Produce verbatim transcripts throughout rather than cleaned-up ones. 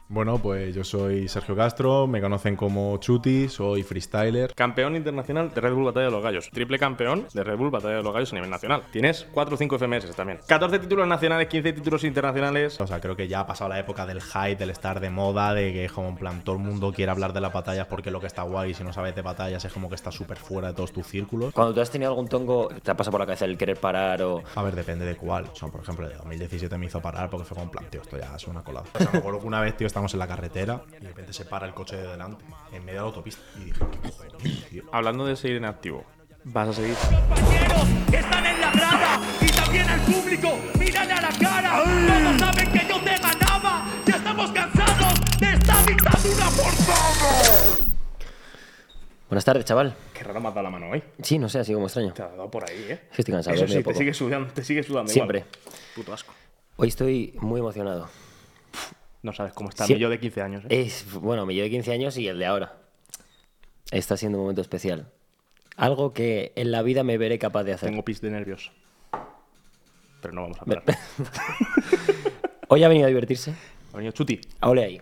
Bueno, pues yo soy Sergio Castro, me conocen como Chuti, soy freestyler. Campeón internacional de Red Bull Batalla de los Gallos. Triple campeón de Red Bull Batalla de los Gallos a nivel nacional. Tienes cuatro o cinco F M S también. catorce títulos nacionales, quince títulos internacionales. O sea, creo que ya ha pasado la época del hype, del estar de moda, de que como en plan todo el mundo quiere hablar de las batallas porque es lo que está guay. Si no sabes de batallas es como que estás súper fuera de todos tus círculos. Cuando tú has tenido algún tongo, ¿te ha pasado por la cabeza el querer parar o...? A ver, depende de cuál. O sea, por ejemplo, de dos mil diecisiete me hizo parar porque fue como en plan, tío, esto ya es una colada. O sea, me acuerdo que una vez, tío, estamos en la carretera y de repente se para el coche de delante en medio de la autopista y dije, ¿qué cojones, tío? Hablando de seguir en activo, vas a seguir. Compañeros que están en la grada y también al público, mírale a la cara. Todos saben que yo te ganaba. Ya estamos cansados de esta dictadura, por favor. Buenas tardes, chaval. Qué raro me has dado la mano hoy. Sí, no sé, ha sido como extraño. Te ha dado por ahí, ¿eh? Es que estoy cansado. Eso he sí, dormido te poco. sigue sudando, te sigue sudando Siempre. igual. Puto asco. Hoy estoy muy emocionado. No sabes cómo está Sí. mi yo de quince años, ¿eh? Es, bueno, mi yo de quince años y el de ahora. Está siendo un momento especial. Algo que en la vida me veré capaz de hacer. Tengo pis de nervios. Pero no vamos a hablar. Hoy ha venido a divertirse. Ha venido Chuti. Ole ahí.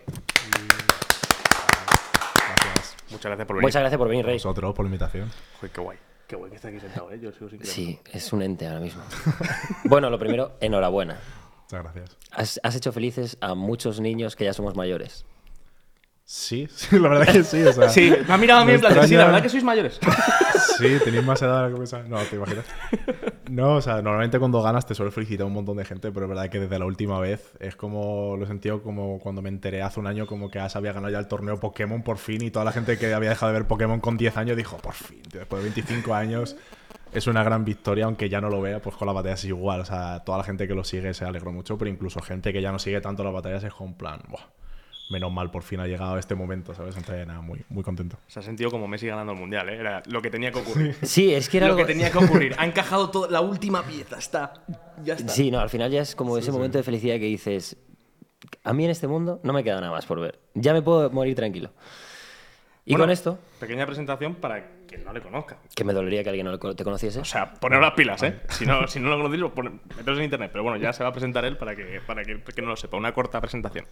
Gracias Muchas gracias por venir. Muchas gracias por venir, a Rey. vosotros por la invitación. Joder, qué guay. Qué guay que está aquí sentado, ¿eh? Yo sigo sin creerlo. Sí, es un ente ahora mismo. Bueno, lo primero, enhorabuena. Muchas gracias. Has, has hecho felices a muchos niños que ya somos mayores. Sí, sí, la verdad que sí. O sea, Sí, me ha mirado a mí me en plan, de, sí, la extraña- verdad que sois mayores. Sí, tenéis más edad de la que pensaba. No, te imaginas. No, o sea, normalmente cuando ganas te suele felicitar un montón de gente, pero es verdad que desde la última vez es como, lo he sentido como cuando me enteré hace un año como que Ash había ganado ya el torneo Pokémon por fin y toda la gente que había dejado de ver Pokémon con diez años dijo, por fin, tío, después de veinticinco años es una gran victoria, aunque ya no lo vea, pues con las batallas es igual. O sea, toda la gente que lo sigue se alegró mucho, pero incluso gente que ya no sigue tanto las batallas es como en plan, buah, menos mal por fin ha llegado este momento, ¿sabes? Entonces, nada, muy, muy contento. Se ha sentido como Messi ganando el Mundial, ¿eh? Era lo que tenía que ocurrir. Sí, es que era Lo algo... que tenía que ocurrir. Ha encajado todo, la última pieza. Está. Ya está. Sí, no, al final ya es como ese momento de felicidad que dices, a mí en este mundo no me queda nada más por ver. Ya me puedo morir tranquilo. Y Bueno, con esto, Pequeña presentación para quien no le conozca. que me dolería que alguien no lo- te conociese. O sea, poneros las pilas, ¿eh? Si no, si no lo conocéis, pues pone- meteros en internet. Pero bueno, ya se va a presentar él para que, para que, que no lo sepa. Una corta presentación.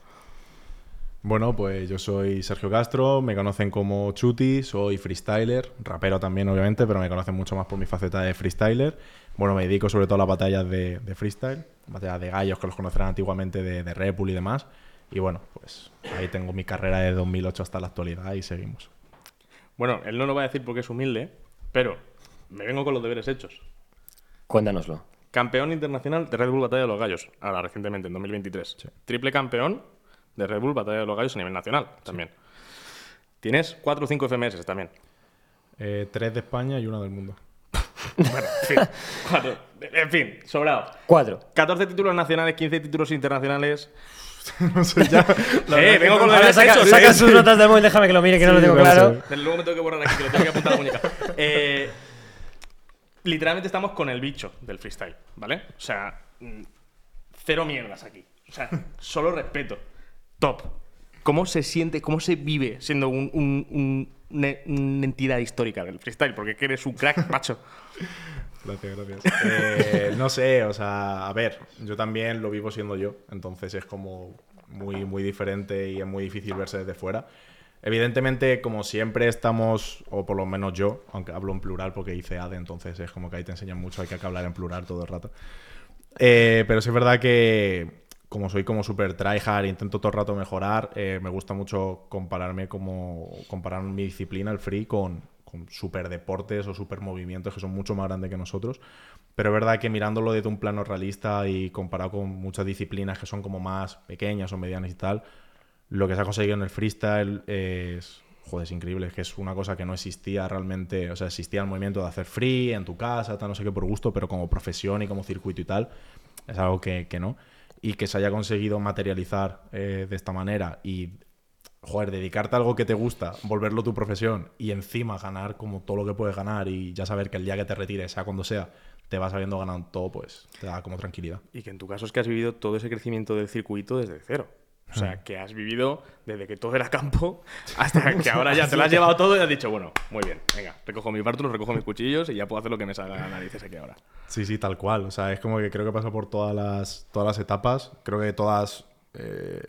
Bueno, pues yo soy Sergio Castro, me conocen como Chuti, soy freestyler, rapero también obviamente, pero me conocen mucho más por mi faceta de freestyler. Bueno, me dedico sobre todo a las batallas de, de freestyle, batallas de gallos que los conocerán antiguamente de, de Red Bull y demás. Y bueno, pues ahí tengo mi carrera de dos mil ocho hasta la actualidad y seguimos. Bueno, él no lo va a decir porque es humilde, pero me vengo con los deberes hechos. Cuéntanoslo. Campeón internacional de Red Bull Batalla de los Gallos, ahora recientemente, en dos mil veintitrés. Sí. Triple campeón de Red Bull Batalla de los Gallos a nivel nacional también. Tienes cuatro o cinco F M S también. Eh, tres de España y una del mundo. Bueno, en fin. Cuatro. En fin, sobrado. Cuatro. catorce títulos nacionales, quince títulos internacionales. No sé, ya. la verdad Eh, que vengo no- con los Ahora deberes saca, hechos. saca eh. sus notas del móvil, déjame que lo mire, que no Sí, lo tengo no claro. sé. Desde luego me tengo que borrar aquí, que lo tengo que apuntar a la muñeca. Eh, literalmente estamos con el bicho del freestyle, ¿vale? O sea, mm, cero mierdas aquí. O sea, solo respeto. Top. ¿Cómo se siente, cómo se vive siendo un, un- un- una, una entidad histórica del freestyle? Porque es que eres un crack, macho. Gracias, gracias. Eh, no sé, o sea, a ver, yo también lo vivo siendo yo, entonces es como muy, muy diferente y es muy difícil verse desde fuera. Evidentemente, como siempre estamos, o por lo menos yo, aunque hablo en plural porque hice A D E, entonces es como que ahí te enseñan mucho, hay que hablar en plural todo el rato. Eh, pero sí es verdad que como soy como súper tryhard, intento todo el rato mejorar, eh, me gusta mucho compararme como comparar mi disciplina, el free, con, con super deportes o super movimientos que son mucho más grandes que nosotros. Pero es verdad que mirándolo desde un plano realista y comparado con muchas disciplinas que son como más pequeñas o medianas y tal, lo que se ha conseguido en el freestyle es, joder, es increíble. Es que es una cosa que no existía realmente. O sea, existía el movimiento de hacer free en tu casa, tal, no sé qué, por gusto, pero como profesión y como circuito y tal, es algo que, que no. Y que se haya conseguido materializar eh, de esta manera y, joder, dedicarte a algo que te gusta, volverlo tu profesión y encima ganar como todo lo que puedes ganar y ya saber que el día que te retires, sea cuando sea, te vas habiendo ganado todo, pues te da como tranquilidad. Y que en tu caso es que has vivido todo ese crecimiento del circuito desde cero. O sea, que has vivido desde que todo era campo hasta que ahora ya te lo has llevado todo y has dicho, bueno, muy bien, venga, recojo mis bártulos, recojo mis cuchillos y ya puedo hacer lo que me salga a las narices aquí ahora. Sí, sí, tal cual. O sea, es como que creo que pasa por todas las, todas las etapas. Creo que todas eh,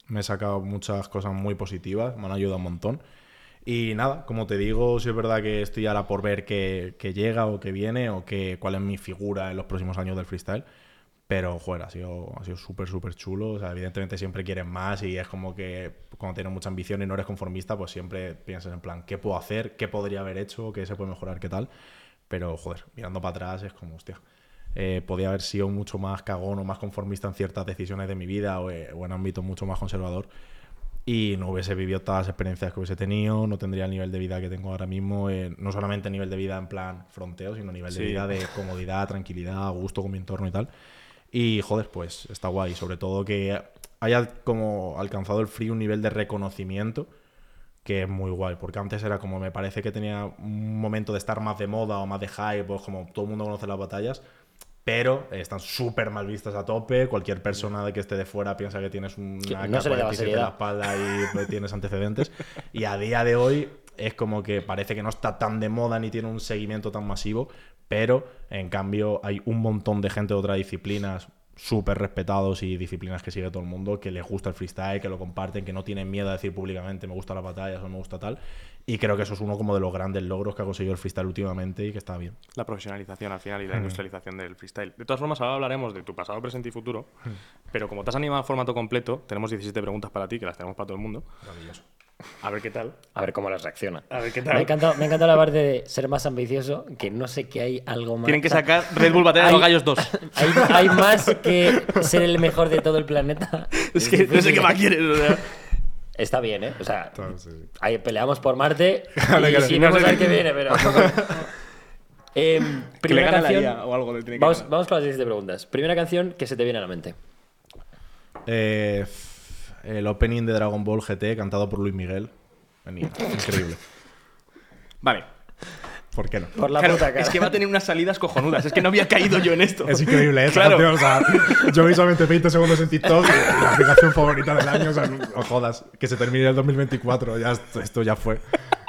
me he sacado muchas cosas muy positivas, me han ayudado un montón. Y nada, como te digo, sí es verdad que estoy ahora por ver qué, qué llega o qué viene o qué, cuál es mi figura en los próximos años del freestyle. Pero, joder, ha sido ha sido súper, súper chulo. O sea, evidentemente siempre quieres más y es como que cuando tienes mucha ambición y no eres conformista, pues siempre piensas en plan, ¿qué puedo hacer? ¿Qué podría haber hecho? ¿Qué se puede mejorar? ¿Qué tal? Pero, joder, mirando para atrás es como, hostia, eh, podía haber sido mucho más cagón o más conformista en ciertas decisiones de mi vida o, eh, o en ámbito mucho más conservador. Y no hubiese vivido todas las experiencias que hubiese tenido, no tendría el nivel de vida que tengo ahora mismo, eh, no solamente nivel de vida en plan fronteo, sino nivel Sí. de vida de comodidad, tranquilidad, gusto con mi entorno y tal. Y joder, pues está guay, sobre todo que haya como alcanzado el free un nivel de reconocimiento que es muy guay, porque antes era como me parece que tenía un momento de estar más de moda o más de hype, pues como todo el mundo conoce las batallas, pero eh, están súper mal vistas a tope. Cualquier persona de que esté de fuera piensa que tienes una no se le daba K cuarenta y siete en seriedad. la espalda y tienes antecedentes. Y a día de hoy es como que parece que no está tan de moda ni tiene un seguimiento tan masivo, pero en cambio hay un montón de gente de otras disciplinas súper respetados y disciplinas que sigue todo el mundo, que les gusta el freestyle, que lo comparten, que no tienen miedo a decir públicamente me gustan las batallas o me gusta tal. Y creo que eso es uno como de los grandes logros que ha conseguido el freestyle últimamente y que está bien. La profesionalización al final y la industrialización del freestyle. De todas formas, ahora hablaremos de tu pasado, presente y futuro, pero como te has animado a formato completo, tenemos diecisiete preguntas para ti, que las tenemos para todo el mundo. Maravilloso. A ver qué tal. A ver cómo las reacciona. A ver qué Me ha tal. encantado, me ha encantado la parte de ser más ambicioso, que no sé que hay algo más. Tienen que O sea, sacar Red Bull Batalla de hay- los Gallos dos. Hay, hay más que ser el mejor de todo el planeta. Es que no sé qué más quieres. O sea. Está bien, ¿eh? O sea, Claro, sí, sí. ahí peleamos por Marte y, Claro, claro. y vamos a ver qué viene, pero... Eh, Que le primera gane la canción... I A o algo le tiene que Vamos, ganar. vamos con las diecisiete preguntas. Primera canción que se te viene a la mente. Eh, el opening de Dragon Ball G T cantado por Luis Miguel. Venía, increíble. Vale. ¿Por qué no? Por la Claro, puta cara. es que va a tener unas salidas cojonudas. Es que no había caído yo en esto. Es increíble, ¿eh? Esa Claro. canción, o sea, yo vi solamente veinte segundos en TikTok, y la aplicación favorita del año, o sea, no no jodas, que se termine el dos mil veinticuatro, ya, esto, esto ya fue.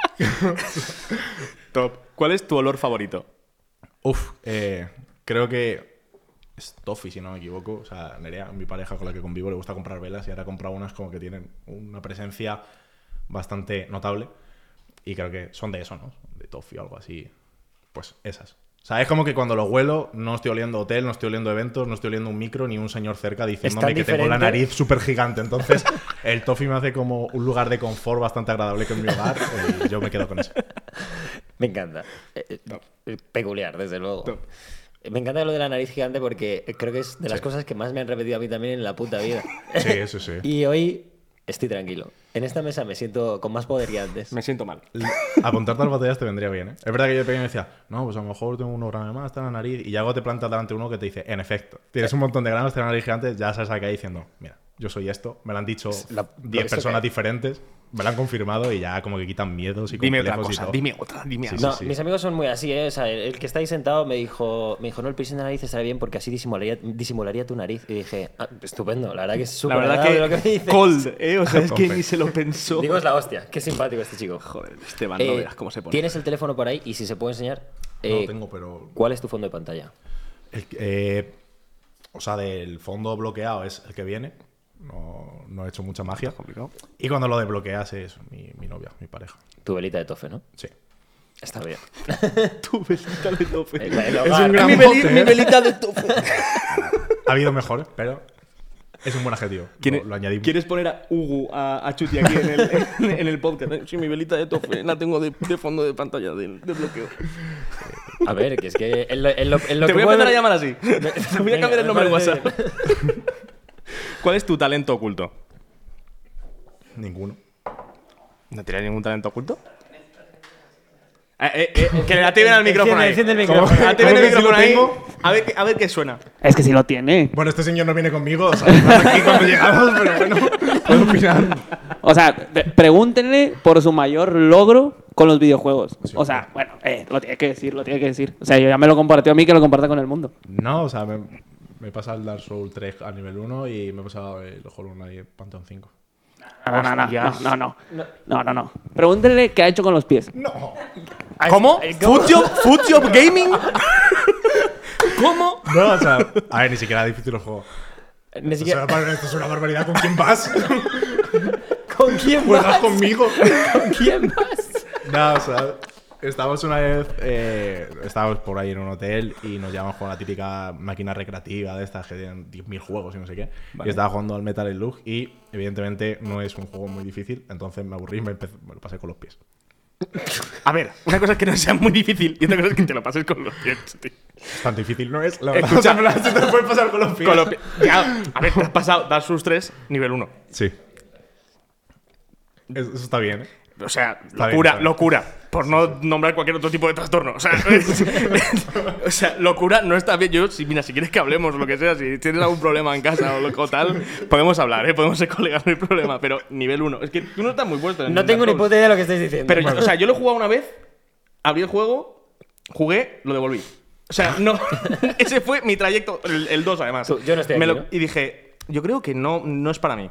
Top. ¿Cuál es tu olor favorito? Uf, eh, creo que es Toffee, si no me equivoco. O sea, Nerea, mi pareja con la que convivo, le gusta comprar velas y ahora compra unas como que tienen una presencia bastante notable. Y creo que son de eso, ¿no? De Toffee o algo así. Pues esas. O sea, es como que cuando lo huelo, no estoy oliendo hotel, no estoy oliendo eventos, no estoy oliendo un micro ni un señor cerca diciéndome tan que tengo la diferente. nariz súper gigante. Entonces, el Toffee me hace como un lugar de confort bastante agradable que es mi hogar y yo me quedo con eso. Me encanta. Eh, eh, Peculiar, desde luego. Top. Me encanta lo de la nariz gigante porque creo que es de las Sí. cosas que más me han repetido a mí también en la puta vida. Sí, sí, sí. Y hoy estoy tranquilo. En esta mesa me siento con más poder que antes. Me siento mal. Apuntarte a las batallas te vendría bien, ¿eh? Es verdad que yo de pequeño decía, no, pues a lo mejor tengo unos gramos más, está en la nariz. Y ya luego te plantas delante uno que te dice, en efecto, tienes un montón de granos, tienes la nariz gigante, ya sabes acá diciendo, mira, yo soy esto, me lo han dicho la- lo diez visto personas que hay. diferentes, me lo han confirmado y ya como que quitan miedos y Dime otra complejos y cosa, todo. dime otra, dime Sí, algo. No, sí. mis amigos son muy así, ¿eh? O sea, el, el que está ahí sentado me dijo, me dijo, no, el piercing de nariz estaría bien porque así disimularía, disimularía tu nariz. Y dije, ah, estupendo, la verdad que es La súper verdad agradable que, lo que me dices. cold, ¿eh? O sea, es que Perfecto. ni se lo pensó. Digo, es la hostia, qué simpático este chico. Joder, Esteban, Eh, no veas cómo se pone. ¿Tienes el teléfono por ahí? Y si se puede enseñar, No eh, lo tengo, pero... ¿cuál es tu fondo de pantalla? el que- eh, o sea, del fondo bloqueado es el que viene. No, no he hecho mucha magia. complicado. Y cuando lo desbloqueas es mi, mi novia, mi pareja. Tu velita de tofe, ¿no? Sí. Está bien. Tu velita de tofe. El- el Es hogar. un gran mi, bote, veli- mi ¿eh? velita de tofe. Ha habido mejores, pero es un buen adjetivo. ¿Quieres, Lo, lo añadimos. ¿Quieres poner a Hugo, a, a Chuti aquí en el, en, en el podcast? Sí, mi velita de tofe la tengo de, de fondo de pantalla de, de bloqueo. A ver, que es que en lo, en lo- en lo Te que voy a puedo- empezar a llamar así. Te voy a Venga, cambiar el me nombre en parece WhatsApp. ¿Cuál es tu talento oculto? Ninguno. ¿No tienes ningún talento oculto? Eh, eh, eh, que le activen al micrófono ahí. Enciende el ¿Cómo? micrófono. Activen ¿Cómo el que si lo micrófono ahí. tengo? A ver, qué- a ver qué suena. Es que si lo tiene. Bueno, este señor no viene conmigo, o sea, no está aquí cuando llegamos, pero bueno, puedo opinar. O sea, pe- pregúntenle por su mayor logro con los videojuegos. O sea, bueno, eh, lo tiene que decir, lo tiene que decir. O sea, yo ya me lo compartió a mí, que lo comparta con el mundo. No, o sea, me, me he pasado el Dark Souls tres a nivel uno y me he pasado el Hollow Knight Pantheon cinco. No, no, no, Hostias. no, no, no, no, no, no. Pregúntenle qué ha hecho con los pies. No. ¿Cómo? Eh, ¿cómo? ¿Footjob, Footjob Gaming? ¿Cómo? No, o sea, a ver, ni siquiera es difícil el juego. Ni O siquiera... sea, para- esto es una barbaridad, ¿con quién vas? ¿Con quién ¿Juegas vas? conmigo? ¿Con quién vas? No, o sea, estábamos una vez, eh, estábamos por ahí en un hotel y nos llevamos con la típica máquina recreativa de estas que tienen diez mil juegos y no sé qué. Vale. Y estaba jugando al Metal Slug y evidentemente no es un juego muy difícil, entonces me aburrí y me, empecé- me lo pasé con los pies. A ver, una cosa es que no sea muy difícil y otra cosa es que te lo pases con los pies, tío. Tan difícil no es, la verdad. Escucha, O sea, me lo- se te lo puedes pasar con los pies. Con los pies. Ya, a ver, te has pasado Dark Souls tres, nivel uno. Sí. Eso eso está bien, ¿eh? O sea, Está bien, locura, está bien. locura. Por no nombrar cualquier otro tipo de trastorno. O sea, o sea, locura no está bien. Yo, si, mira, si quieres que hablemos o lo que sea, si tienes algún problema en casa o, lo, o tal, podemos hablar, ¿eh? Podemos ser colegas, no hay problema. Pero nivel uno. Es que tú no estás muy puesto en No tengo ni Dark Souls. puta idea de lo que estáis diciendo. Pero, yo- o sea, yo lo he jugado una vez, abrí el juego, jugué, lo devolví. O sea, no. Ese fue mi trayecto, el dos además. Tú, yo no estoy Me aquí, lo- ¿no? Y dije, yo creo que no, no es para mí.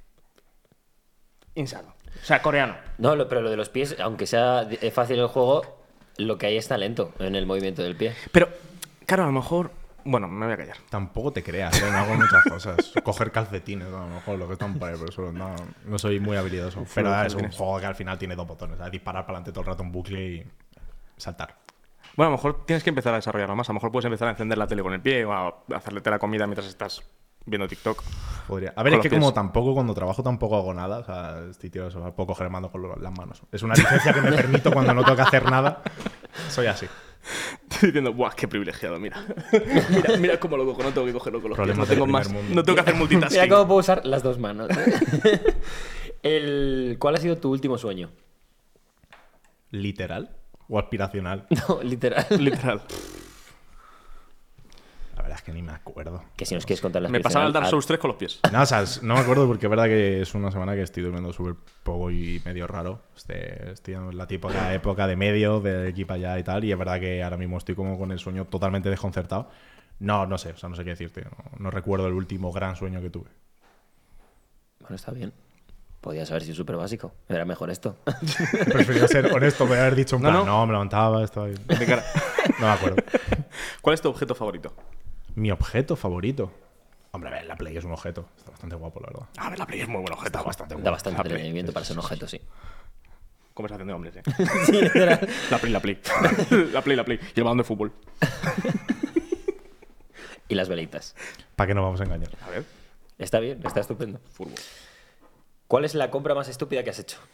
Insano. O sea, coreano. No, lo- pero lo de los pies, aunque sea eh, fácil el juego, lo que hay es talento en el movimiento del pie. Pero, claro, a lo mejor. Bueno, me voy a callar. Tampoco te creas, ¿eh? No hago muchas cosas. Coger calcetines, a lo mejor, lo que están por ahí, pero eso no, no soy muy habilidoso. Pero ah, es un calcetines. juego que al final tiene dos botones, ¿sabes? Disparar para adelante todo el rato en bucle y saltar. Bueno, a lo mejor tienes que empezar a desarrollarlo más. A lo mejor puedes empezar a encender la tele con el pie o a hacerle la comida mientras estás viendo TikTok. Podría. A ver, Con es que los pies. como tampoco cuando trabajo tampoco hago nada, o sea, estoy tío, eso, puedo coger el mando con lo- las manos. Es una licencia que me permito cuando no tengo que hacer nada. Soy así. Estoy diciendo, ¡buah, qué privilegiado! Mira. mira, mira cómo lo cojo. No tengo que cogerlo con los pies. No Problemas del tengo primer más. mundo. No tengo que hacer Mira multitasking. cómo puedo usar las dos manos. el, ¿Cuál ha sido tu último sueño? ¿Literal? ¿O aspiracional? No, literal. Literal. La verdad es que ni me acuerdo. Que si nos quieres contar la Me pasaba el Dark Souls tres con los pies. No, o sea, es- no me acuerdo porque es verdad que es una semana que estoy durmiendo súper poco y medio raro. Este, estoy en la típica época de medio, de equipa ya y tal, y es verdad que ahora mismo estoy como con el sueño totalmente desconcertado. No, no sé, o sea, no sé qué decirte. No, no recuerdo el último gran sueño que tuve. Bueno, está bien. Podías haber sido súper básico. Era mejor esto. Prefería ser honesto, me haber dicho en No, plan, no. no, me levantaba, estaba ahí. De cara. No me acuerdo. ¿Cuál es tu objeto favorito? Mi objeto favorito. Hombre, a ver, la Play es un objeto. Está bastante guapo, la verdad. A ver, la Play es muy buen objeto. Está bastante Da guapo. bastante La Play. entretenimiento para ser un objeto, sí. Conversación de hombres, eh. Sí, literal. La Play, la Play. La Play, la Play. Y el balón de fútbol. Y las velitas. ¿Para qué nos vamos a engañar? A ver, Está bien, está estupendo. fútbol. ¿Cuál es la compra más estúpida que has hecho?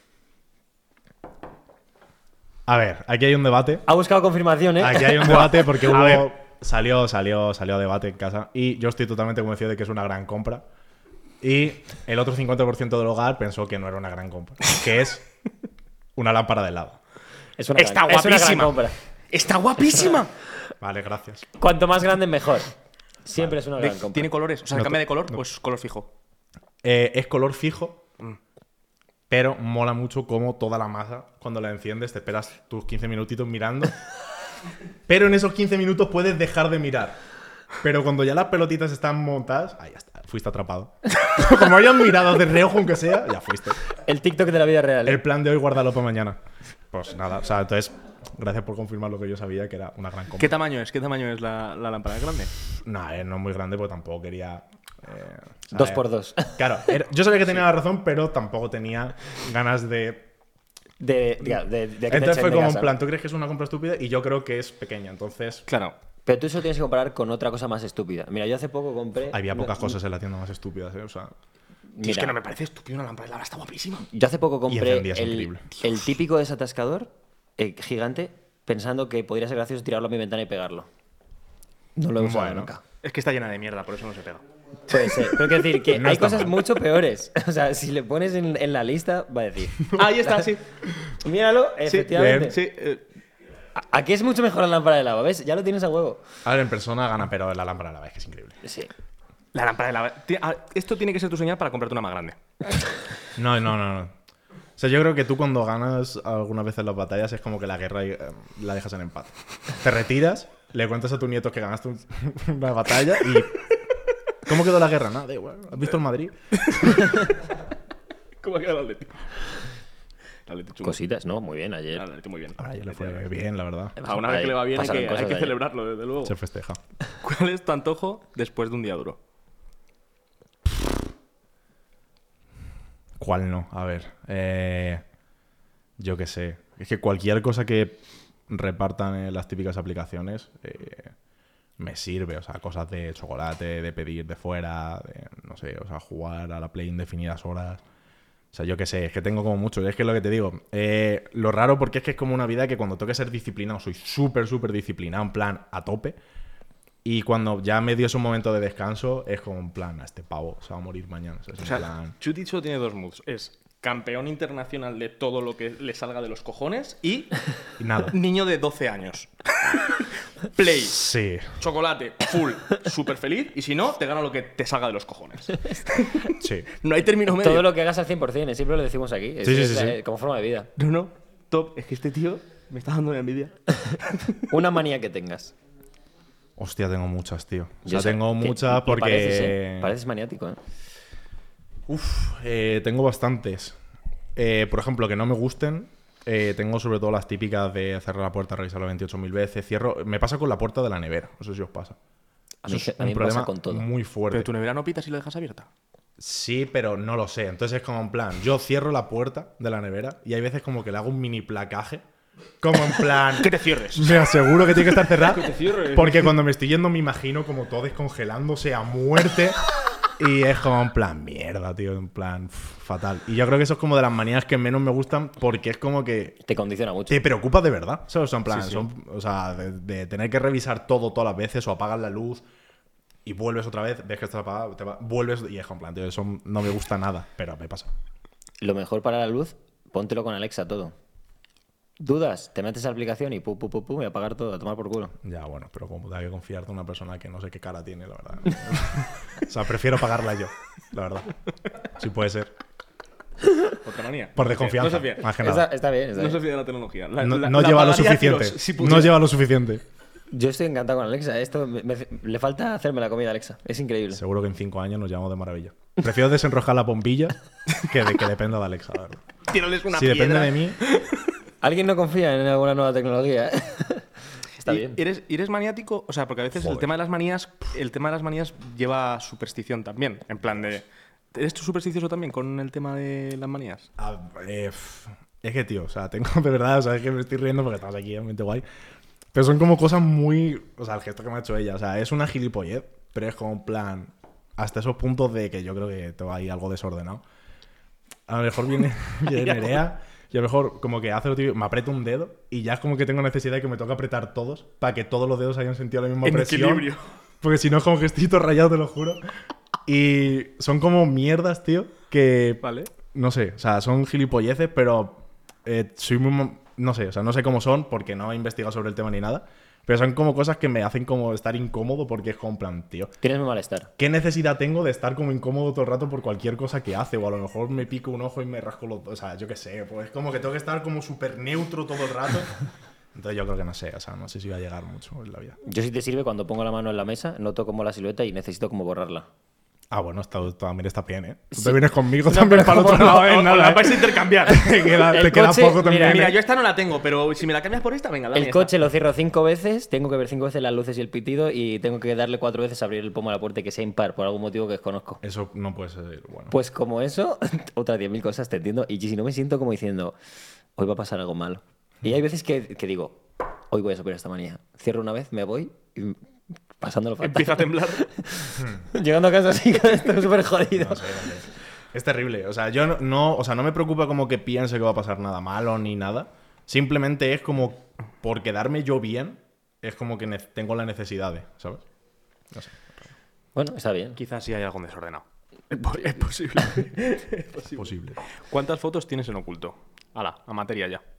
A ver, aquí hay un debate. Ha buscado confirmación, ¿eh? Aquí hay un debate porque A hubo. ver. Salió, salió, salió a debate en casa. Y yo estoy totalmente convencido de que es una gran compra. Y el otro cincuenta por ciento del hogar pensó que no era una gran compra. Que es una lámpara de helado. Es una Está gran- es una gran guapísima. compra. Está guapísima. Vale, gracias. Cuanto más grande, mejor. Siempre es una De- gran compra. ¿Tiene colores? O sea, No ¿cambia te- de color o es color fijo? Eh, es color fijo. Pero mola mucho como toda la masa, cuando la enciendes, te esperas tus quince minutitos mirando. Pero en esos quince minutos puedes dejar de mirar. Pero cuando ya las pelotitas están montadas, ahí ya está, fuiste atrapado. Como hayas mirado de reojo, aunque sea, ya fuiste. El TikTok de la vida real. ¿eh? El plan de hoy, guárdalo para mañana. Pues nada, o sea, entonces, gracias por confirmar lo que yo sabía, que era una gran compra. ¿Qué tamaño es? ¿Qué tamaño es la, la lámpara? ¿Es grande? No, eh, no es muy grande, porque tampoco quería. eh, Dos ¿sabes? por dos. Claro, era- yo sabía que tenía la razón, pero tampoco tenía ganas de. De, de, de, de que te Entonces echen fue de como casa, en plan, ¿no? ¿tú crees que es una compra estúpida? Y yo creo que es pequeña, entonces. Claro. Pero tú eso tienes que comparar con otra cosa más estúpida. Mira, yo hace poco compré... Había pocas no, cosas en la tienda más estúpidas, ¿eh? O sea. Tío, es Mira, que no me parece estúpido una lámpara de lava. Está guapísima. yo hace poco compré encendías el, increíble. el típico desatascador eh, gigante pensando que podría ser gracioso tirarlo a mi ventana y pegarlo. No lo he usado Bueno. nunca. Es que está llena de mierda, por eso no se pega. Puede ser. Pero quiero decir que No hay está cosas mal. mucho peores. O sea, si le pones en, en la lista, va a decir. Ahí está, sí. Míralo, Sí, efectivamente. bien, sí. eh, A- Aquí es mucho mejor la lámpara de lava, ¿ves? Ya lo tienes a huevo. A ver, en persona gana, pero la lámpara la vez que es increíble. Sí. La lámpara de lava. Ti- ah, Esto tiene que ser tu señal para comprarte una más grande. No, no, no, no. O sea, yo creo que tú cuando ganas algunas veces las batallas es como que la guerra eh, la dejas en empate. Te retiras, le cuentas a tus nietos que ganaste un- una batalla y... ¿Cómo quedó la guerra? Nada, da igual. ¿Has visto el Madrid? ¿Cómo ha quedado el Atleti? El Atleti chungo. Cositas, ¿no? Muy bien, ayer. El Atleti muy bien. Ahora ya le fue bien, la verdad. A una vez que le va bien hay Pasaron que, hay cosas que ayer. celebrarlo, desde luego. Se festeja. ¿Cuál es tu antojo después de un día duro? ¿Cuál no? A ver. Eh, yo qué sé. Es que cualquier cosa que repartan en las típicas aplicaciones eh, me sirve. O sea, cosas de chocolate, de pedir de fuera, de, no sé, o sea, jugar a la Play indefinidas horas. O sea, yo qué sé, es que tengo como mucho. Es que es lo que te digo. Eh, lo raro porque es que es como una vida que cuando tengo que ser disciplinado soy súper, súper disciplinado, en plan a tope. Y cuando ya me dio ese momento de descanso, es como en plan, a este pavo se va a morir mañana. O sea, es O en sea, plan... Chuti solo tiene dos moods. Es campeón internacional de todo lo que le salga de los cojones y Y nada. niño de doce años. Play, Sí. chocolate, full, súper feliz. Y si no, te gana lo que te salga de los cojones. Sí. No hay término medio. Todo lo que hagas al cien por cien, siempre lo decimos aquí. Es, Sí, sí, es sí, la- sí. como forma de vida. No, no. Top. Es que este tío me está dando una envidia. Una manía que tengas. Hostia, tengo muchas, tío. O Yo sea, sé- tengo te- muchas lo porque... Pareces, ¿eh? Pareces maniático, ¿eh? Uf, eh, tengo bastantes. Eh, por ejemplo, que no me gusten. Eh, tengo sobre todo las típicas de cerrar la puerta, revisarla veintiocho mil veces. Cierro. Me pasa con la puerta de la nevera. No sé si os pasa. A mí, Eso es a mí un me pasa problema con todo. muy fuerte. Pero tu nevera no pita si la dejas abierta. Sí, pero no lo sé. Entonces es como en plan, yo cierro la puerta de la nevera y hay veces como que le hago un mini placaje. Como en plan... Que te cierres. Me aseguro que tiene que estar cerrado. Que te cierres. Porque cuando me estoy yendo me imagino como todo descongelándose a muerte. Y es como en plan, mierda, tío. En plan, pff, fatal. Y yo creo que eso es como de las manías que menos me gustan porque es como que Te condiciona mucho. te preocupa de verdad. ¿Sabes? O sea, en plan, Sí, sí. son- o sea de, de tener que revisar todo todas las veces o apagas la luz y vuelves otra vez, ves que está apagado, te va- vuelves y es como en plan, tío, eso no me gusta nada, pero me pasa. Lo mejor para la luz, póntelo con Alexa todo. ¿Dudas? Te metes a la aplicación y pum, pum, pum, pum, y apagar todo, a tomar por culo. Ya, bueno, pero como tengo que confiarte en una persona que no sé qué cara tiene, la verdad. O sea, prefiero pagarla yo, la verdad. Si puede ser. Otra manía. Por No se fía, desconfianza, No se fía. más que Está, nada. está bien, está No bien. se fía de la tecnología. La- No, la- no la lleva lo pagaría suficiente. Ciros, si No pudiera. lleva lo suficiente. Yo estoy encantado con Alexa. Esto me- me- le falta hacerme la comida a Alexa. Es increíble. Seguro que en cinco años nos llevamos de maravilla. Prefiero desenroscar la bombilla que de que dependa de Alexa, la verdad. Tírales una Si piedra. depende de mí, ¿Alguien no confía en alguna nueva tecnología? Está ¿Y bien. ¿Eres, ¿Eres maniático? O sea, porque a veces el Joder. tema de las manías, el tema de las manías lleva superstición también. En plan de. ¿Eres tú supersticioso también con el tema de las manías? Ah, eh, f- es que, tío, o sea, tengo de verdad, o sea, es que me estoy riendo porque estamos aquí, obviamente guay. Pero son como cosas muy. O sea, el gesto que me ha hecho ella, o sea, es una gilipollez, pero es como en plan. Hasta esos puntos de que yo creo que tengo ahí algo desordenado. A lo mejor viene, viene Nerea y a lo mejor como que hace lo típico, me aprieto un dedo y ya es como que tengo necesidad de que me toque apretar todos para que todos los dedos hayan sentido la misma En presión. equilibrio. Porque si no es como que estoy todo rayado, te lo juro. Y son como mierdas, tío, que Vale. no sé, o sea, son gilipolleces, pero eh, soy muy... mo- No sé, o sea, no sé cómo son porque no he investigado sobre el tema ni nada. Pero son como cosas que me hacen como estar incómodo porque es como en plan, tío, Tienes muy malestar. ¿qué necesidad tengo de estar como incómodo todo el rato por cualquier cosa que hace? O a lo mejor me pico un ojo y me rasco los dos. O sea, yo qué sé, pues es como que tengo que estar como súper neutro todo el rato. Entonces yo creo que no sé, o sea, no sé si va a llegar mucho en la vida. Yo si te sirve, cuando pongo la mano en la mesa, noto como la silueta y necesito como borrarla. Ah, bueno, está, también está bien, ¿eh? Tú Sí. te vienes conmigo No, también pero para el como otro no, lado, ¿eh? O- o Nada, la ¿eh? vais a intercambiar. Te queda, El te queda coche, poco también. mira, ¿eh? Mira, yo esta no la tengo, pero si me la cambias por esta, venga, dame El esta. coche lo cierro cinco veces, tengo que ver cinco veces las luces y el pitido y tengo que darle cuatro veces a abrir el pomo a la puerta y que sea impar por algún motivo que desconozco. Eso no puede ser bueno. Pues como eso, otras diez mil cosas te entiendo. Y si no me siento como diciendo, hoy va a pasar algo malo. Y hay veces que, que digo, hoy voy a superar esta manía. Cierro una vez, me voy y pasándolo fatal. Empieza a temblar. Llegando a casa así, estoy súper jodido. No sé, no sé. Es terrible. O sea, yo no, no- o sea, no me preocupa como que piense que va a pasar nada malo ni nada. Simplemente es como por quedarme yo bien, es como que ne- tengo la necesidad de, ¿sabes? No sé. Bueno, está bien. Quizás sí hay algo desordenado. Es po- es posible. Es posible. Posible. ¿Cuántas fotos tienes en oculto? Hala, a materia ya.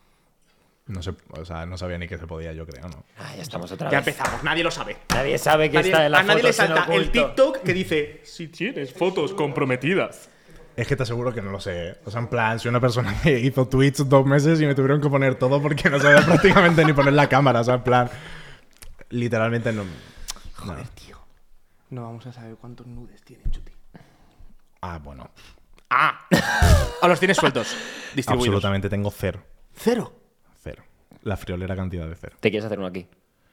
No sé, o sea, no sabía ni que se podía, yo creo, ¿no? Ah, ya estamos otra Ya vez. empezamos, nadie lo sabe. Nadie sabe que Nadie- está en la a nadie le fotos en salta el oculto. TikTok que dice si tienes fotos comprometidas. Es que te aseguro que no lo sé, ¿eh? O sea, en plan, soy una persona que hizo tweets dos meses y me tuvieron que poner todo porque no sabía prácticamente ni poner la cámara. O sea, en plan, literalmente no. Joder, tío. No vamos a saber cuántos nudes tiene Chuti. Ah, bueno. ¡Ah! A los tienes sueltos. Distribuidos. Absolutamente tengo cero. Cero. Cero. La friolera cantidad de cero. ¿Te quieres hacer uno aquí?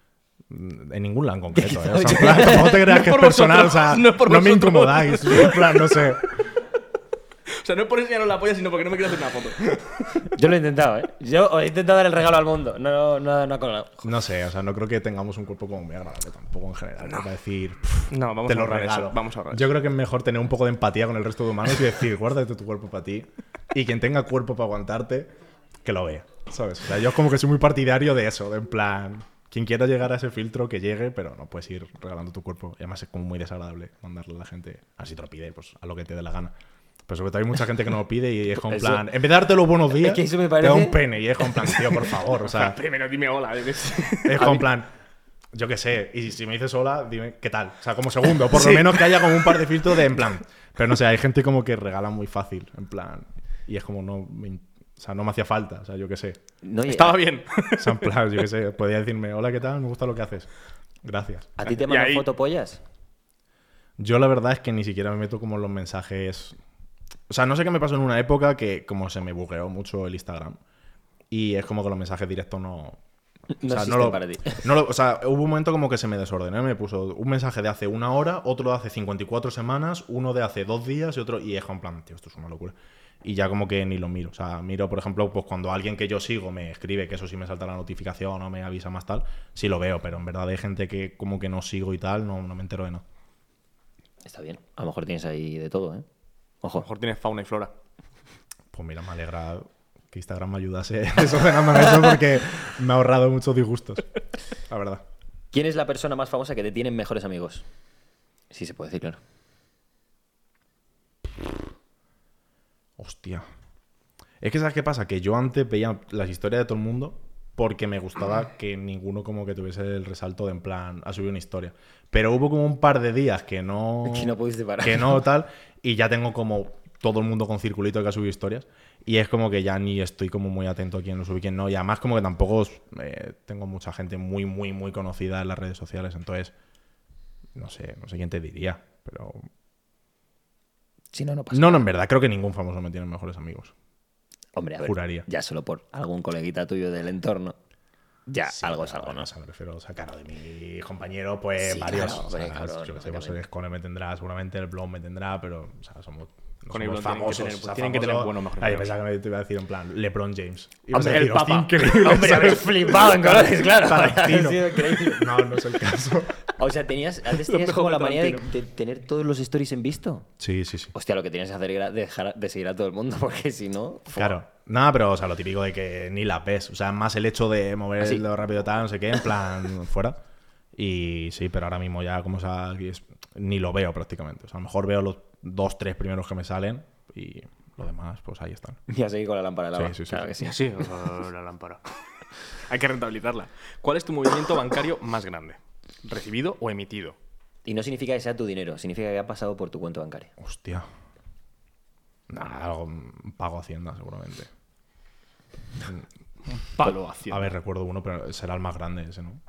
En ningún lado en concreto, ¿eh? O sea, en plan, tampoco te creas que es por personal, vosotros, o sea, no no, es por me vosotros. incomodáis. En plan, no sé. O sea, no es por enseñaros la polla, sino porque no me quiero hacer una foto. Yo lo he intentado, ¿eh? Yo he intentado dar el regalo al mundo. No, no, no ha colado. No sé, o sea, no creo que tengamos un cuerpo como muy agradable tampoco en general. No. Para decir, pff, No, vamos te a lo ahorrar regalo. eso, vamos a ahorrar Yo creo que es mejor tener un poco de empatía con el resto de humanos y decir, guárdate tu cuerpo para ti. Y quien tenga cuerpo para aguantarte, que lo vea, ¿sabes? O sea, yo como que soy muy partidario de eso, de en plan, quien quiera llegar a ese filtro, que llegue, pero no puedes ir regalando tu cuerpo. Y además es como muy desagradable mandarle a la gente, así te lo pide, pues a lo que te dé la gana. Pero sobre todo hay mucha gente que no lo pide y es como en Eso- plan, en vez de darte los buenos días, Es que eso me te parece- da un pene y es como en plan, tío, por favor, o sea, Primero dime hola. es como en plan, yo qué sé, y si me dices hola, dime qué tal. O sea, como segundo, por lo menos que haya como un par de filtros de en plan. Pero no sé, hay gente como que regala muy fácil, en plan, y es como no me, in- o sea, no me hacía falta, o sea, yo qué sé. No, y- Estaba bien. O sea, en plan, yo qué sé, podía decirme, hola, ¿qué tal? Me gusta lo que haces. Gracias. ¿A ti te Y mandan ahí- fotopollas? Yo la verdad es que ni siquiera me meto como en los mensajes. O sea, no sé qué me pasó en una época que como se me bugueó mucho el Instagram. Y es como que los mensajes directos no. No o sea, existen lo, para ti. no lo- o sea, hubo un momento como que se me desordenó. Me puso un mensaje de hace una hora, otro de hace cincuenta y cuatro semanas, uno de hace dos días y otro. Y es como en plan, tío, esto es una locura. Y ya como que ni lo miro. O sea, miro, por ejemplo, pues cuando alguien que yo sigo me escribe, que eso sí me salta la notificación o me avisa más tal, sí lo veo. Pero en verdad hay gente que como que no sigo y tal, no, no me entero de nada. Está bien. A lo mejor tienes ahí de todo, ¿eh? A lo Ojo. mejor tienes fauna y flora. Pues mira, me alegra que Instagram me ayudase desordenándome eso porque me ha ahorrado muchos disgustos. La verdad. ¿Quién es la persona más famosa que te tienen mejores amigos? Sí, se puede decir, claro. Hostia. Es que ¿sabes qué pasa? Que yo antes veía las historias de todo el mundo porque me gustaba que ninguno como que tuviese el resalto de en plan, ha subido una historia. Pero hubo como un par de días que no... Que no pudiste parar. Que no tal. Y ya tengo como todo el mundo con circulito que ha subido historias. Y es como que ya ni estoy como muy atento a quién lo sube y quién no. Y además como que tampoco eh, tengo mucha gente muy, muy, muy conocida en las redes sociales. Entonces, no sé, no sé quién te diría. Pero... Si no, no pasa. No, no, en verdad creo que ningún famoso me tiene mejores amigos. Hombre, a ver, Juraría. ya solo por algún coleguita tuyo del entorno. Ya, Sí, algo es pero, algo, ¿no? O sea, me refiero, sacar de mi compañero, pues Sí, varios. claro, o sea, hombre, cabrón, yo que sé, pues obviamente. el Scone me tendrá, seguramente el Blog me tendrá, pero, o sea, somos. No Con el somos Blond tienen que famosos. tener- o sea, tienen que tener famosos- buenos mejores Ay, amigos. pensaba que me te iba a decir en plan LeBron James. Y vas a Hombre, decir, el "Hostia, Papa". increíble, Hombre, ¿sabes? habéis flipado en colores, claro. Tarantino. Ha sido increíble. No, no es el caso. O sea, tenías, antes Lo tenías mejor como de la manía de, Tarantino. de tener todos los stories en visto. Sí, sí, sí. Hostia, lo que tienes que hacer era dejar de seguir a todo el mundo, porque si no. ¡fua! Claro. Nada, pero, o sea, lo típico de que ni las ves. O sea, más el hecho de mover ¿Ah, sí? el dedo rápido tal, no sé qué, en plan, fuera. Y sí, pero ahora mismo ya, como o sea, aquí es- ni lo veo prácticamente. O sea, a lo mejor veo los dos, tres primeros que me salen y lo demás, pues ahí están. Y a seguir con la lámpara de lava. Sí, sí, sí, Claro sí. que sí. Sí, así, oh, la lámpara. Hay que rentabilizarla. ¿Cuál es tu movimiento bancario más grande? ¿Recibido o emitido? Y no significa que sea tu dinero, significa que ha pasado por tu cuenta bancaria. Hostia. Nada, algo mm, pago Hacienda, seguramente. Palo hacia. A ver, recuerdo uno, pero será el más grande ese, ¿no?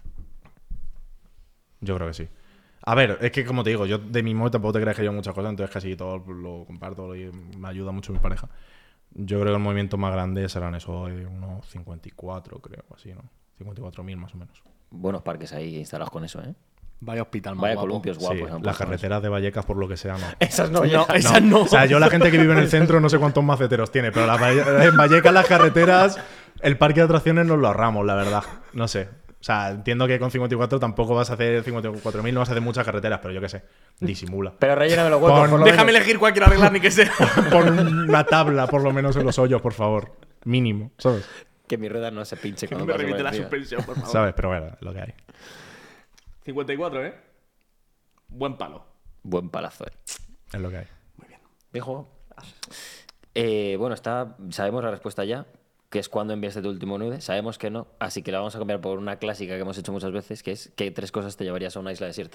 Yo creo que sí. A ver, es que como te digo, yo de mi móvil tampoco te creas que yo muchas cosas, entonces casi todo lo comparto y me ayuda mucho mi pareja. Yo creo que el movimiento más grande serán eso, de unos cincuenta y cuatro, creo, así, ¿no? cincuenta y cuatro mil más o menos. Buenos parques ahí instalados con eso, ¿eh? Vaya hospital más Vaya guapo. columpios Sí, guapos. han las puesto con carreteras de Vallecas, por lo que sea, no. eso. Esas no, No, llegan. esas no. O sea, yo la gente que vive en el centro no sé cuántos maceteros tiene, pero la Valle- en Vallecas las carreteras, el parque de atracciones nos lo ahorramos, la verdad. No sé. O sea, entiendo que con cincuenta y cuatro tampoco vas a hacer cincuenta y cuatro mil, no vas a hacer muchas carreteras, pero yo qué sé, disimula. Pero relléname los huecos, Pon- por lo Déjame menos. elegir cuál quiero arreglar ni que sea. Pon una tabla, por lo menos, en los hoyos, por favor. Mínimo, ¿sabes? Que mi rueda no se pinche Que cuando me pase por remite la encima. suspensión, por favor. ¿Sabes? Pero bueno, es lo que hay. cincuenta y cuatro, ¿eh? Buen palo. Buen palazo, eh. Es lo que hay. Bien jugado. Eh, bueno, está, sabemos la respuesta ya, que es cuando enviaste tu último nude. Sabemos que no, así que la vamos a cambiar por una clásica que hemos hecho muchas veces, que es ¿qué tres cosas te llevarías a una isla desierta?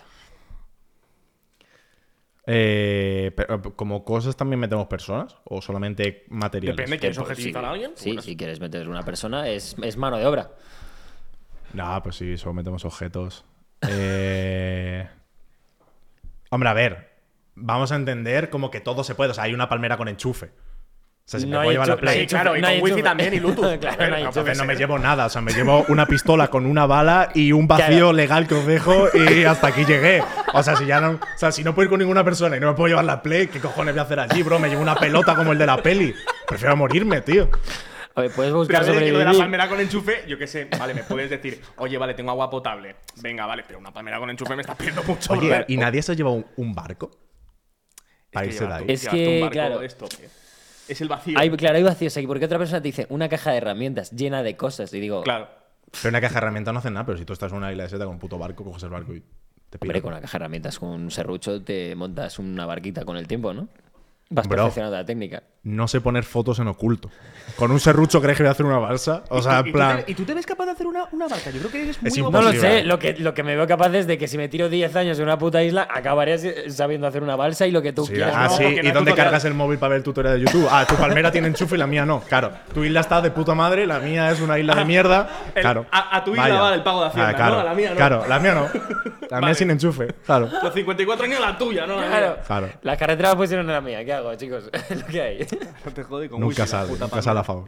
Eh, pero, ¿como cosas también metemos personas o solamente materiales? Depende. ¿Quieres Que, objetivizar sí, a alguien? Sí, Bueno, si quieres meter una persona, es, es mano de obra. Nah, pues sí, solo metemos objetos. Eh... Hombre, a ver. Vamos a entender como que todo se puede. O sea, hay una palmera con enchufe. O sea, si No me hay puedo llevar la enchufe- no hay Play. Sí, claro, y no hay con wifi enchufe. también y Bluetooth. Claro, Joder, no hay no, enchufe. Entonces no me llevo nada, o sea, me llevo una pistola con una bala y un vacío Claro. legal que os dejo y hasta aquí llegué. O sea, si ya no, o sea, si no puedo ir con ninguna persona y no me puedo llevar la Play, ¿qué cojones voy a hacer allí, bro? Me llevo una pelota como el de la peli. Prefiero morirme, tío. Oye, puedes Pero buscar a ver, que lo de la sobrevivir. palmera con enchufe, yo qué sé, vale, me puedes decir, oye, vale, tengo agua potable. Venga, vale, pero una palmera con enchufe me estás pidiendo mucho, Oye, brother. ¿y nadie se ha llevado un, un barco? Para Es que irse de llevar ahí. tú- Es llevarte que, un barco claro. es tope. Es el vacío. Hay, claro, hay vacíos aquí. Porque otra persona te dice una caja de herramientas llena de cosas. Y digo, Claro. Pero una caja de herramientas no hace nada, pero si tú estás en una isla desierta con un puto barco, coges el barco y te hombre, pillas. con una caja de herramientas, con un serrucho, te montas una barquita con el tiempo, ¿no? Vas Bro. perfeccionando la técnica. No sé poner fotos en oculto. ¿Con un serrucho crees que voy a hacer una balsa? O sea, ¿Y, en plan. tú te, ¿Y tú te ves capaz de hacer una, una barca? Yo creo que eres muy Es guapo. No lo Imposible. sé, lo que, lo que me veo capaz es de que si me tiro diez años en una puta isla, acabaré si- sabiendo hacer una balsa y lo que tú Sí, quieras. ah, ¿no? sí. porque no ¿Y hay dónde tutorial. cargas el móvil para ver el tutorial de YouTube? Ah, tu palmera tiene enchufe y la mía no. Claro. Tu isla está de puta madre, la mía es una isla de mierda. El- Claro. a- a tu isla Vaya. vale el pago de Hacienda, Ah, claro. ¿no? A la mía no. Claro, la mía no. La mía Vale. es sin enchufe. Claro. Los cincuenta y cuatro años la tuya, ¿no? La Claro. mía. Claro. Las carreteras pusieron en la mía. ¿Qué hago, chicos? lo que hay. No te jode con Nunca wifi, la sale, puta nunca sale palmera. a favor.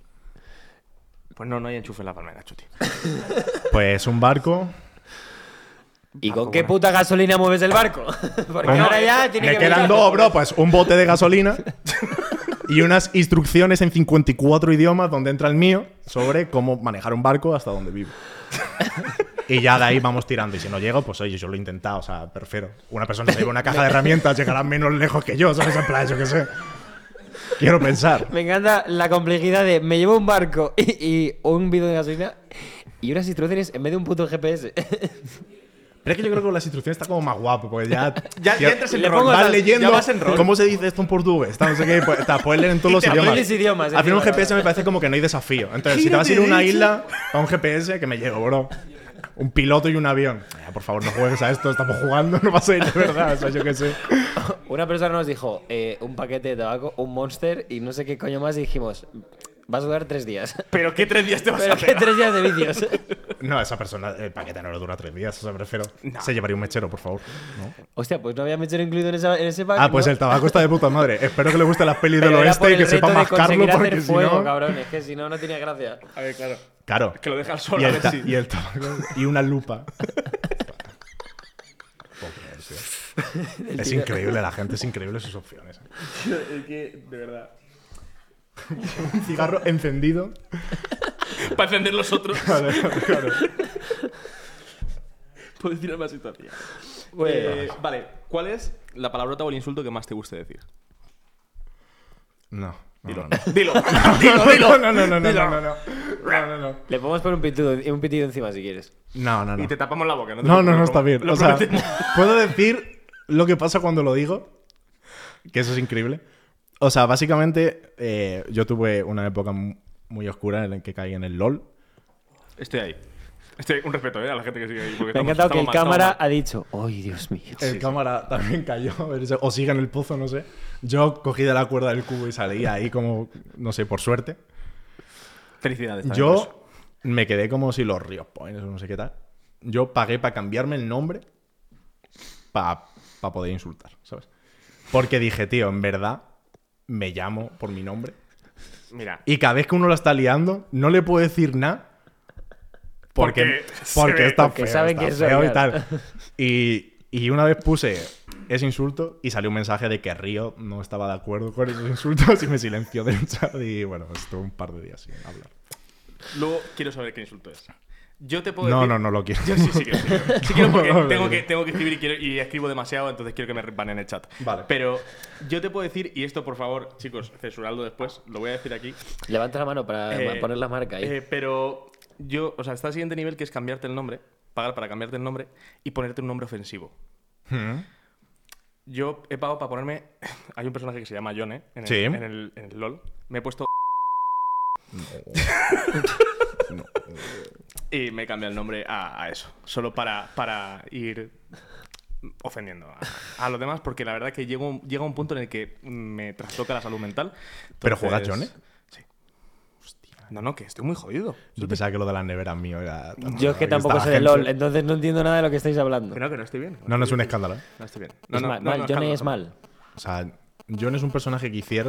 Pues no, no hay enchufe en la palmera, chuti. Pues un barco. ¿Y con qué puta gasolina mueves el barco? Porque Bueno, ahora ya tiene Me que quedan venir- dos, bro. Pues un bote de gasolina y unas instrucciones en cincuenta y cuatro idiomas donde entra el mío sobre cómo manejar un barco hasta donde vivo. Y ya de ahí vamos tirando. Y si no llego, pues oye, yo lo he intentado. O sea, prefiero. Una persona que lleva una caja de herramientas llegará menos lejos que yo, ¿sabes? En plan, yo qué sé. Quiero pensar. Me encanta la complejidad de me llevo un barco y, y un bidón de gasolina y unas instrucciones en vez de un puto G P S. Pero es que yo creo que con las instrucciones está como más guapo, porque ya. Ya- tío, ya entras en Le rol. pongo vas esas- leyendo ya vas en rol. cómo se dice esto en portugués. Tal, no sé qué, pues, tal, puedes leer en todos los te idiomas. aprendes idiomas, Al final un encima, G P S me parece como que no hay desafío. Entonces, si te vas a ir a una isla, a un G P S, que me llevo, bro. Un piloto y un avión. Eh, por favor, no juegues a esto, estamos jugando, no vas a ir de verdad. O sea, yo qué sé. Una persona nos dijo eh, un paquete de tabaco, un Monster y no sé qué coño más y dijimos, vas a durar tres días. Pero ¿qué tres días te vas Pero a qué hacer? tres días de vicios. No, esa persona, el paquete no le dura tres días. O sea, prefiero. Se llevaría un mechero, por favor. ¿no? Hostia, pues no había mechero incluido en, esa, en ese pack. Ah, pues ¿no? el tabaco está de puta madre. Espero que le gusten las pelis Pero del era por oeste y el que reto sepa de mascarlo, conseguir porque hacer si fuego, no. cabrón. Es que si no, no tenía gracia. A ver, claro. Claro. Que lo deja al sol Y a el, ver ta- si. y el tabaco y una lupa. Es increíble, la gente es increíble sus opciones. ¿eh? Es que, de verdad. Un cigarro encendido. Para encender los otros. Claro, claro. Puedo decir más situación. Bueno. Eh, vale, ¿cuál es la palabrota o el insulto que más te guste decir? No. no, Dilo. no, no. Dilo. Dilo, dilo. No, no, no, no, Dilo. no, no, no. No, no, no. Le podemos poner un pitido, un pitido encima si quieres. No, no, no. Y te tapamos la boca. No, te No, no, preocupes, no lo está prom- bien. Lo O sea, prometemos. puedo decir lo que pasa cuando lo digo, que eso es increíble. O sea, básicamente, eh, yo tuve una época mu- muy oscura en la que caí en el LOL. Estoy ahí. Estoy, un respeto, ¿eh? A la gente que sigue ahí. porque Me ha estamos- encantado que el estamos mal, cámara estamos mal. ha dicho, ¡ay, Dios mío! El cámara también cayó, o sigue en el pozo, no sé. Yo cogí de la cuerda del cubo y salí ahí como, no sé, por suerte. Felicidades. también por eso. Yo me quedé como si los Ríos Points o no sé qué tal. Yo pagué para cambiarme el nombre para poder insultar, ¿sabes? Porque dije, tío, en verdad me llamo por mi nombre. Mira. Y cada vez que uno lo está liando, no le puedo decir nada. Porque, Porque se porque ve- está porque feo, saben está que soy feo y yo. tal. Y, y una vez puse ese insulto y salió un mensaje de que Río no estaba de acuerdo con esos insultos y me silenció del chat y bueno, estuve un par de días sin hablar. Luego quiero saber qué insulto es. Yo te puedo No, decir... no, no lo quiero. Yo sí, sí quiero. Sí quiero porque No, no, tengo no. que, tengo que escribir y, quiero- y escribo demasiado, entonces quiero que me van en el chat. Vale. Pero yo te puedo decir, y esto por favor, chicos, censuradlo después, lo voy a decir aquí. Levanta la mano para Eh, poner la marca ahí. eh, pero yo, o sea, está al siguiente nivel que es cambiarte el nombre, pagar para cambiarte el nombre y ponerte un nombre ofensivo. Yo he pagado para ponerme. Hay un personaje que se llama Yone en el, Sí. en el, en el LOL. Me he puesto. No. Y me he cambiado el nombre a, a eso. Solo para, para ir ofendiendo a, a los demás, porque la verdad que llego, llega un punto en el que me trastoca la salud mental. ¿Pero Entonces- juegas Yone? Sí. No, no, que estoy muy jodido. Yo pensaba que lo de las neveras mío era... Yo es que tampoco estaba sé de gente- LOL, entonces no entiendo nada de lo que estáis hablando. Que no, que no estoy bien. No, no es un escándalo, ¿eh? No estoy bien. es mal, mal, Johnny es mal. O sea, John es un personaje que hicieron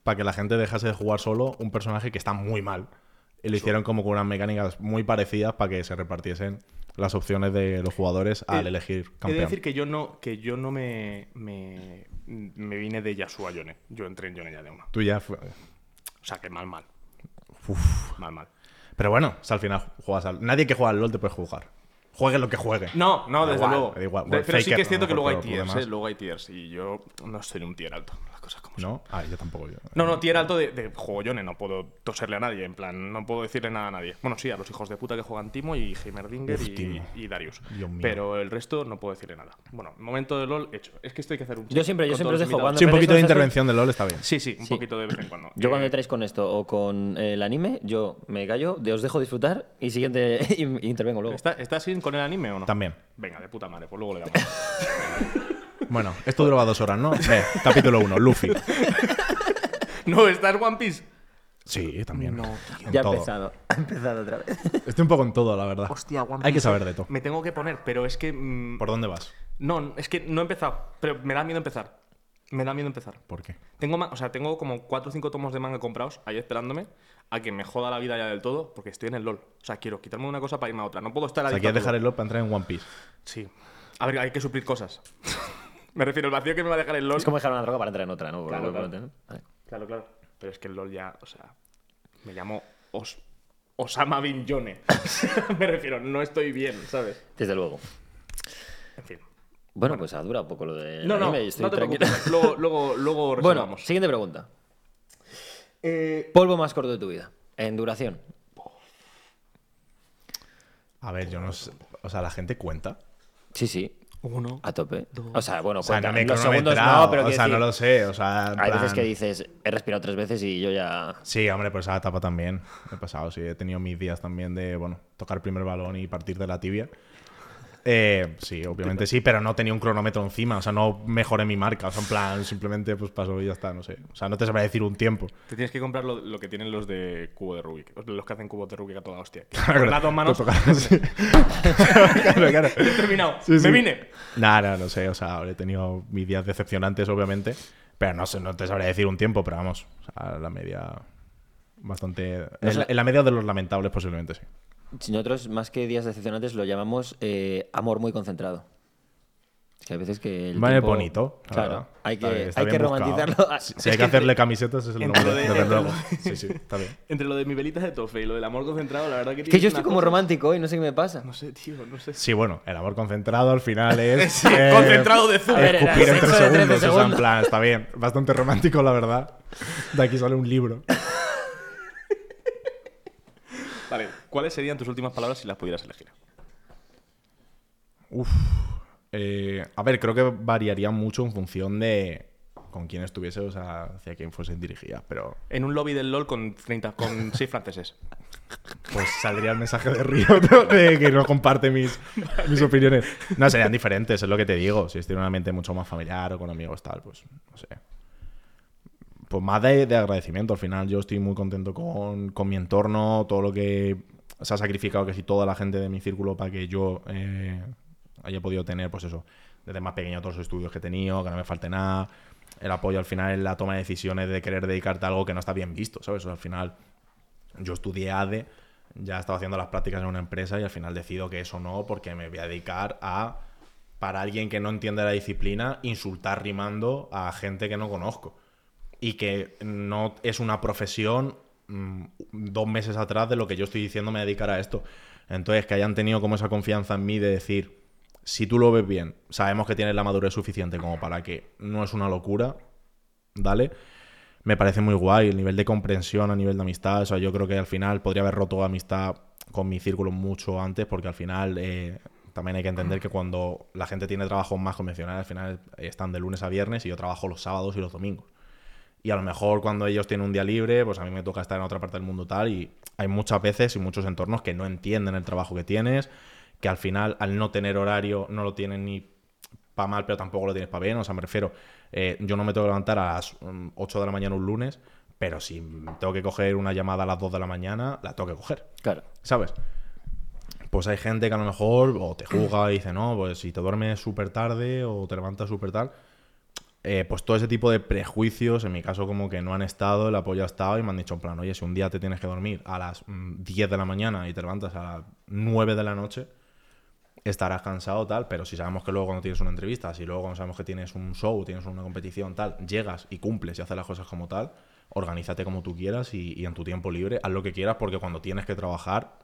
para que la gente dejase de jugar solo un personaje que está muy mal. Y lo hicieron como con unas mecánicas muy parecidas para que se repartiesen las opciones de los jugadores al Eh, elegir He de campeón. decir que yo no, que yo no me, me, me vine de Yasuo a Yone. Yo entré en Yone ya de una. Tú ya fue- O sea, que mal, mal. Uf. Mal, mal. Pero bueno, o sea, al final juegas al... Nadie que juega al LoL te puede jugar. Juegue lo que juegue. No, no, Da desde igual, luego. da igual. De- Bueno, pero sí Faker, que es cierto a que lo luego hay mejor, pero tiers, por lo ¿eh? demás. Luego hay tiers. Y yo no estoy en un tier alto. Las cosas como son. ¿No? Ah, yo tampoco. Yo. No, no, tier alto de, de juego Yone. No puedo toserle a nadie. En plan, no puedo decirle nada a nadie. Bueno, sí, a los hijos de puta que juegan Timo y Heimerdinger Uf, y, Timo. y Darius. Dios mío. Pero el resto no puedo decirle nada. Bueno, momento de LOL hecho. Es que esto hay que hacer un Yo check siempre- yo con siempre todos os los dejo cuando- invitados. Sí, un pero poquito eso de es así. intervención de LoL está bien. Sí, sí, un Sí. poquito de vez en cuando. Yo cuando Eh, entráis con esto o con el anime, yo me callo, os dejo disfrutar y siguiente intervengo luego. ¿Está, ¿Está sin con el anime o no? También. Venga, de puta madre, pues luego le damos. Bueno, esto duraba dos horas, ¿no? Ve, capítulo uno, Luffy. No, ¿está en One Piece? Sí, también. No, En Ya ha todo. empezado, ha empezado otra vez. Estoy un poco en todo, la verdad. Hostia, One Piece. Hay que saber de todo. Me tengo que poner, pero es que. mm, ¿Por dónde vas? No, es que no he empezado. Pero me da miedo empezar. Me da miedo empezar. ¿Por qué? Tengo, ma- o sea, tengo como cuatro o cinco tomos de manga comprados ahí esperándome a que me joda la vida ya del todo porque estoy en el LOL. O sea, quiero quitarme una cosa para irme a otra. No puedo estar O sea, adicto quieres a dejar todo. el LoL para entrar en One Piece. Sí. A ver, hay que suplir cosas. Me refiero al vacío que me va a dejar el LOL. Es como dejar una droga para entrar en otra, ¿no? Claro, Por- claro. ¿no? Vale. Claro, claro. Pero es que el LOL ya, o sea, me llamo Os- Osama Bin Yone. Me refiero, no estoy bien, ¿sabes? Desde luego. En fin. Bueno, pues ha durado un poco lo de No, no, anime y estoy no te tranquilo. preocupes. Luego, luego, luego Bueno, resolvamos. siguiente pregunta. Eh, Polvo más corto de tu vida, en duración. A ver, yo no sé. O sea, la gente cuenta. Sí, sí, uno. a tope. O sea, bueno, O sea, cuenta. no me he los segundos cronometrado, no, pero o quiero sea, no decir, lo sé. O sea, en hay veces plan- que dices, he respirado tres veces y yo ya... Sí, hombre, pues esa etapa también he pasado. Sí, he tenido mis días también de, bueno, tocar el primer balón y partir de la tibia. Eh, sí, obviamente sí, pero no tenía un cronómetro encima. O sea, no mejoré mi marca. O sea, en plan, simplemente pues pasó y ya está, no sé. O sea, no te sabré decir un tiempo. Te tienes que comprar lo, lo que tienen los de cubo de Rubik. Los que hacen cubos de Rubik a toda hostia. Que Claro, con las dos manos. te toca- sí. claro, claro. He terminado. Sí, Me sí. vine. Nada, no sé. O sea, habré tenido mis días decepcionantes, obviamente. Pero no sé, no te sabré decir un tiempo, pero vamos. O sea, la media. Bastante. No en, sé. en la media de los lamentables, posiblemente sí. Nosotros, más que días decepcionantes, lo llamamos eh, amor muy concentrado. Es que hay veces que el Vale, tiempo- bonito. la Claro, verdad. hay Está que, bien, está hay que bien buscado. romantizarlo. Si, si Es hay que que hacerle entre- camisetas, es el entre nombre, lo de- desde entre luego. lo- Sí, sí, está bien. Entre lo de mi velita de tofe y lo del amor concentrado, la verdad que Es que tienes yo estoy unas como cosas- romántico hoy, no sé qué me pasa. No sé, tío, no sé. Sí, bueno, el amor concentrado al final es. Sí, concentrado de zumo. A ver, era Escupir en sexo tres de trece segundos. O sea, en segundos. plan, está bien. Bastante romántico, la verdad. De aquí sale un libro. Vale, ¿cuáles serían tus últimas palabras si las pudieras elegir? Uf. Eh, a ver, creo que variaría mucho en función de con quién estuviese, o sea, hacia quién fuesen dirigidas, pero En un lobby del LOL con treinta, con seis franceses. pues saldría el mensaje de Río ¿no? de que no comparte mis, mis opiniones. No, serían diferentes, es lo que te digo. Si estoy en un ambiente mucho más familiar o con amigos tal, pues no sé. Pues más de, de agradecimiento. Al final yo estoy muy contento con, con mi entorno, todo lo que se ha sacrificado, que si toda la gente de mi círculo para que yo eh, haya podido tener, pues eso, desde más pequeño todos los estudios que he tenido, que no me falte nada, el apoyo al final en la toma de decisiones de querer dedicarte a algo que no está bien visto, ¿sabes? O sea, al final yo estudié A D E, ya estaba haciendo las prácticas en una empresa y al final decido que eso no, porque me voy a dedicar a, para alguien que no entiende la disciplina, insultar rimando a gente que no conozco. Y que no es una profesión mmm, dos meses atrás de lo que yo estoy diciendo me dedicar a esto. Entonces, que hayan tenido como esa confianza en mí de decir, si tú lo ves bien, sabemos que tienes la madurez suficiente como para que no es una locura, dale. Me parece muy guay el nivel de comprensión a nivel de amistad. O sea, yo creo que al final podría haber roto amistad con mi círculo mucho antes, porque al final eh, también hay que entender que cuando la gente tiene trabajos más convencionales, al final están de lunes a viernes y yo trabajo los sábados y los domingos. Y a lo mejor cuando ellos tienen un día libre, pues a mí me toca estar en otra parte del mundo tal, y hay muchas veces y muchos entornos que no entienden el trabajo que tienes, que al final al no tener horario no lo tienen ni para mal, pero tampoco lo tienes para bien. O sea, me refiero, eh, yo no me tengo que levantar a las um, ocho de la mañana un lunes, pero si tengo que coger una llamada a las dos de la mañana, la tengo que coger, Claro. ¿sabes? Pues hay gente que a lo mejor o te juzga y dice, no, pues si te duermes súper tarde o te levantas súper tal, eh, pues todo ese tipo de prejuicios, en mi caso como que no han estado, el apoyo ha estado y me han dicho en plan, oye, si un día te tienes que dormir a las mm, diez de la mañana y te levantas a las nueve de la noche, estarás cansado, tal, pero si sabemos que luego cuando tienes una entrevista, si luego cuando sabemos que tienes un show, tienes una competición, tal, llegas y cumples y haces las cosas como tal, organízate como tú quieras y, y en tu tiempo libre haz lo que quieras, porque cuando tienes que trabajar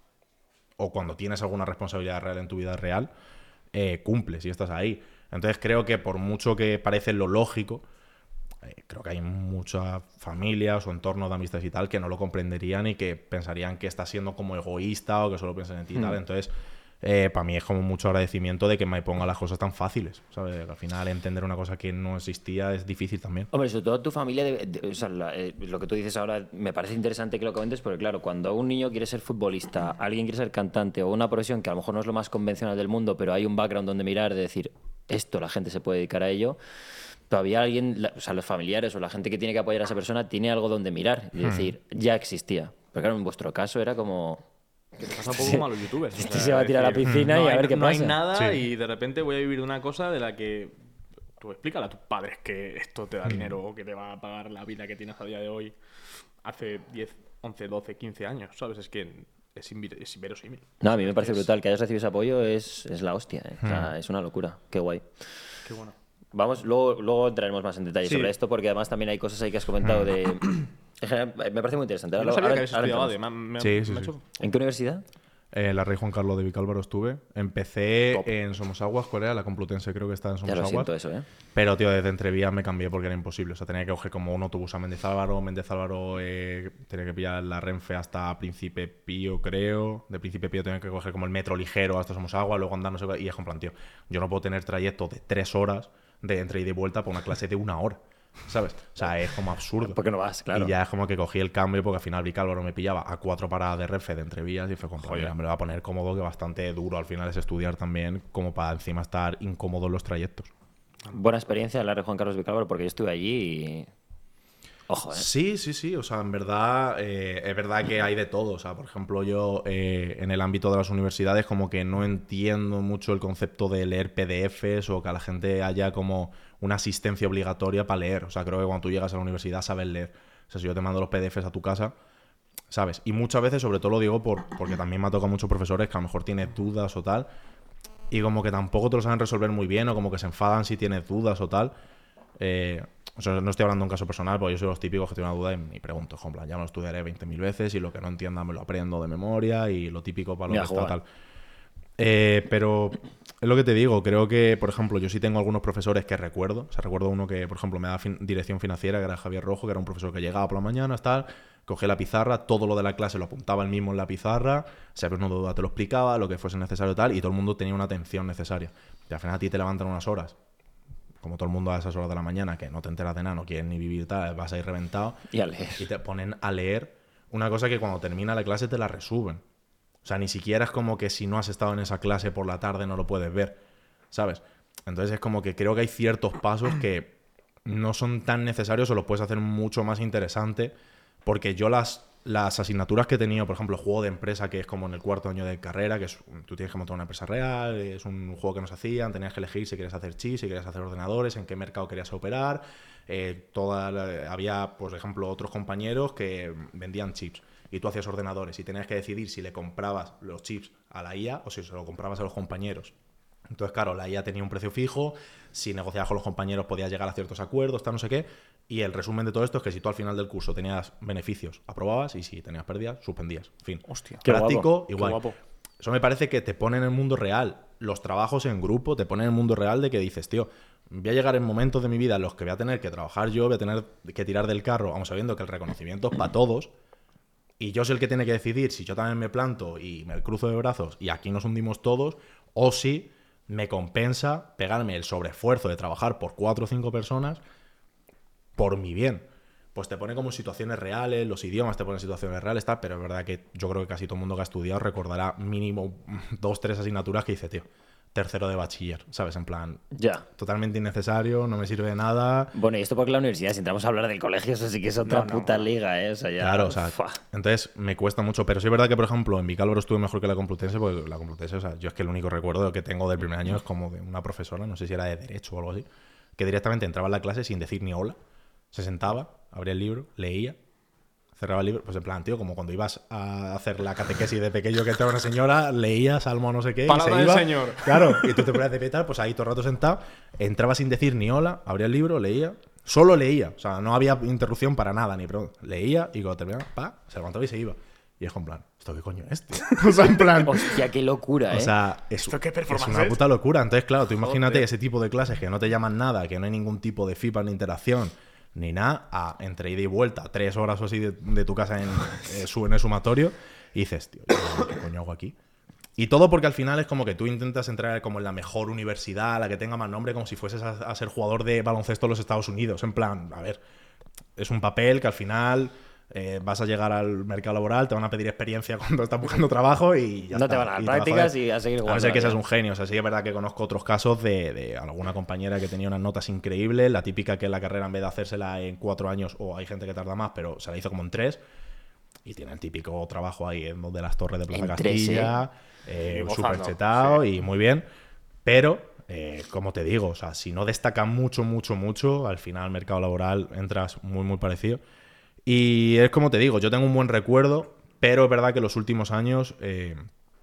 o cuando tienes alguna responsabilidad real en tu vida real, eh, cumples y estás ahí. Entonces creo que por mucho que parece lo lógico, eh, creo que hay muchas familias o entornos de amistades y tal que no lo comprenderían y que pensarían que estás siendo como egoísta o que solo piensan en ti y tal. Entonces, eh, para mí es como mucho agradecimiento de que me ponga las cosas tan fáciles, ¿sabes? Al final entender una cosa que no existía es difícil también. Hombre, sobre todo tu familia, de, de, o sea, la, eh, lo que tú dices ahora me parece interesante que lo comentes, porque claro, cuando un niño quiere ser futbolista, alguien quiere ser cantante o una profesión que a lo mejor no es lo más convencional del mundo, pero hay un background donde mirar, de decir, esto la gente se puede dedicar a ello, todavía alguien, la, o sea, los familiares o la gente que tiene que apoyar a esa persona tiene algo donde mirar y decir, ya existía. Pero claro, en vuestro caso era como... Que te pasa un poco como a los youtubers. o Este sea, se va a tirar a la decir, piscina no y a hay- ver qué no pasa. hay nada Sí. y de repente voy a vivir de una cosa de la que tú explícale a tus padres que esto te da dinero o que te va a pagar la vida que tienes a día de hoy hace diez, once, doce, quince años, ¿sabes? Es que es, invi- es inverosímil. No, a mí me parece Es- brutal. Que hayas recibido ese apoyo es, es la hostia. ¿eh? O sea, es una locura. Qué guay. Qué bueno. Vamos, luego, luego entraremos más en detalle Sí. sobre esto, porque además también hay cosas ahí que has comentado de... En general, me parece muy interesante. Yo Ahora no lo- sabía ahora- que habías ahora estudiado entramos. ADE. Me, me- Sí, sí, me ha sí. hecho- ¿En qué universidad? Eh, la Rey Juan Carlos de Vicálvaro estuve. Empecé Top. en Somosaguas, Corea, la Complutense creo que está en Ya lo Somosaguas. siento eso, ¿eh? Pero, tío, desde Entrevías me cambié porque era imposible. O sea, tenía que coger como un autobús a Méndez Álvaro. Méndez Álvaro eh, tenía que pillar la Renfe hasta Príncipe Pío, creo. De Príncipe Pío tenía que coger como el metro ligero hasta Somosaguas, luego andar no sé qué. Y es como plan, tío, yo no puedo tener trayectos de tres horas de entre ida y vuelta por una clase de una hora. ¿Sabes? O sea, es como absurdo. ¿Por qué no vas? Claro. Y ya es como que cogí el cambio porque al final Vicálvaro me pillaba a cuatro paradas de Renfe de Entrevías y fue como, oye, me lo va a poner cómodo, que bastante duro al final es estudiar también, como para encima estar incómodo en los trayectos. Buena experiencia en la Red Juan Carlos Vicálvaro, porque yo estuve allí y... Ojo, ¿eh? Sí, sí, sí. O sea, en verdad, eh, es verdad que hay de todo. O sea, por ejemplo, yo eh, en el ámbito de las universidades como que no entiendo mucho el concepto de leer P D Fs o que a la gente haya como una asistencia obligatoria para leer. O sea, creo que cuando tú llegas a la universidad sabes leer. O sea, si yo te mando los P D Fs a tu casa, ¿sabes? Y muchas veces, sobre todo lo digo por, porque también me ha tocado muchos profesores que a lo mejor tienes dudas o tal, y como que tampoco te lo saben resolver muy bien o como que se enfadan si tienes dudas o tal. Eh, o sea, no estoy hablando de un caso personal, porque yo soy de los típicos que tengo una duda y, y pregunto, en plan, ya me lo estudiaré veinte mil veces y lo que no entienda me lo aprendo de memoria y lo típico para lo Ya, que está joder. tal. Eh, pero es lo que te digo, creo que, por ejemplo, yo sí tengo algunos profesores que recuerdo. O sea, recuerdo uno que, por ejemplo, me daba fin- dirección financiera, que era Javier Rojo, que era un profesor que llegaba por la mañana, tal, cogía la pizarra, todo lo de la clase lo apuntaba él mismo en la pizarra, si había una duda te lo explicaba, lo que fuese necesario tal, y todo el mundo tenía una atención necesaria. Y al final a ti te levantan unas horas, como todo el mundo a esas horas de la mañana, que no te enteras de nada, no quieres ni vivir tal, vas a ir reventado, Y a leer. y te ponen a leer una cosa que cuando termina la clase te la resuben. O sea, ni siquiera es como que si no has estado en esa clase por la tarde no lo puedes ver, ¿sabes? Entonces es como que creo que hay ciertos pasos que no son tan necesarios o los puedes hacer mucho más interesante, porque yo las, las asignaturas que he tenido, por ejemplo, juego de empresa, que es como en el cuarto año de carrera, que es, tú tienes que montar una empresa real, es un juego que nos hacían, tenías que elegir si querías hacer chips, si querías hacer ordenadores, en qué mercado querías operar, eh, toda la- había, por ejemplo, otros compañeros que vendían chips y tú hacías ordenadores y tenías que decidir si le comprabas los chips a la I A o si se lo comprabas a los compañeros. Entonces, claro, la I A tenía un precio fijo, si negociabas con los compañeros podías llegar a ciertos acuerdos, tal, no sé qué, y el resumen de todo esto es que si tú al final del curso tenías beneficios, aprobabas, y si tenías pérdidas, suspendías. En fin. Hostia. Qué Práctico, guapo, qué igual. guapo. Eso me parece que te pone en el mundo real. Los trabajos en grupo te ponen en el mundo real de que dices, tío, voy a llegar en momentos de mi vida en los que voy a tener que trabajar yo, voy a tener que tirar del carro, aun sabiendo que el reconocimiento es para todos, y yo soy el que tiene que decidir si yo también me planto y me cruzo de brazos y aquí nos hundimos todos, o si me compensa pegarme el sobreesfuerzo de trabajar por cuatro o cinco personas por mi bien. Pues te pone como situaciones reales, los idiomas te ponen en situaciones reales, tal, pero es verdad que yo creo que casi todo el mundo que ha estudiado recordará mínimo dos, tres asignaturas que dice, tío, tercero de bachiller, ¿sabes? En plan, Ya. totalmente innecesario, no me sirve de nada. Bueno, y esto porque la universidad, si entramos a hablar del colegio, eso sí que es otra No, no, puta no. liga, ¿eh? O sea, ya... Claro, o sea, Fua. entonces me cuesta mucho, pero sí es verdad que, por ejemplo, en Vicálvaro estuve mejor que la Complutense, porque la Complutense, o sea, yo es que el único recuerdo que tengo del primer año es como de una profesora, no sé si era de Derecho o algo así, que directamente entraba en la clase sin decir ni hola. Se sentaba, abría el libro, leía, cerraba el libro. Pues en plan, tío, como cuando ibas a hacer la catequesis de pequeño que entraba una señora, leía salmo no sé qué Palabra y se del iba. Señor. Claro, y tú te ponías de pie y tal, pues ahí todo el rato sentado, entraba sin decir ni hola, abría el libro, leía, solo leía. O sea, no había interrupción para nada, ni pregunta. Leía y cuando terminaba, pa, se levantaba y se iba. Y es en plan, ¿esto qué coño es, tío? O sea, en plan... Hostia, qué locura, ¿eh? O sea, es, ¿Esto qué es performance una es? puta locura. Entonces, claro, tú imagínate Joder. ese tipo de clases que no te llaman nada, que no hay ningún tipo de feedback ni interacción, ni nada, a entre ida y vuelta, tres horas o así de, de tu casa en, eh, su- en el sumatorio, y dices, tío, ¿yo ¿qué coño hago aquí? Y todo porque al final es como que tú intentas entrar como en la mejor universidad, la que tenga más nombre, como si fueses a, a ser jugador de baloncesto en los Estados Unidos. En plan, a ver, es un papel que al final eh, vas a llegar al mercado laboral, te van a pedir experiencia cuando estás buscando trabajo y ya No está. te van a dar Y te va prácticas joder. y a seguir A no jugando. ser que la seas vida. un genio. O sea, sí es verdad que conozco otros casos de, de alguna compañera que tenía unas notas increíbles, la típica que la carrera en vez de hacérsela en cuatro años, o hay gente que tarda más, pero se la hizo como en tres, y tiene el típico trabajo ahí en donde las torres de Plaza En tres, Castilla, eh, Y súper gozando, chetado sí. y muy bien, pero... eh, como te digo, o sea, si no destaca mucho, mucho, mucho, al final al mercado laboral entras muy, muy parecido. Y es como te digo, yo tengo un buen recuerdo, pero es verdad que los últimos años eh,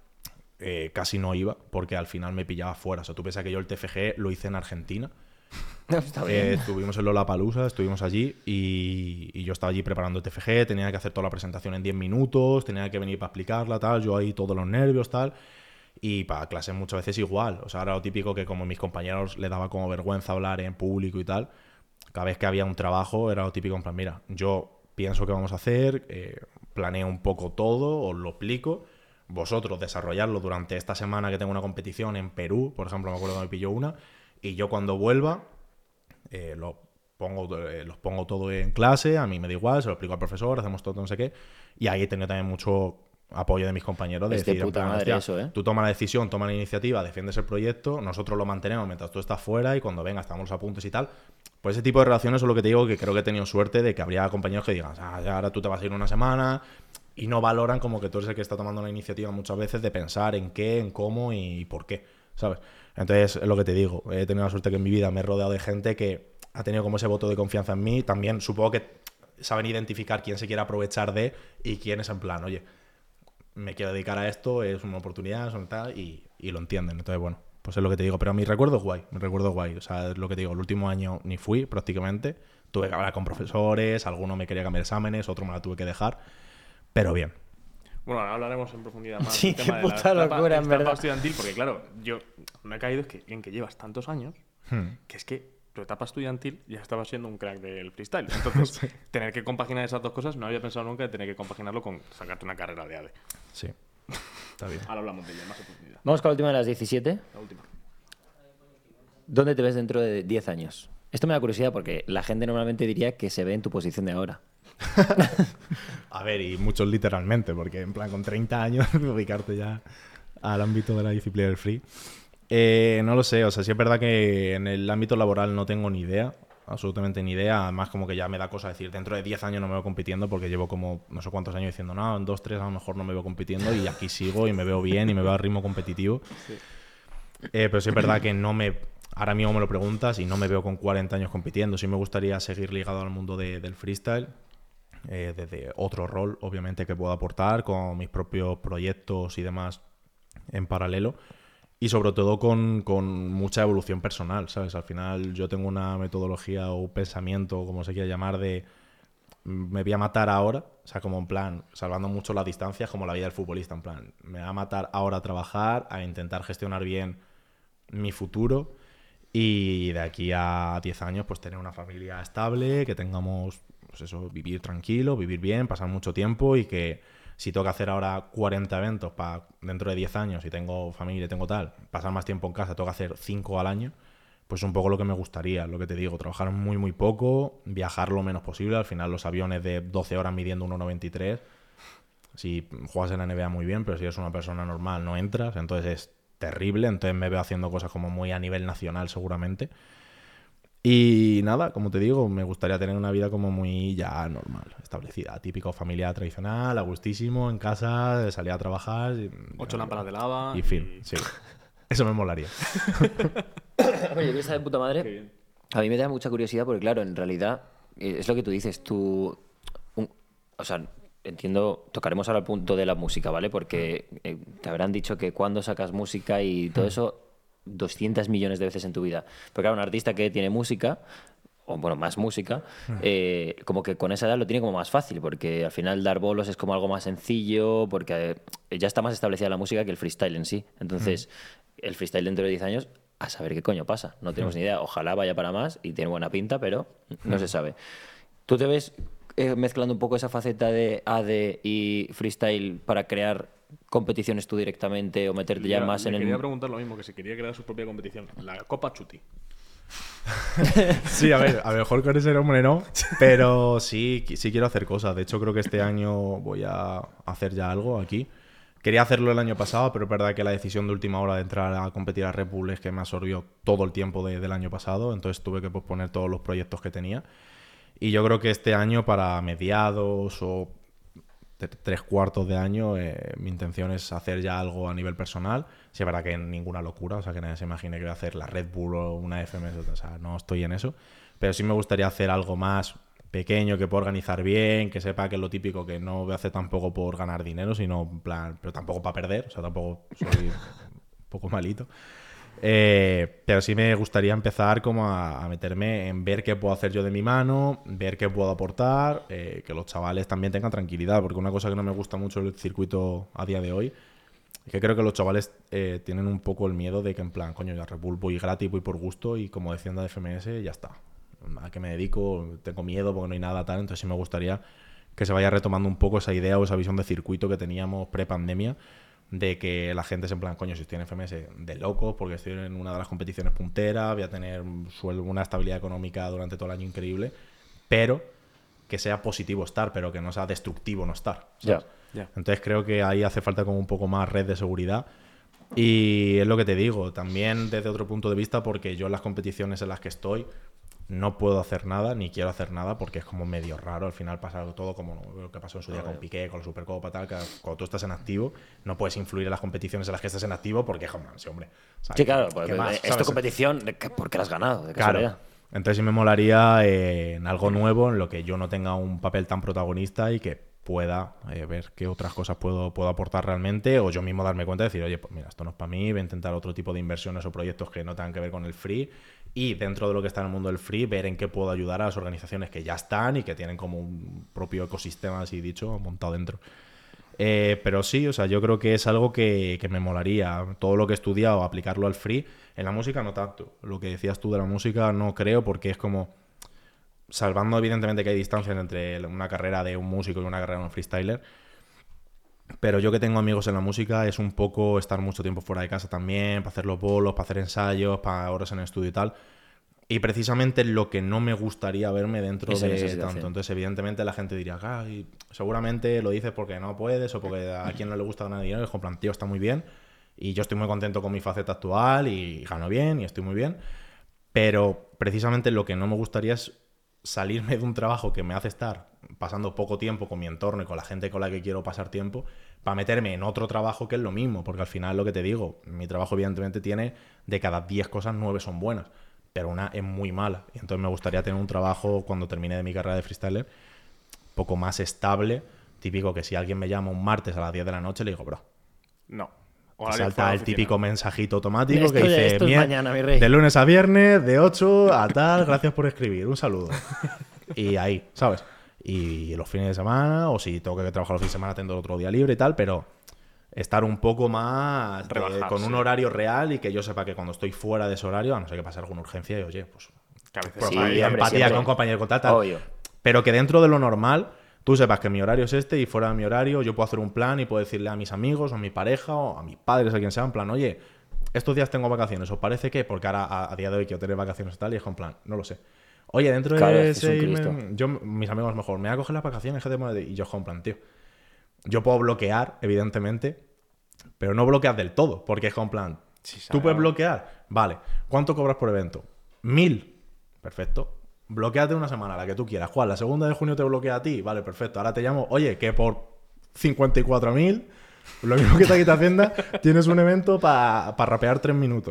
eh, casi no iba, porque al final me pillaba fuera. O sea, tú piensas que yo el T F G lo hice en Argentina. Está bien. Eh, estuvimos en Lollapalooza, estuvimos allí y, y yo estaba allí preparando el T F G, tenía que hacer toda la presentación en diez minutos, tenía que venir para explicarla, tal, yo ahí todos los nervios, tal. Y para clases muchas veces igual. O sea, era lo típico que como mis compañeros les daba como vergüenza hablar en público y tal. Cada vez que había un trabajo era lo típico en plan, mira, yo pienso que vamos a hacer, eh, planeo un poco todo, os lo explico. Vosotros desarrollarlo durante esta semana que tengo una competición en Perú, por ejemplo, me acuerdo que me pilló una. Y yo cuando vuelva, eh, lo pongo, eh, los pongo todo en clase, a mí me da igual, se lo explico al profesor, hacemos todo, no sé qué. Y ahí he tenido también mucho apoyo de mis compañeros de Es de decir, en puta plan, madre hostia, eso, ¿eh? tú toma la decisión, toma la iniciativa, defiendes el proyecto, nosotros lo mantenemos mientras tú estás fuera y cuando venga estamos los apuntes y tal. Pues ese tipo de relaciones es lo que te digo, que creo que he tenido suerte de que habría compañeros que digan, ah, ya ahora tú te vas a ir una semana, y no valoran como que tú eres el que está tomando la iniciativa muchas veces de pensar en qué, en cómo y por qué, ¿sabes? Entonces, es lo que te digo, he tenido la suerte que en mi vida me he rodeado de gente que ha tenido como ese voto de confianza en mí. También supongo que saben identificar quién se quiere aprovechar de y quién es en plan, oye, me quiero dedicar a esto, es una oportunidad, son tal, y, y lo entienden. Entonces, bueno, pues es lo que te digo. Pero mi recuerdo es guay, mi recuerdo es guay. O sea, es lo que te digo, el último año ni fui prácticamente. Tuve que hablar con profesores, alguno me quería cambiar exámenes, otro me la tuve que dejar. Pero bien. Bueno, ahora hablaremos en profundidad más Sí, del tema qué de la puta etapa- locura, en etapa verdad. estudiantil, porque claro, yo me he caído es que, en que llevas tantos años Hmm. que es que tu etapa estudiantil ya estaba siendo un crack del freestyle. Entonces, tener que compaginar esas dos cosas, no había pensado nunca de tener que compaginarlo con sacarte una carrera de A D E. Sí, está bien. Ahora hablamos de ella más en profundidad. Vamos con la última de las diecisiete. La última. ¿Dónde te ves dentro de diez años? Esto me da curiosidad porque la gente normalmente diría que se ve en tu posición de ahora. A ver, y muchos literalmente, porque en plan con treinta años ubicarte ya al ámbito de la disciplina del free. Eh, no lo sé, o sea, sí es verdad que en el ámbito laboral no tengo ni idea, absolutamente ni idea. Además, como que ya me da cosa decir, dentro de diez años no me veo compitiendo porque llevo como no sé cuántos años diciendo, no, en dos, tres a lo mejor no me veo compitiendo y aquí sigo y me veo bien y me veo a ritmo competitivo. Eh, pero sí es verdad que no me... Ahora mismo me lo preguntas y no me veo con cuarenta años compitiendo. Sí me gustaría seguir ligado al mundo de- del freestyle, eh, desde otro rol, obviamente, que puedo aportar con mis propios proyectos y demás en paralelo. Y sobre todo con, con mucha evolución personal, ¿sabes? Al final yo tengo una metodología o un pensamiento, como se quiera llamar, de me voy a matar ahora, o sea, como en plan, salvando mucho las distancias, como la vida del futbolista, en plan, me va a matar ahora a trabajar, a intentar gestionar bien mi futuro y de aquí a diez años pues tener una familia estable, que tengamos, pues eso, vivir tranquilo, vivir bien, pasar mucho tiempo y que si tengo que hacer ahora cuarenta eventos para dentro de diez años y tengo familia y tengo tal, pasar más tiempo en casa, tengo que hacer cinco al año, pues un poco lo que me gustaría, lo que te digo, trabajar muy muy poco, viajar lo menos posible. Al final los aviones de doce horas midiendo uno noventa y tres, si juegas en la N B A muy bien, pero si eres una persona normal no entras, entonces es terrible. Entonces me veo haciendo cosas como muy a nivel nacional seguramente. Y nada, como te digo, me gustaría tener una vida como muy ya normal, establecida, típico familia tradicional, a gustísimo, en casa, salir a trabajar. y- Ocho lámparas de lava. Y fin, sí. Eso me molaría. Oye, ¿qué está de puta Qué madre? bien. A mí me da mucha curiosidad porque, claro, en realidad eh, es lo que tú dices. Tú, un- o sea, entiendo, tocaremos ahora el punto de la música, ¿vale? Porque eh, te habrán dicho que cuando sacas música y todo eso, doscientos millones de veces en tu vida. Pero claro, un artista que tiene música, o bueno, más música, eh, como que con esa edad lo tiene como más fácil, porque al final dar bolos es como algo más sencillo, porque eh, ya está más establecida la música que el freestyle en sí. Entonces, el freestyle dentro de diez años, a saber qué coño pasa. No tenemos ni idea. Ojalá vaya para más y tiene buena pinta, pero no se sabe. ¿Tú te ves eh, mezclando un poco esa faceta de A D y freestyle para crear competiciones tú directamente o meterte ya Le- más le en el... quería preguntar lo mismo, que si quería crear su propia competición. La Copa Chuti. Sí, a ver, a lo mejor con ese nombre no, pero sí, sí quiero hacer cosas. De hecho, creo que este año voy a hacer ya algo aquí. Quería hacerlo el año pasado, pero es verdad que la decisión de última hora de entrar a competir a Red Bull es que me absorbió todo el tiempo de- del año pasado, entonces tuve que posponer todos los proyectos que tenía. Y yo creo que este año, para mediados o t- tres cuartos de año, eh, mi intención es hacer ya algo a nivel personal. Sí, es verdad que ninguna locura, o sea, que nadie se imagine que voy a hacer la Red Bull o una F M S, o sea, no estoy en eso. Pero sí me gustaría hacer algo más pequeño, que pueda organizar bien, que sepa que es lo típico, que no voy a hacer tampoco por ganar dinero, sino en plan, pero tampoco para perder, o sea, tampoco soy un poco malito. Eh, pero sí me gustaría empezar como a, a meterme en ver qué puedo hacer yo de mi mano, ver qué puedo aportar, eh, que los chavales también tengan tranquilidad, porque una cosa que no me gusta mucho del circuito a día de hoy es que creo que los chavales eh, tienen un poco el miedo de que en plan, coño, yo a Red Bull voy gratis, voy por gusto y como descienda de F M S ya está. ¿A qué me dedico? Tengo miedo porque no hay nada tal, entonces sí me gustaría que se vaya retomando un poco esa idea o esa visión de circuito que teníamos pre-pandemia, de que la gente es en plan, coño, si estoy en F M S de locos porque estoy en una de las competiciones punteras, voy a tener un sueldo, una estabilidad económica durante todo el año increíble, pero que sea positivo estar, pero que no sea destructivo no estar, ¿sabes? Ya, ya. Entonces creo que ahí hace falta como un poco más red de seguridad. Y es lo que te digo, también desde otro punto de vista, porque yo en las competiciones en las que estoy no puedo hacer nada, ni quiero hacer nada, porque es como medio raro. Al final pasa todo como lo que pasó en su día con Piqué, con la Supercopa, tal, que cuando tú estás en activo no puedes influir en las competiciones en las que estés en activo, porque, joder, sí, hombre. ¿sabes? Sí, claro, ¿Qué porque más? es tu ¿Sabes? competición, ¿de qué- ¿por qué la has ganado? De Claro. casualidad. Entonces sí me molaría eh, en algo nuevo, en lo que yo no tenga un papel tan protagonista y que pueda eh, ver qué otras cosas puedo, puedo aportar realmente, o yo mismo darme cuenta y decir, oye, pues mira, esto no es para mí, voy a intentar otro tipo de inversiones o proyectos que no tengan que ver con el free, y dentro de lo que está en el mundo del free, ver en qué puedo ayudar a las organizaciones que ya están y que tienen como un propio ecosistema, así dicho, montado dentro. Eh, pero sí, o sea, yo creo que es algo que, que me molaría. Todo lo que he estudiado, aplicarlo al free. En la música no tanto. Lo que decías tú de la música no creo, porque es como... Salvando evidentemente que hay distancias entre una carrera de un músico y una carrera de un freestyler. Pero yo que tengo amigos en la música es un poco estar mucho tiempo fuera de casa también, para hacer los bolos, para hacer ensayos, para horas en el estudio y tal. Y precisamente lo que no me gustaría verme dentro Es en esa de situación. tanto. Entonces, evidentemente, la gente diría, ah, y seguramente lo dices porque no puedes o porque a quien no le gusta ganar dinero. Y como plan, tío, está muy bien. Y yo estoy muy contento con mi faceta actual y gano bien y estoy muy bien. Pero precisamente lo que no me gustaría es salirme de un trabajo que me hace estar pasando poco tiempo con mi entorno y con la gente con la que quiero pasar tiempo para meterme en otro trabajo que es lo mismo. Porque al final, lo que te digo, mi trabajo evidentemente tiene de cada diez cosas, nueve son buenas. Pero una es muy mala. Y entonces me gustaría tener un trabajo, cuando termine de mi carrera de freestyler, un poco más estable. Típico que si alguien me llama un martes a las diez de la noche, le digo, bro, No. te Horario salta fuera de el oficina. típico mensajito automático Esto que ya- dice, esto es "Mier- mañana, mi rey". de lunes a viernes, de ocho a tal, gracias por escribir, un saludo. Y ahí, ¿sabes? Y los fines de semana, o si tengo que trabajar los fines de semana, tendré otro día libre y tal, pero estar un poco más de- Rebajar, con un sí. horario real y que yo sepa que cuando estoy fuera de ese horario, a no ser que pase alguna urgencia, y oye, pues Que a veces pues, Sí, hay hombre, empatía siempre. con compañero con tal, tal. Obvio. Pero que dentro de lo normal, tú sepas que mi horario es este y fuera de mi horario yo puedo hacer un plan y puedo decirle a mis amigos, o a mi pareja, o a mis padres, a quien sea, en plan, oye, estos días tengo vacaciones, ¿os parece que? Porque ahora a, a día de hoy quiero tener vacaciones y tal, y es en plan, no lo sé. Oye, dentro Claro, de es un seis Cristo. meses, yo, mis amigos mejor, me voy a coger las vacaciones, que te- y yo en plan, tío, yo puedo bloquear, evidentemente, pero no bloqueas del todo, porque es en plan, Sí, tú puedes sabe. bloquear, vale, ¿cuánto cobras por evento? Mil, perfecto. Bloquéate una semana, la que tú quieras. Juan, la segunda de junio te bloquea a ti, vale, perfecto. Ahora te llamo, oye, que por cincuenta y cuatro mil, lo mismo que te quita Hacienda, tienes un evento para rapear tres minutos.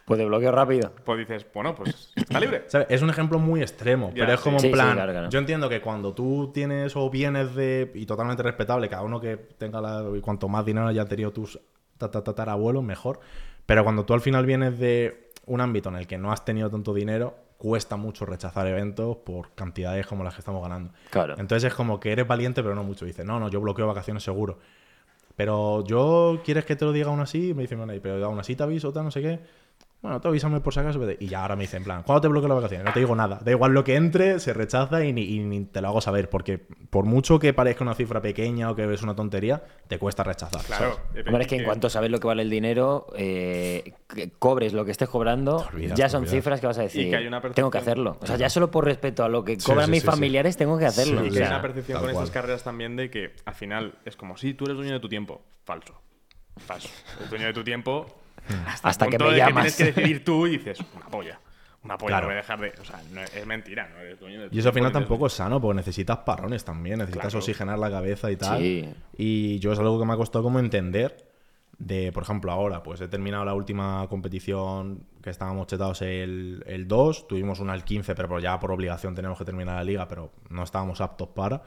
Pues de bloqueo rápido. Pues dices, bueno, pues está libre. ¿Sabes? Es un ejemplo muy extremo, Ya, pero es sí. como Sí, en sí, plan. claro, claro. Yo entiendo que cuando tú tienes o vienes de. Y totalmente respetable, cada uno que tenga la. Y cuanto más dinero haya tenido tus tatarabuelos, mejor. Pero cuando tú al final vienes de un ámbito en el que no has tenido tanto dinero, cuesta mucho rechazar eventos por cantidades como las que estamos ganando. Claro. Entonces es como que eres valiente, pero no mucho. Dices, no, no, yo bloqueo vacaciones seguro. Pero yo, ¿quieres que te lo diga aún así? Me dicen, bueno, pero aún así te aviso, tal, no sé qué. Bueno, tú avísame por si acaso. vete. Y ya ahora me dicen, en plan, ¿cuándo te bloqueo las vacaciones? No te digo nada. Da igual lo que entre, se rechaza y ni, y ni te lo hago saber. Porque por mucho que parezca una cifra pequeña o que es una tontería, te cuesta rechazar. Claro. ¿sabes? Hombre, es que en cuanto sabes lo que vale el dinero, eh, que cobres lo que estés cobrando, Te olvidas, ya te son olvidas. cifras que vas a decir, Y que hay una tengo que percepción- hacerlo. O sea, ya solo por respeto a lo que Sí, cobran sí, mis sí, sí. familiares, tengo que hacerlo. Sí, O Y que hay sea, una percepción tal con cual. estas carreras también de que al final es como si tú eres dueño de tu tiempo. Falso. Falso. Eres dueño de tu tiempo hasta, Hasta el que punto me de llamas. que tienes que decidir tú y dices, una polla. Una polla, Claro. no voy a dejar de. O sea, no, es mentira, no eres dueño de tu Y eso al tiempo final ni eres tampoco dueño- es sano, porque necesitas parones también, necesitas Claro. oxigenar la cabeza y tal. Sí. Y yo es algo que me ha costado como entender. De, por ejemplo, ahora, pues he terminado la última competición que estábamos chetados el, el dos, tuvimos una el quince, pero por- ya por obligación tenemos que terminar la liga, pero no estábamos aptos para.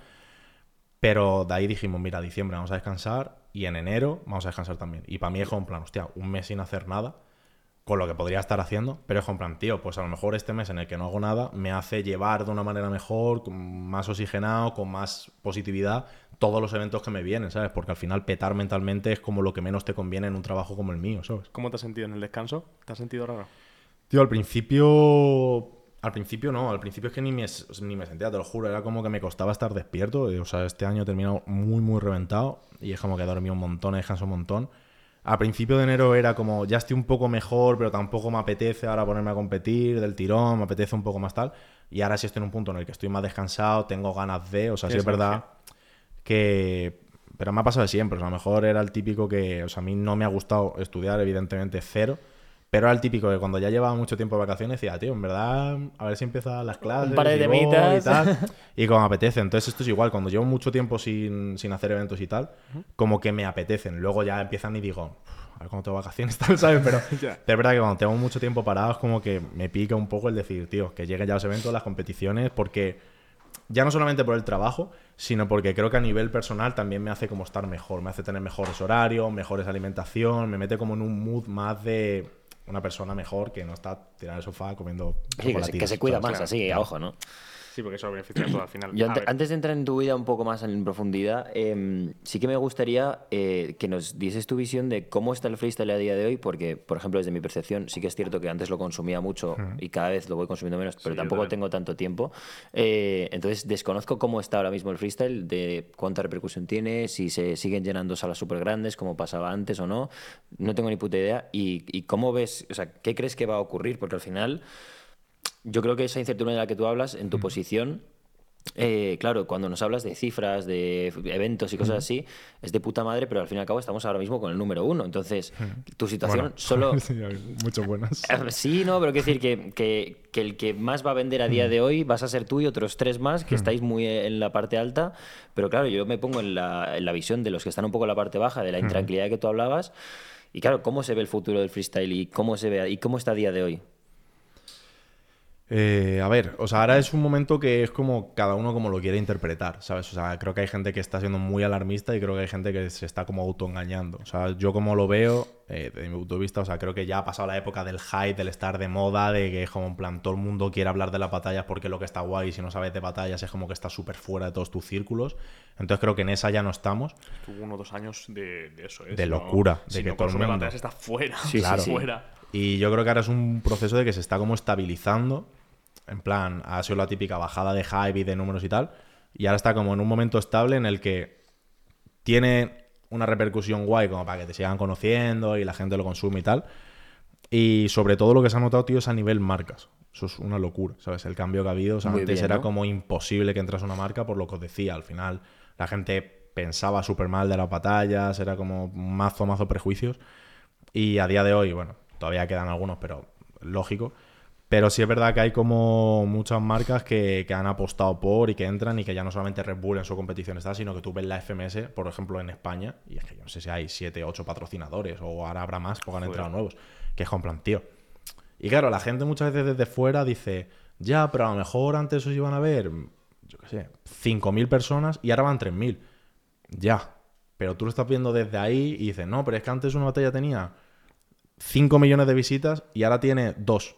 Pero de ahí dijimos, mira, diciembre vamos a descansar y en enero vamos a descansar también. Y para mí es como en plan, hostia, un mes sin hacer nada, con lo que podría estar haciendo, pero es como en plan, tío, pues a lo mejor este mes en el que no hago nada me hace llevar de una manera mejor, con más oxigenado, con más positividad, todos los eventos que me vienen, ¿sabes? Porque al final petar mentalmente es como lo que menos te conviene en un trabajo como el mío, ¿sabes? ¿Cómo te has sentido en el descanso? ¿Te has sentido raro? Tío, al principio... Al principio no, al principio es que ni me, ni me sentía, te lo juro, era como que me costaba estar despierto. O sea, este año he terminado muy, muy reventado y es como que he dormido un montón, he descansado un montón. Al principio de enero era como, ya estoy un poco mejor, pero tampoco me apetece ahora ponerme a competir del tirón, me apetece un poco más tal. Y ahora sí estoy en un punto en el que estoy más descansado, tengo ganas de, o sea, sí es Tienes verdad que... Pero me ha pasado de siempre, o sea, a lo mejor era el típico que, o sea, a mí no me ha gustado estudiar, evidentemente cero, pero era el típico que cuando ya llevaba mucho tiempo de vacaciones decía, tío, en verdad, a ver si empiezan las clases Un par de y voy temitas. y tal, y como me apetece. Entonces esto es igual, cuando llevo mucho tiempo sin, sin hacer eventos y tal, como que me apetecen. Luego ya empiezan y digo, a ver cuando tengo vacaciones tal, ¿sabes? Pero, Ya. pero es verdad que cuando tengo mucho tiempo parado es como que me pica un poco el decir, tío, que lleguen ya los eventos, las competiciones, porque ya no solamente por el trabajo, sino porque creo que a nivel personal también me hace como estar mejor, me hace tener mejores horarios, mejores alimentación, me mete como en un mood más de una persona mejor que no está tirada en el sofá comiendo sí, que, se, chocolatinas, que se cuida ¿sabes? más, así, Claro. ojo, ¿no? Sí, porque eso beneficia a todo al final. Yo A ante- ver, antes de entrar en tu vida un poco más en profundidad, eh, sí que me gustaría eh, que nos dieses tu visión de cómo está el freestyle a día de hoy, porque, por ejemplo, desde mi percepción, sí que es cierto que antes lo consumía mucho y cada vez lo voy consumiendo menos, pero yo tampoco también. tengo tanto tiempo. Eh, entonces, desconozco cómo está ahora mismo el freestyle, de cuánta repercusión tiene, si se siguen llenando salas súper grandes, como pasaba antes o no. No tengo ni puta idea. Y, y cómo ves, o sea, ¿qué crees que va a ocurrir? Porque al final, yo creo que esa incertidumbre de la que tú hablas, en tu posición. Eh, claro, cuando nos hablas de cifras, de eventos y cosas así, es de puta madre, pero al fin y al cabo estamos ahora mismo con el número uno. Entonces, tu situación Bueno, solo... sí, hay muchas buenas. Eh, Sí, no, pero quiero decir que, que, que el que más va a vender a día de hoy vas a ser tú y otros tres más que estáis muy en la parte alta. Pero claro, yo me pongo en la, en la visión de los que están un poco en la parte baja, de la intranquilidad que tú hablabas. Y claro, ¿cómo se ve el futuro del freestyle y cómo se ve y cómo está a día de hoy? Eh, a ver, o sea, ahora es un momento que es como cada uno como lo quiere interpretar, ¿sabes? O sea, creo que hay gente que está siendo muy alarmista y creo que hay gente que se está como autoengañando. O sea, yo como lo veo, eh, desde mi punto de vista, o sea, creo que ya ha pasado la época del hype, del estar de moda, de que es como en plan todo el mundo quiere hablar de las batallas porque es lo que está guay y si no sabes de batallas es como que está súper fuera de todos tus círculos. Entonces creo que en esa ya no estamos. tuvo uno o dos años de, de eso, ¿eh? De Si no- locura, de si que no todo el consume mundo- batallas está fuera. Sí, Claro. sí, sí. Fuera. Y yo creo que ahora es un proceso de que se está como estabilizando. En plan, ha sido la típica bajada de hype y de números y tal. Y ahora está como en un momento estable en el que tiene una repercusión guay como para que te sigan conociendo y la gente lo consume y tal. Y sobre todo lo que se ha notado, tío, es a nivel marcas. Eso es una locura, ¿sabes? El cambio que ha habido. O sea, Muy antes bien, era ¿no? como imposible que entrase una marca por lo que os decía. Al final la gente pensaba súper mal de las batallas, era como mazo, mazo prejuicios. Y a día de hoy, bueno, todavía quedan algunos, pero lógico. Pero sí es verdad que hay como muchas marcas que, que han apostado por y que entran y que ya no solamente Red Bull en su competición está, sino que tú ves la F M S, por ejemplo, en España, y es que yo no sé si hay siete, ocho patrocinadores o ahora habrá más porque han Joder. entrado nuevos, que es con plan, tío. Y claro, la gente muchas veces desde fuera dice, ya, pero a lo mejor antes os iban a ver, yo qué sé, cinco mil personas y ahora van tres mil. Ya, pero tú lo estás viendo desde ahí y dices, no, pero es que antes una batalla tenía cinco millones de visitas y ahora tiene dos.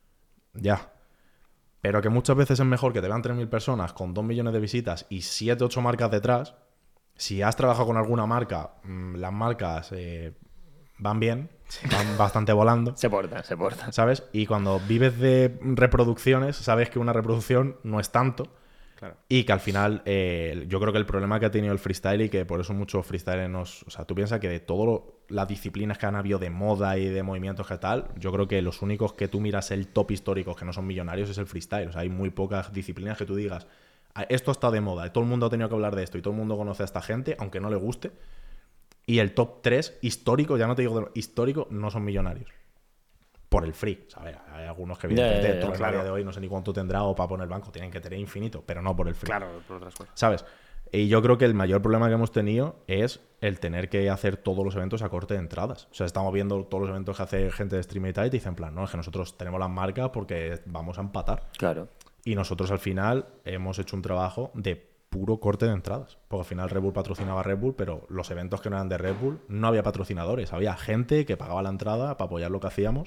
Ya. Pero que muchas veces es mejor que te vean tres mil personas con dos millones de visitas y siete, ocho marcas detrás. Si has trabajado con alguna marca, las marcas eh, van bien, van bastante volando. Se porta, se porta. ¿Sabes? Y cuando vives de reproducciones, sabes que una reproducción no es tanto. Claro. Y que al final, eh, yo creo que el problema que ha tenido el freestyle y que por eso muchos freestyles nos... O sea, tú piensas que de todas las disciplinas que han habido de moda y de movimientos que tal, yo creo que los únicos que tú miras el top histórico que no son millonarios es el freestyle. O sea, hay muy pocas disciplinas que tú digas, esto está de moda, y todo el mundo ha tenido que hablar de esto y todo el mundo conoce a esta gente, aunque no le guste. Y el top tres histórico, ya no te digo de histórico, no son millonarios. Por el free, ¿sabes? Hay algunos que evidentemente Ya, ya, ya, todo claro. el día de hoy no sé ni cuánto tendrá o para poner banco, tienen que tener infinito, pero no por el free. Claro, por otras cosas. ¿Sabes? Y yo creo que el mayor problema que hemos tenido es el tener que hacer todos los eventos a corte de entradas. O sea, estamos viendo todos los eventos que hace gente de Stream y tal y te dicen, en plan, no, es que nosotros tenemos las marcas porque vamos a empatar. Claro. Y nosotros al final hemos hecho un trabajo de puro corte de entradas. Porque al final Red Bull patrocinaba a Red Bull, pero los eventos que no eran de Red Bull no había patrocinadores. Había gente que pagaba la entrada para apoyar lo que hacíamos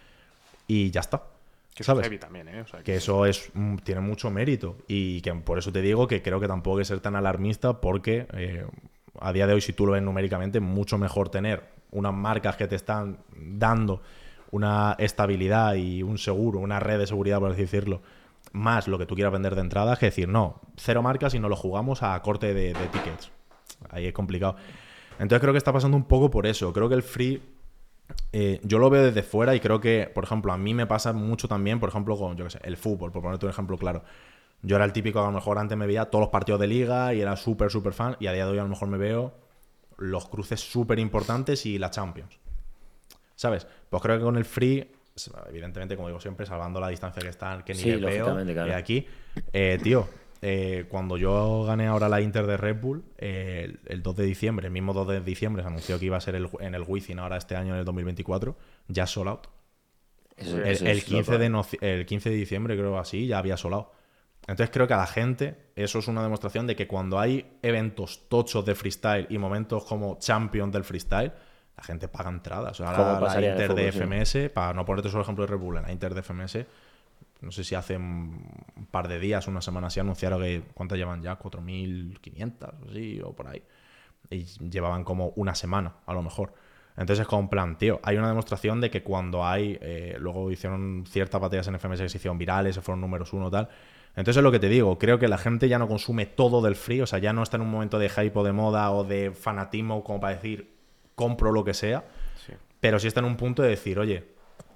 y ya está. Que eso es ¿sabes? heavy también, ¿eh? O sea, Que eso es mm, tiene mucho mérito y que por eso te digo que creo que tampoco hay que ser tan alarmista porque eh, a día de hoy, si tú lo ves numéricamente, mucho mejor tener unas marcas que te están dando una estabilidad y un seguro, una red de seguridad, por así decirlo, más lo que tú quieras vender de entrada, que decir, no, cero marcas y no lo jugamos a corte de, de tickets. Ahí es complicado. Entonces creo que está pasando un poco por eso. Creo que el free... Eh, yo lo veo desde fuera y creo que, por ejemplo, a mí me pasa mucho también, por ejemplo, con, yo qué sé, el fútbol, por ponerte un ejemplo claro. Yo era el típico, a lo mejor antes me veía todos los partidos de liga y era súper, súper fan, y a día de hoy a lo mejor me veo los cruces súper importantes y la Champions. ¿Sabes? Pues creo que con el free, evidentemente, como digo siempre, salvando la distancia que están, que ni Sí, les veo, lógicamente, claro. eh, aquí, eh, tío, eh, cuando yo gané ahora la Inter de Red Bull, eh, el, el dos de diciembre, el mismo dos de diciembre, se anunció que iba a ser el, en el Wizzing ahora este año, en el dos mil veinticuatro, ya sold out. Eso- El, eso el es quince loco. de noci- el quince de diciembre, creo así, ya había solado. Entonces creo que a la gente eso es una demostración de que cuando hay eventos tochos de freestyle y momentos como Champion del freestyle, la gente paga entradas. O sea, Como la, la pasaría en el Inter de fútbol, sí. F M S, para no ponerte solo ejemplo de Red Bull, en la Inter de F M S, no sé si hace un par de días, una semana así, anunciaron que, ¿cuántas llevan ya? cuatro mil quinientas o así, o por ahí. Y llevaban como una semana, a lo mejor. Entonces es como en plan, tío, hay una demostración de que cuando hay, eh, luego hicieron ciertas batallas en F M S que se hicieron virales, se fueron números uno tal. Entonces es lo que te digo, creo que la gente ya no consume todo del free, o sea, ya no está en un momento de hype o de moda o de fanatismo como para decir, compro lo que sea, Sí. pero sí está en un punto de decir, oye,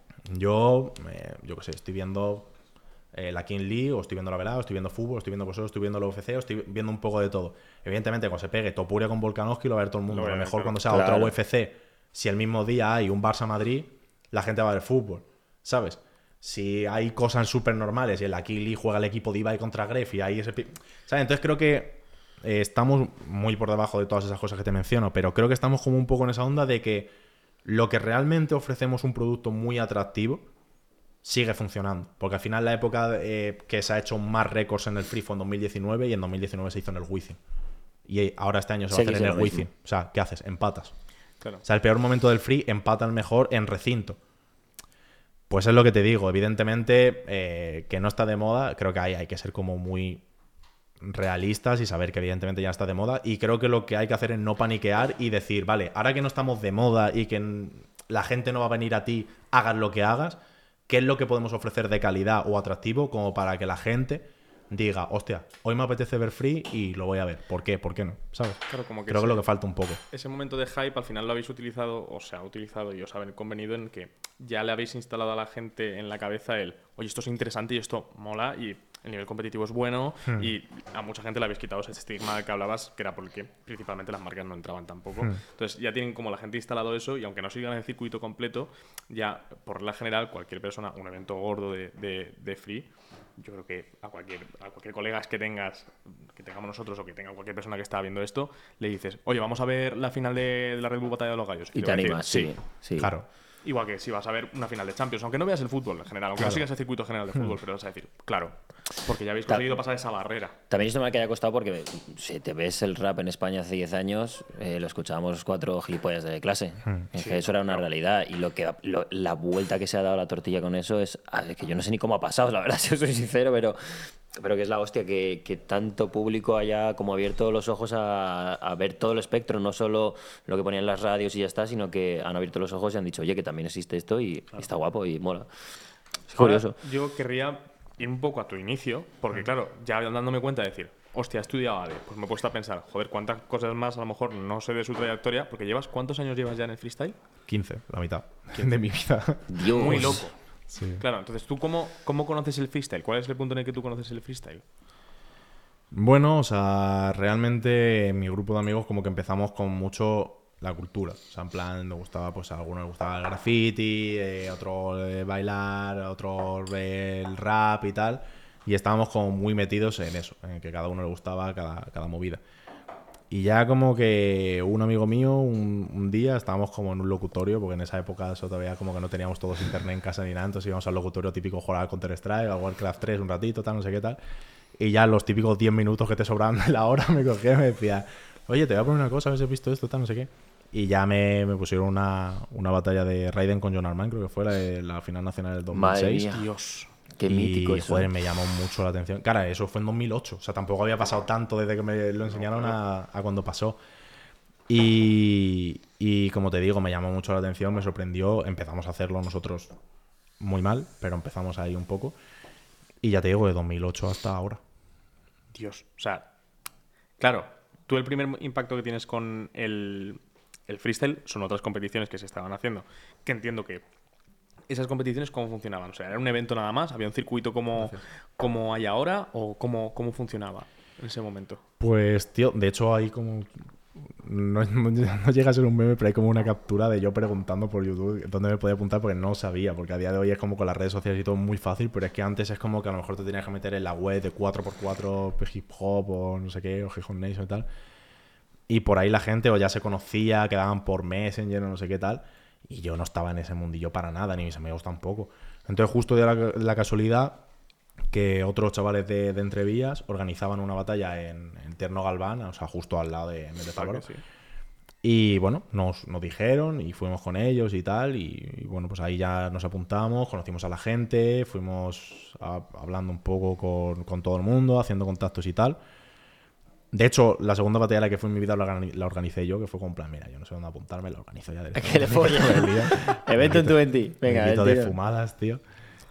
yo, eh, yo qué sé, estoy viendo eh, la King League, o estoy viendo la velada, o estoy viendo fútbol, estoy viendo vosotros, estoy viendo la U F C, o estoy viendo un poco de todo. Evidentemente, cuando se pegue Topuria con Volkanovski, lo va a ver todo el mundo. Lo A va a lo ver, mejor claro. cuando sea Claro. otra U F C, si el mismo día hay un Barça-Madrid, la gente va a ver fútbol, ¿sabes? Si hay cosas súper normales y en la King League juega el equipo de Ibai contra Gref y hay ese... pi- ¿sabes? Entonces creo que eh, estamos muy por debajo de todas esas cosas que te menciono, pero creo que estamos como un poco en esa onda de que lo que realmente ofrecemos un producto muy atractivo sigue funcionando. Porque al final la época eh, que se ha hecho más récords en el free fue en dos mil diecinueve y en dos mil diecinueve se hizo en el Wizzing. Y ahora este año se va a Sigue hacer en el siendo lo mismo. Wizzing. O sea, ¿qué haces? Empatas. Claro. O sea, el peor momento del free empata el mejor en recinto. Pues es lo que te digo. Evidentemente, eh, que no está de moda, creo que hay, hay que ser como muy realistas y saber que evidentemente ya está de moda. Y creo que lo que hay que hacer es no paniquear y decir, vale, ahora que no estamos de moda y que n- la gente no va a venir a ti, hagas lo que hagas, ¿qué es lo que podemos ofrecer de calidad o atractivo como para que la gente diga, hostia, hoy me apetece ver free y lo voy a ver? ¿Por qué? ¿Por qué no? ¿Sabes? Claro, como que Creo que sí. es lo que falta un poco. Ese momento de hype al final lo habéis utilizado, o se ha utilizado y os habéis convenido en que ya le habéis instalado a la gente en la cabeza el, oye, esto es interesante y esto mola y el nivel competitivo es bueno y a mucha gente le habéis quitado ese estigma que hablabas, que era porque principalmente las marcas no entraban tampoco. Entonces ya tienen como la gente instalado eso y aunque no sigan el circuito completo, ya por regla general cualquier persona, un evento gordo de, de, de free, yo creo que a cualquier, a cualquier colegas que tengas, que tengamos nosotros o que tenga cualquier persona que está viendo esto, le dices, oye, vamos a ver la final de, de la Red Bull Batalla de los Gallos. Y le te va a decir, animas, sí. sí. Claro. igual que si vas a ver una final de Champions, aunque no veas el fútbol en general, aunque Claro. no sigas el circuito general de fútbol, pero vas a decir, claro, porque ya habéis Ta- conseguido pasar esa barrera. También esto me que haya costado porque si te ves el rap en España hace diez años, eh, lo escuchábamos los cuatro gilipollas de clase. Es que eso era una realidad. Y lo que lo- la vuelta que se ha dado a la tortilla con eso es, ah, es que yo no sé ni cómo ha pasado, la verdad, si os soy sincero, pero, pero que es la hostia que, que tanto público haya como abierto los ojos a, a ver todo el espectro, no solo lo que ponían las radios y ya está, sino que han abierto los ojos y han dicho, oye, que también existe esto y está guapo y mola. Es curioso. Ahora, yo querría ir un poco a tu inicio, porque claro, ya dándome cuenta de decir, hostia, he estudiado A D E, pues me he puesto a pensar, joder, cuántas cosas más a lo mejor no sé de su trayectoria, porque llevas, ¿cuántos años llevas ya en el freestyle? quince, la mitad de mi vida. Dios. Muy loco. Sí. Claro, entonces, ¿tú cómo, cómo conoces el freestyle? ¿Cuál es el punto en el que tú conoces el freestyle? Bueno, o sea, realmente en mi grupo de amigos como que empezamos con mucho la cultura. O sea, en plan, nos gustaba, pues a algunos les gustaba el graffiti, eh, a otros eh, bailar, a otros eh, el rap y tal. Y estábamos como muy metidos en eso, en que cada uno le gustaba cada, cada movida. Y ya como que un amigo mío, un, un día estábamos como en un locutorio, porque en esa época eso todavía como que no teníamos todos internet en casa ni nada, entonces íbamos al locutorio típico, jugar al Counter-Strike, al Warcraft tres un ratito, tal, no sé qué tal. Y ya los típicos diez minutos que te sobraban de la hora me cogía y me decía, oye, te voy a poner una cosa, a ver si has visto esto, tal, no sé qué. Y ya me, me pusieron una, una batalla de Raiden con John Armand, creo que fue la, de la final nacional del dos mil seis. Madre mía. Dios. Qué y, mítico eso. joder, me llamó mucho la atención. Claro, eso fue en dos mil ocho. O sea, tampoco había pasado tanto desde que me lo enseñaron a, a cuando pasó. Y, y como te digo, me llamó mucho la atención, me sorprendió. Empezamos a hacerlo nosotros muy mal, pero empezamos ahí un poco. Y ya te digo, de dos mil ocho hasta ahora. Dios. O sea, claro, tú el primer impacto que tienes con el, el freestyle son otras competiciones que se estaban haciendo. Que entiendo que esas competiciones, ¿cómo funcionaban? O sea, ¿era un evento nada más? ¿Había un circuito como, como hay ahora? ¿O cómo, cómo funcionaba en ese momento? Pues, tío, de hecho hay como... No, no- no llega a ser un meme, pero hay como una captura de yo preguntando por YouTube dónde me podía apuntar porque no sabía. Porque a día de hoy es como con las redes sociales y todo muy fácil, pero es que antes es como que a lo mejor te tenías que meter en la web de cuatro por cuatro hip hop o no sé qué, o Hip Hop Nation y tal. Y por ahí la gente o ya se conocía, quedaban por Messenger o no sé qué tal. Y yo no estaba en ese mundillo para nada, ni mis amigos tampoco. Entonces justo de la, la casualidad que otros chavales de, de Entrevías organizaban una batalla en, en Tierno Galván, o sea, justo al lado de Méndez Álvaro. Sí. Y bueno, nos, nos dijeron y fuimos con ellos y tal. Y, y bueno, pues ahí ya nos apuntamos, conocimos a la gente, fuimos a- hablando un poco con, con todo el mundo, haciendo contactos y tal. De hecho, la segunda batalla a la que fue en mi vida la, organi- la organicé yo, que fue con plan, mira, yo no sé dónde apuntarme, la organizo ya. Que le follen. Evento en tu venti. Venga, Venga, el de tiro. fumadas, tío.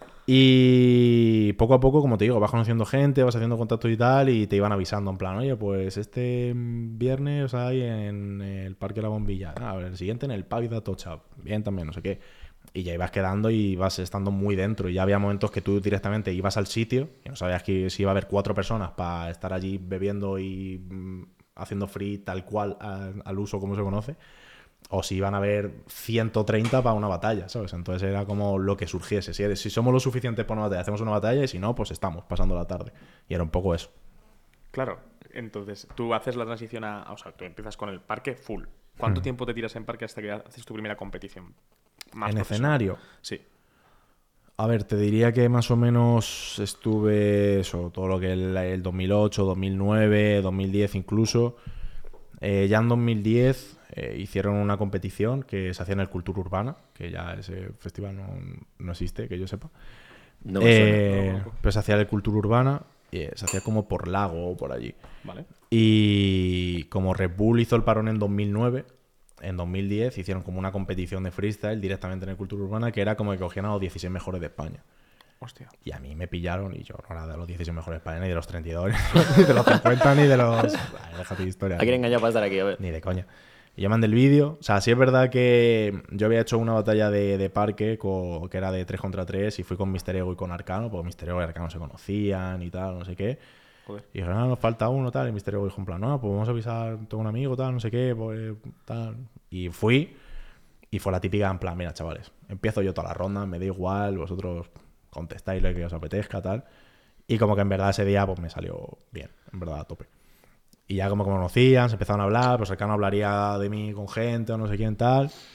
Y poco a poco, como te digo, vas conociendo gente, vas haciendo contactos y tal, y te iban avisando en plan, oye, pues este mm, viernes hay en el Parque La Bombilla, ah, a ver, el siguiente en el Pavi de Atocha, bien también, no sé qué. Y ya ibas quedando y vas estando muy dentro. Y ya había momentos que tú directamente ibas al sitio y no sabías que si iba a haber cuatro personas para estar allí bebiendo y mm, haciendo free tal cual a- al uso como se conoce, o si iban a haber ciento treinta para una batalla, ¿sabes? Entonces era como lo que surgiese. Si, si somos lo suficientes para una batalla, hacemos una batalla, y si no, pues estamos pasando la tarde. Y era un poco eso. Claro, entonces tú haces la transición a... O sea, tú empiezas con el parque full. ¿Cuánto Hmm. tiempo te tiras en parque hasta que haces tu primera competición? Más En profesional? escenario, Sí. a ver, te diría que más o menos estuve eso, todo lo que el, el dos mil ocho, dos mil nueve, dos mil diez incluso. Eh, ya en dos mil diez eh, hicieron una competición que se hacía en el Cultura Urbana, que ya ese festival no, no existe, que yo sepa. No me suena. Eh, pero se hacía en el Cultura Urbana, y eh, se hacía como por Lago o por allí. Vale. Y como Red Bull hizo el parón en dos mil nueve, en dos mil diez hicieron como una competición de freestyle directamente en el Cultura Urbana, que era como que cogían a los dieciséis mejores de España. Hostia. Y a mí me pillaron y yo no era de los dieciséis mejores de España, ni de los treinta y dos, ni de los cincuenta, ni de los... Ay, déjate de historia. ¿A quién engañado para estar aquí? A ver. Ni de coña. Y yo mandé el vídeo. O sea, sí es verdad que yo había hecho una batalla de, de parque co- que era de tres contra tres y fui con Mister Ego y con Arcano, porque Mister Ego y Arcano se conocían y tal, no sé qué. Joder. Y dijeron, no, nos falta uno, tal. Y Mister Ego dijo en plan, no, pues vamos a avisar, tengo un amigo, tal, no sé qué, pues tal. Y fui y fue la típica en plan, mira, chavales, empiezo yo toda la ronda, me da igual, vosotros contestáis lo que os apetezca, tal. Y como que en verdad ese día pues me salió bien, en verdad, a tope. Y ya como que me conocían, se empezaron a hablar, pues Arcano hablaría de mí con gente o no sé quién tal.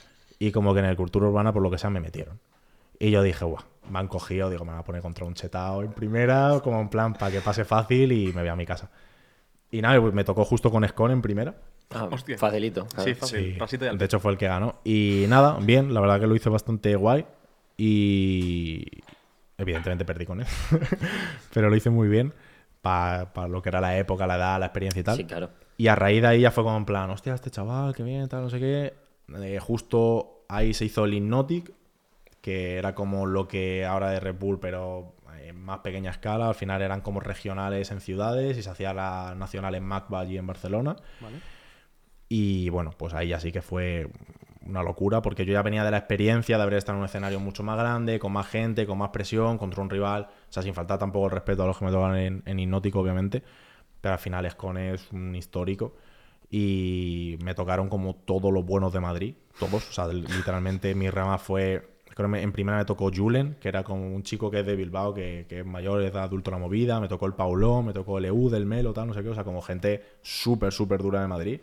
y como que en el cultura urbana, por lo que sea, me metieron. Y yo dije, guau, me han cogido, digo, me van a poner contra un chetao en primera, como en plan, para que pase fácil y me voy a mi casa. Y nada, pues me tocó justo con Scone en primera. Ah, Hostia. facilito. claro. Sí, fácil. Sí, Pasito y al de hecho fue el que ganó. Y nada, bien, la verdad que lo hice bastante guay. Y evidentemente perdí con él. Pero lo hice muy bien para pa lo que era la época, la edad, la experiencia y tal. Sí, claro. Y a raíz de ahí ya fue como en plan, hostia, este chaval, qué bien, tal, no sé qué. Eh, justo ahí se hizo el Hypnotic, que era como lo que ahora de Red Bull, pero en más pequeña escala. Al final eran como regionales en ciudades y se hacía la nacional en Macba y en Barcelona. Vale. Y bueno, pues ahí ya sí que fue una locura, porque yo ya venía de la experiencia de haber estado en un escenario mucho más grande, con más gente, con más presión, contra un rival. O sea, sin faltar tampoco el respeto a los que me tocan en, en Hypnotic, obviamente. Pero al final Scone es un histórico. Y me tocaron como todos los buenos de Madrid. Todos. O sea, literalmente mi rama fue... Creo que en primera me tocó Julen, que era como un chico que es de Bilbao, que, que es mayor, es de adulto la movida. Me tocó el Paulón, me tocó el E U del Melo, tal, no sé qué. O sea, como gente súper, súper dura de Madrid.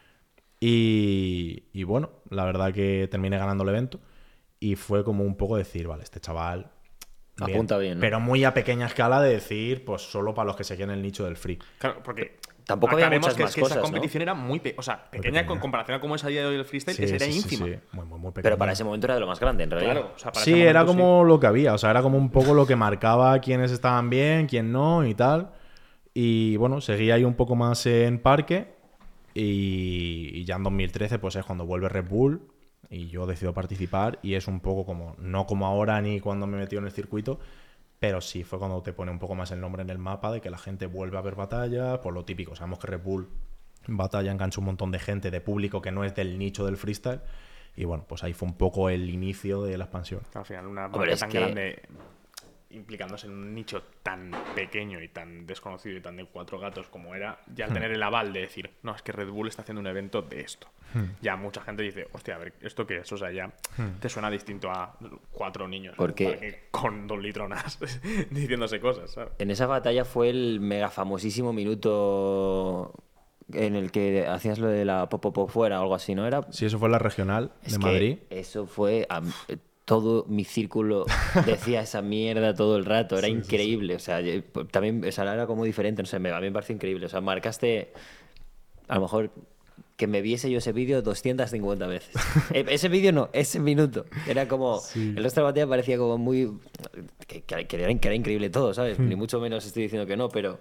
Y, y bueno, la verdad que terminé ganando el evento. Y fue como un poco decir, vale, este chaval... bien, Apunta bien, ¿no? Pero muy a pequeña escala de decir, pues solo para los que se queden en el nicho del free. Claro, porque Tampoco había aclaremos muchas que, más que cosas, esa ¿no? competición era muy, pe o sea, pequeña, pequeña. con comparación a cómo es a día de hoy el freestyle, Sí, que era sí, sí, ínfima. sí. Muy, muy, muy Pero pequeña. para ese momento era de lo más grande, en realidad. Claro, o sea, para Sí, ese era momento, como lo que había. O sea, era como un poco lo que marcaba quiénes estaban bien, quién no y tal. Y bueno, seguía ahí un poco más en parque. Y, y ya en dos mil trece, pues es cuando vuelve Red Bull. Y yo decido participar. Y es un poco como, no como ahora ni cuando me metí en el circuito. Pero sí fue cuando te pone un poco más el nombre en el mapa de que la gente vuelve a ver batallas. Por lo típico, sabemos que Red Bull batalla engancha un montón de gente, de público que no es del nicho del freestyle. Y bueno, pues ahí fue un poco el inicio de la expansión. Al final, una Hombre, marca es tan que- grande implicándose en un nicho tan pequeño y tan desconocido y tan de cuatro gatos como era, ya al tener el aval de decir, no, es que Red Bull está haciendo un evento de esto. Ya mucha gente dice, hostia, a ver, ¿esto qué es? O sea, ya te suena distinto a cuatro niños en un Porque- parque con dos litronas diciéndose cosas, ¿sabes? En esa batalla fue el mega famosísimo minuto en el que hacías lo de la pop pop pop fuera o algo así, ¿no era? Sí, eso fue la regional Es de que Madrid. eso fue... am- todo mi círculo decía esa mierda todo el rato, era increíble. O sea, yo- también o sea, era como diferente, no sé, me, a mí me parece increíble. O sea, marcaste, a lo mejor, que me viese yo ese vídeo doscientas cincuenta veces. E- ese vídeo no, ese minuto. Era como, el resto de la batalla parecía como muy... Que, que- que era, que era increíble todo, ¿sabes? Ni mucho menos estoy diciendo que no, pero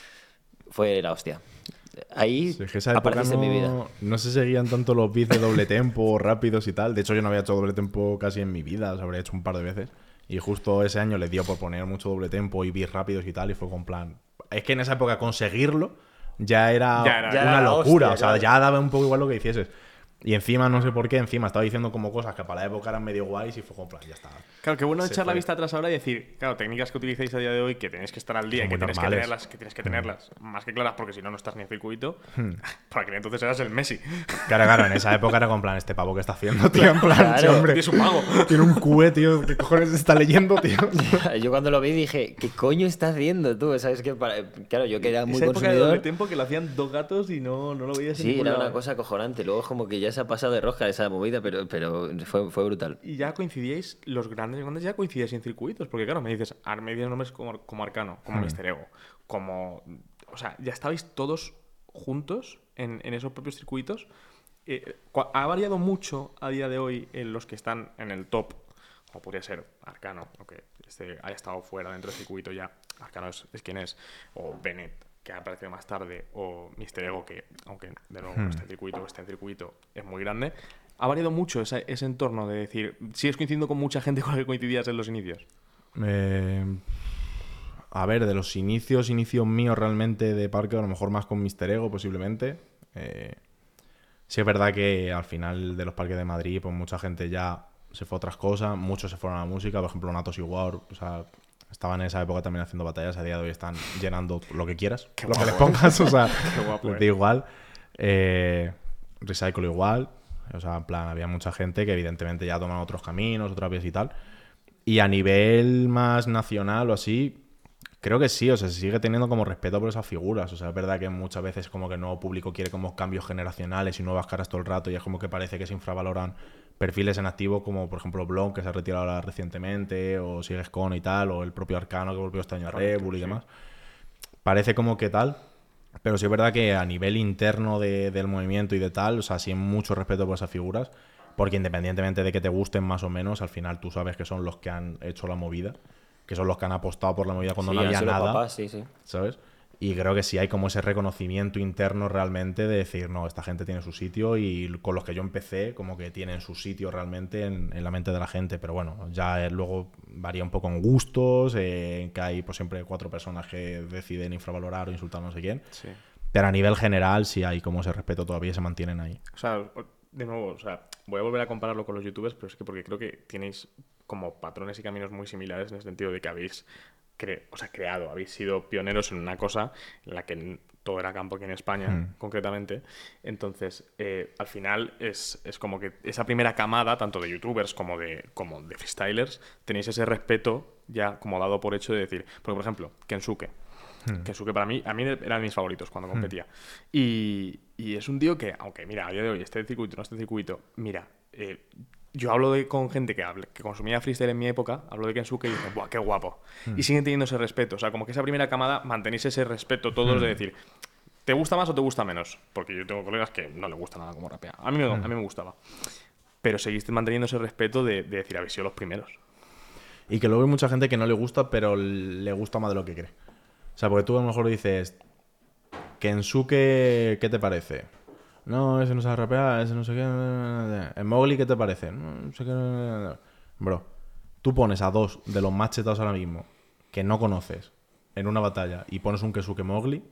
fue la hostia. Ahí Sí, es que esa época apareciste en mi vida. no, no se seguían tanto los beats de doble tempo, rápidos y tal. De hecho, yo no había hecho doble tempo casi en mi vida, os habría hecho un par de veces. Y justo ese año les dio por poner mucho doble tempo y beats rápidos y tal, y fue con plan... Es que en esa época conseguirlo ya era, Ya era- una ya era la locura, hostia, o sea, claro. ya daba un poco igual lo que hicieses. Y encima, no sé por qué, encima estaba diciendo como cosas que para la época eran medio guays y fue con plan, ya está. Claro, qué bueno Se echar la fue. vista atrás ahora y decir, claro, técnicas que utilicéis a día de hoy que tenéis que estar al día Son y que muy tienes que, normales. tenerlas, que tienes que tenerlas más que claras porque si no, no estás ni en circuito. Hmm. Para que entonces eras el Messi. Claro, claro, en esa época era con plan, este pavo que está haciendo, tío, en plan, Claro. sí, hombre, Tiene su pago. tiene un cue, tío, ¿qué cojones está leyendo, tío? Yo cuando lo vi dije, ¿qué coño está haciendo tú? ¿Sabes qué? Para- Claro, yo que era muy Esa época de consumidor... doble tiempo que lo hacían dos gatos y no, no lo veías en Sí, ningún era lado. una cosa acojonante. Luego es como que ya se ha pasado de rosca esa movida, pero, pero fue, fue brutal. Y ya coincidíais, los grandes grandes ya coincidíais en circuitos. Porque claro, me dices, ar- me dices nombres como, como Arcano, como Hmm. Mister Ego, como... O sea, ya estabais todos juntos en, en esos propios circuitos. Eh, cua- ha variado mucho a día de hoy en los que están en el top, como podría ser Arcano, aunque este haya estado fuera dentro del circuito ya. Arcano es, es quien es. O Bennett, que ha aparecido más tarde. O Mister Ego, que aunque de nuevo no está en circuito o está en circuito, es muy grande. Ha variado mucho ese, ese entorno de decir, ¿sigues coincidiendo con mucha gente con la que coincidías en los inicios? Eh, a ver, de los inicios, inicios míos realmente de parque, a lo mejor más con Mister Ego posiblemente. Eh, sí es verdad que al final de los parques de Madrid, pues mucha gente ya se fue a otras cosas, muchos se fueron a la música, por ejemplo Natos y War, o sea, estaban en esa época también haciendo batallas, a día de hoy están llenando lo que quieras, lo que les pongas, o sea, guapo, les eh. da igual. Eh, Recycle igual, o sea, en plan, había mucha gente que evidentemente ya toman otros caminos, otras vías y tal. Y a nivel más nacional o así, Creo que sí, o sea, se sigue teniendo como respeto por esas figuras. O sea, es verdad que muchas veces como que el nuevo público quiere como cambios generacionales y nuevas caras todo el rato y es como que parece que se infravaloran perfiles en activo como por ejemplo Blon, que se ha retirado ahora recientemente, o Sigescon y tal, o el propio Arcano que volvió este año a Red Bull y demás. Parece como que tal, pero sí es verdad que a nivel interno de, del movimiento y de tal, o sea, sí hay mucho respeto por esas figuras, porque independientemente de que te gusten más o menos, al final tú sabes que son los que han hecho la movida, que son los que han apostado por la movida cuando Sí, no han había sido nada, papás, sí, sí. ¿sabes? Y creo que sí hay como ese reconocimiento interno realmente de decir, no, esta gente tiene su sitio y con los que yo empecé como que tienen su sitio realmente en, en la mente de la gente. Pero bueno, ya eh, luego varía un poco en gustos, eh, que hay pues siempre cuatro personas que deciden infravalorar o insultar a no sé quién. Sí. Pero a nivel general sí hay como ese respeto todavía, se mantienen ahí. O sea, de nuevo, o sea, voy a volver a compararlo con los youtubers, pero es que porque creo que tenéis como patrones y caminos muy similares en el sentido de que habéis cre- o sea, creado, habéis sido pioneros en una cosa en la que todo era campo aquí en España, Mm. concretamente. Entonces, eh, al final es, es como que esa primera camada, tanto de youtubers como de, como de freestylers, tenéis ese respeto ya como dado por hecho de decir, porque por ejemplo, Kensuke. Mm. Kensuke para mí, a mí era de mis favoritos cuando competía. Y, y es un tío que, aunque mira, a día de hoy este circuito, no este circuito, mira, eh, yo hablo de, con gente que, hable, que consumía freestyle en mi época, hablo de Kensuke y dicen, ¡buah, qué guapo! Mm. Y siguen teniendo ese respeto. O sea, como que esa primera camada mantenéis ese respeto todos de decir, ¿te gusta más o te gusta menos? Porque yo tengo colegas que no les gusta nada como rapea. A mí me, a mí me gustaba. Pero seguiste manteniendo ese respeto de, de decir, habéis sido los primeros. Y que luego hay mucha gente que no le gusta, pero le gusta más de lo que cree. O sea, porque tú a lo mejor dices, Kensuke, ¿qué te parece? No, ese no sabe rapear, ese no sé qué. ¿El Mowgli qué te parece? No sé qué. Bro, tú pones a dos de los más chetados ahora mismo que no conoces en una batalla y pones un Kensuke Mowgli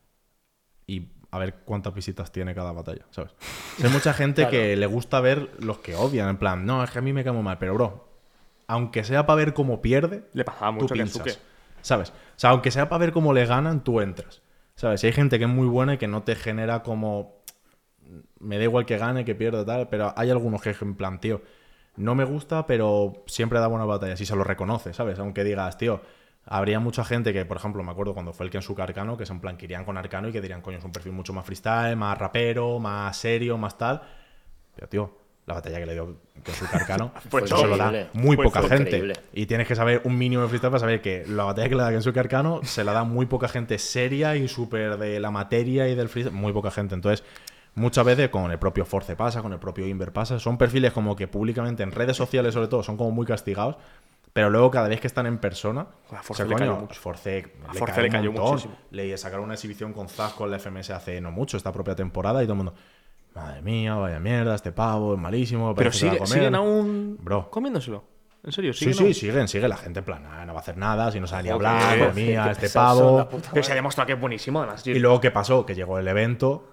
y a ver cuántas visitas tiene cada batalla, ¿sabes? O sea, hay mucha gente Claro. que le gusta ver los que odian, en plan, no, es que a mí me cae muy mal, pero bro, aunque sea para ver cómo pierde, Le pasaba tú mucho a pinchas, Kensuke. ¿sabes? O sea, aunque sea para ver cómo le ganan, tú entras, ¿sabes? Y hay gente que es muy buena y que no te genera como... Me da igual que gane, que pierda, tal, pero hay algunos que, en plan, tío, no me gusta, pero siempre da buenas batallas y se lo reconoce, ¿sabes? Aunque digas, tío, habría mucha gente que, por ejemplo, me acuerdo cuando fue el Kensuke Arcano, que es en plan que irían con Arcano y que dirían, coño, es un perfil mucho más freestyle, más rapero, más serio, más tal. Pero, tío, la batalla que le dio Kensuke Arcano, Fue eso se lo da increíble. muy Fue poca gente. increíble. Y tienes que saber un mínimo de freestyle para saber que la batalla que le da Kensuke Arcano se la da muy poca gente seria y súper de la materia y del freestyle, muy poca gente. Entonces, muchas veces con el propio Force pasa, con el propio Inver pasa, son perfiles como que públicamente en redes sociales sobre todo son como muy castigados, pero luego cada vez que están en persona, A Force o sea, le cayó coño, mucho. Force, A le, Force cayó le un cayó montón. muchísimo. Le sacaron una exhibición con Zaz con la F M S hace no mucho, esta propia temporada, y todo el mundo, madre mía, vaya mierda, este pavo es malísimo, Pero parece que se va a sigue, comer". siguen aún Bro. comiéndoselo. ¿En serio? Sí, ¿Siguen sí, aún? siguen, sigue la gente en plan, "Ah, no va a hacer nada, si no sabe ni Joder, hablar, qué madre mía, este pesados son, pavo. la puta Pero se ha demostrado que es buenísimo, además. Y luego, ¿qué pasó? Que llegó el evento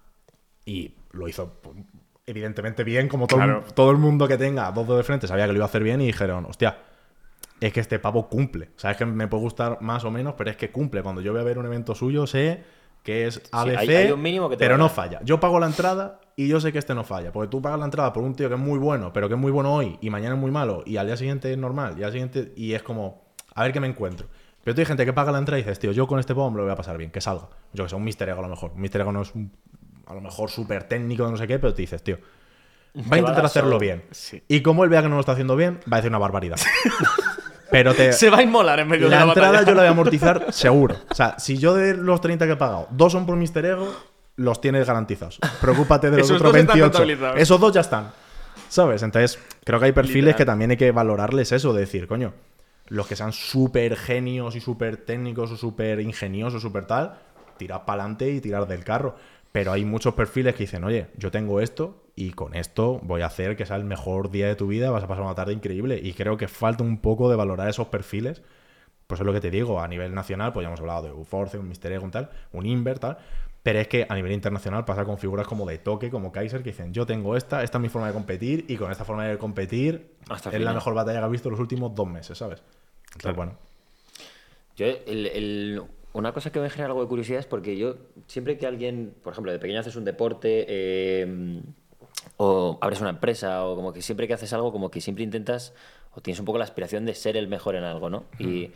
y lo hizo pues, evidentemente bien, como todo, Claro. todo el mundo que tenga dos dedos de frente sabía que lo iba a hacer bien y dijeron, hostia, es que este pavo cumple. O sea, es que me puede gustar más o menos, pero es que cumple. Cuando yo voy a ver un evento suyo, sé que es A B C, hay- hay un mínimo que te pero va a no dar. falla. Yo pago la entrada y yo sé que este no falla. Porque tú pagas la entrada por un tío que es muy bueno, pero que es muy bueno hoy y mañana es muy malo y al día siguiente es normal y al siguiente y es como, a ver qué me encuentro. Pero tú hay gente que paga la entrada y dices, tío, yo con este pavo me lo voy a pasar bien, que salga. Yo que sé, un Mister Ego a lo mejor. Un Mister Ego no es un, a lo mejor súper técnico de no sé qué, pero te dices, tío, va a va a intentar dar hacerlo show. bien. Sí. Y como él vea que no lo está haciendo bien, va a decir una barbaridad. Pero te, Se va a inmolar en medio la de la entrada batalla. yo la voy a amortizar seguro. O sea, si yo de los treinta que he pagado, dos son por Mister Ego, los tienes garantizados. Preocúpate de los Esos otros dos están veintiocho. contabilizados. Esos dos ya están. ¿Sabes? Entonces, creo que hay perfiles Literal. que también hay que valorarles eso, de decir, coño, los que sean súper genios y súper técnicos o súper ingeniosos, súper tal, tirar para adelante y tirar del carro. Pero hay muchos perfiles que dicen, oye, yo tengo esto y con esto voy a hacer que sea el mejor día de tu vida, vas a pasar una tarde increíble. Y creo que falta un poco de valorar esos perfiles. Pues es lo que te digo, a nivel nacional, pues ya hemos hablado de Uforce, un Mister Ego, un tal, un Inver, tal. Pero es que a nivel internacional pasa con figuras como de Toque, como Kaiser, que dicen, yo tengo esta, esta es mi forma de competir y con esta forma de competir Hasta el es la final. mejor batalla que he visto en los últimos dos meses, ¿sabes? Entonces, Claro. bueno. Yo, el- el- una cosa que me genera algo de curiosidad es porque yo, siempre que alguien, por ejemplo, de pequeño haces un deporte eh, o abres una empresa o como que siempre que haces algo, como que siempre intentas o tienes un poco la aspiración de ser el mejor en algo, ¿no? Y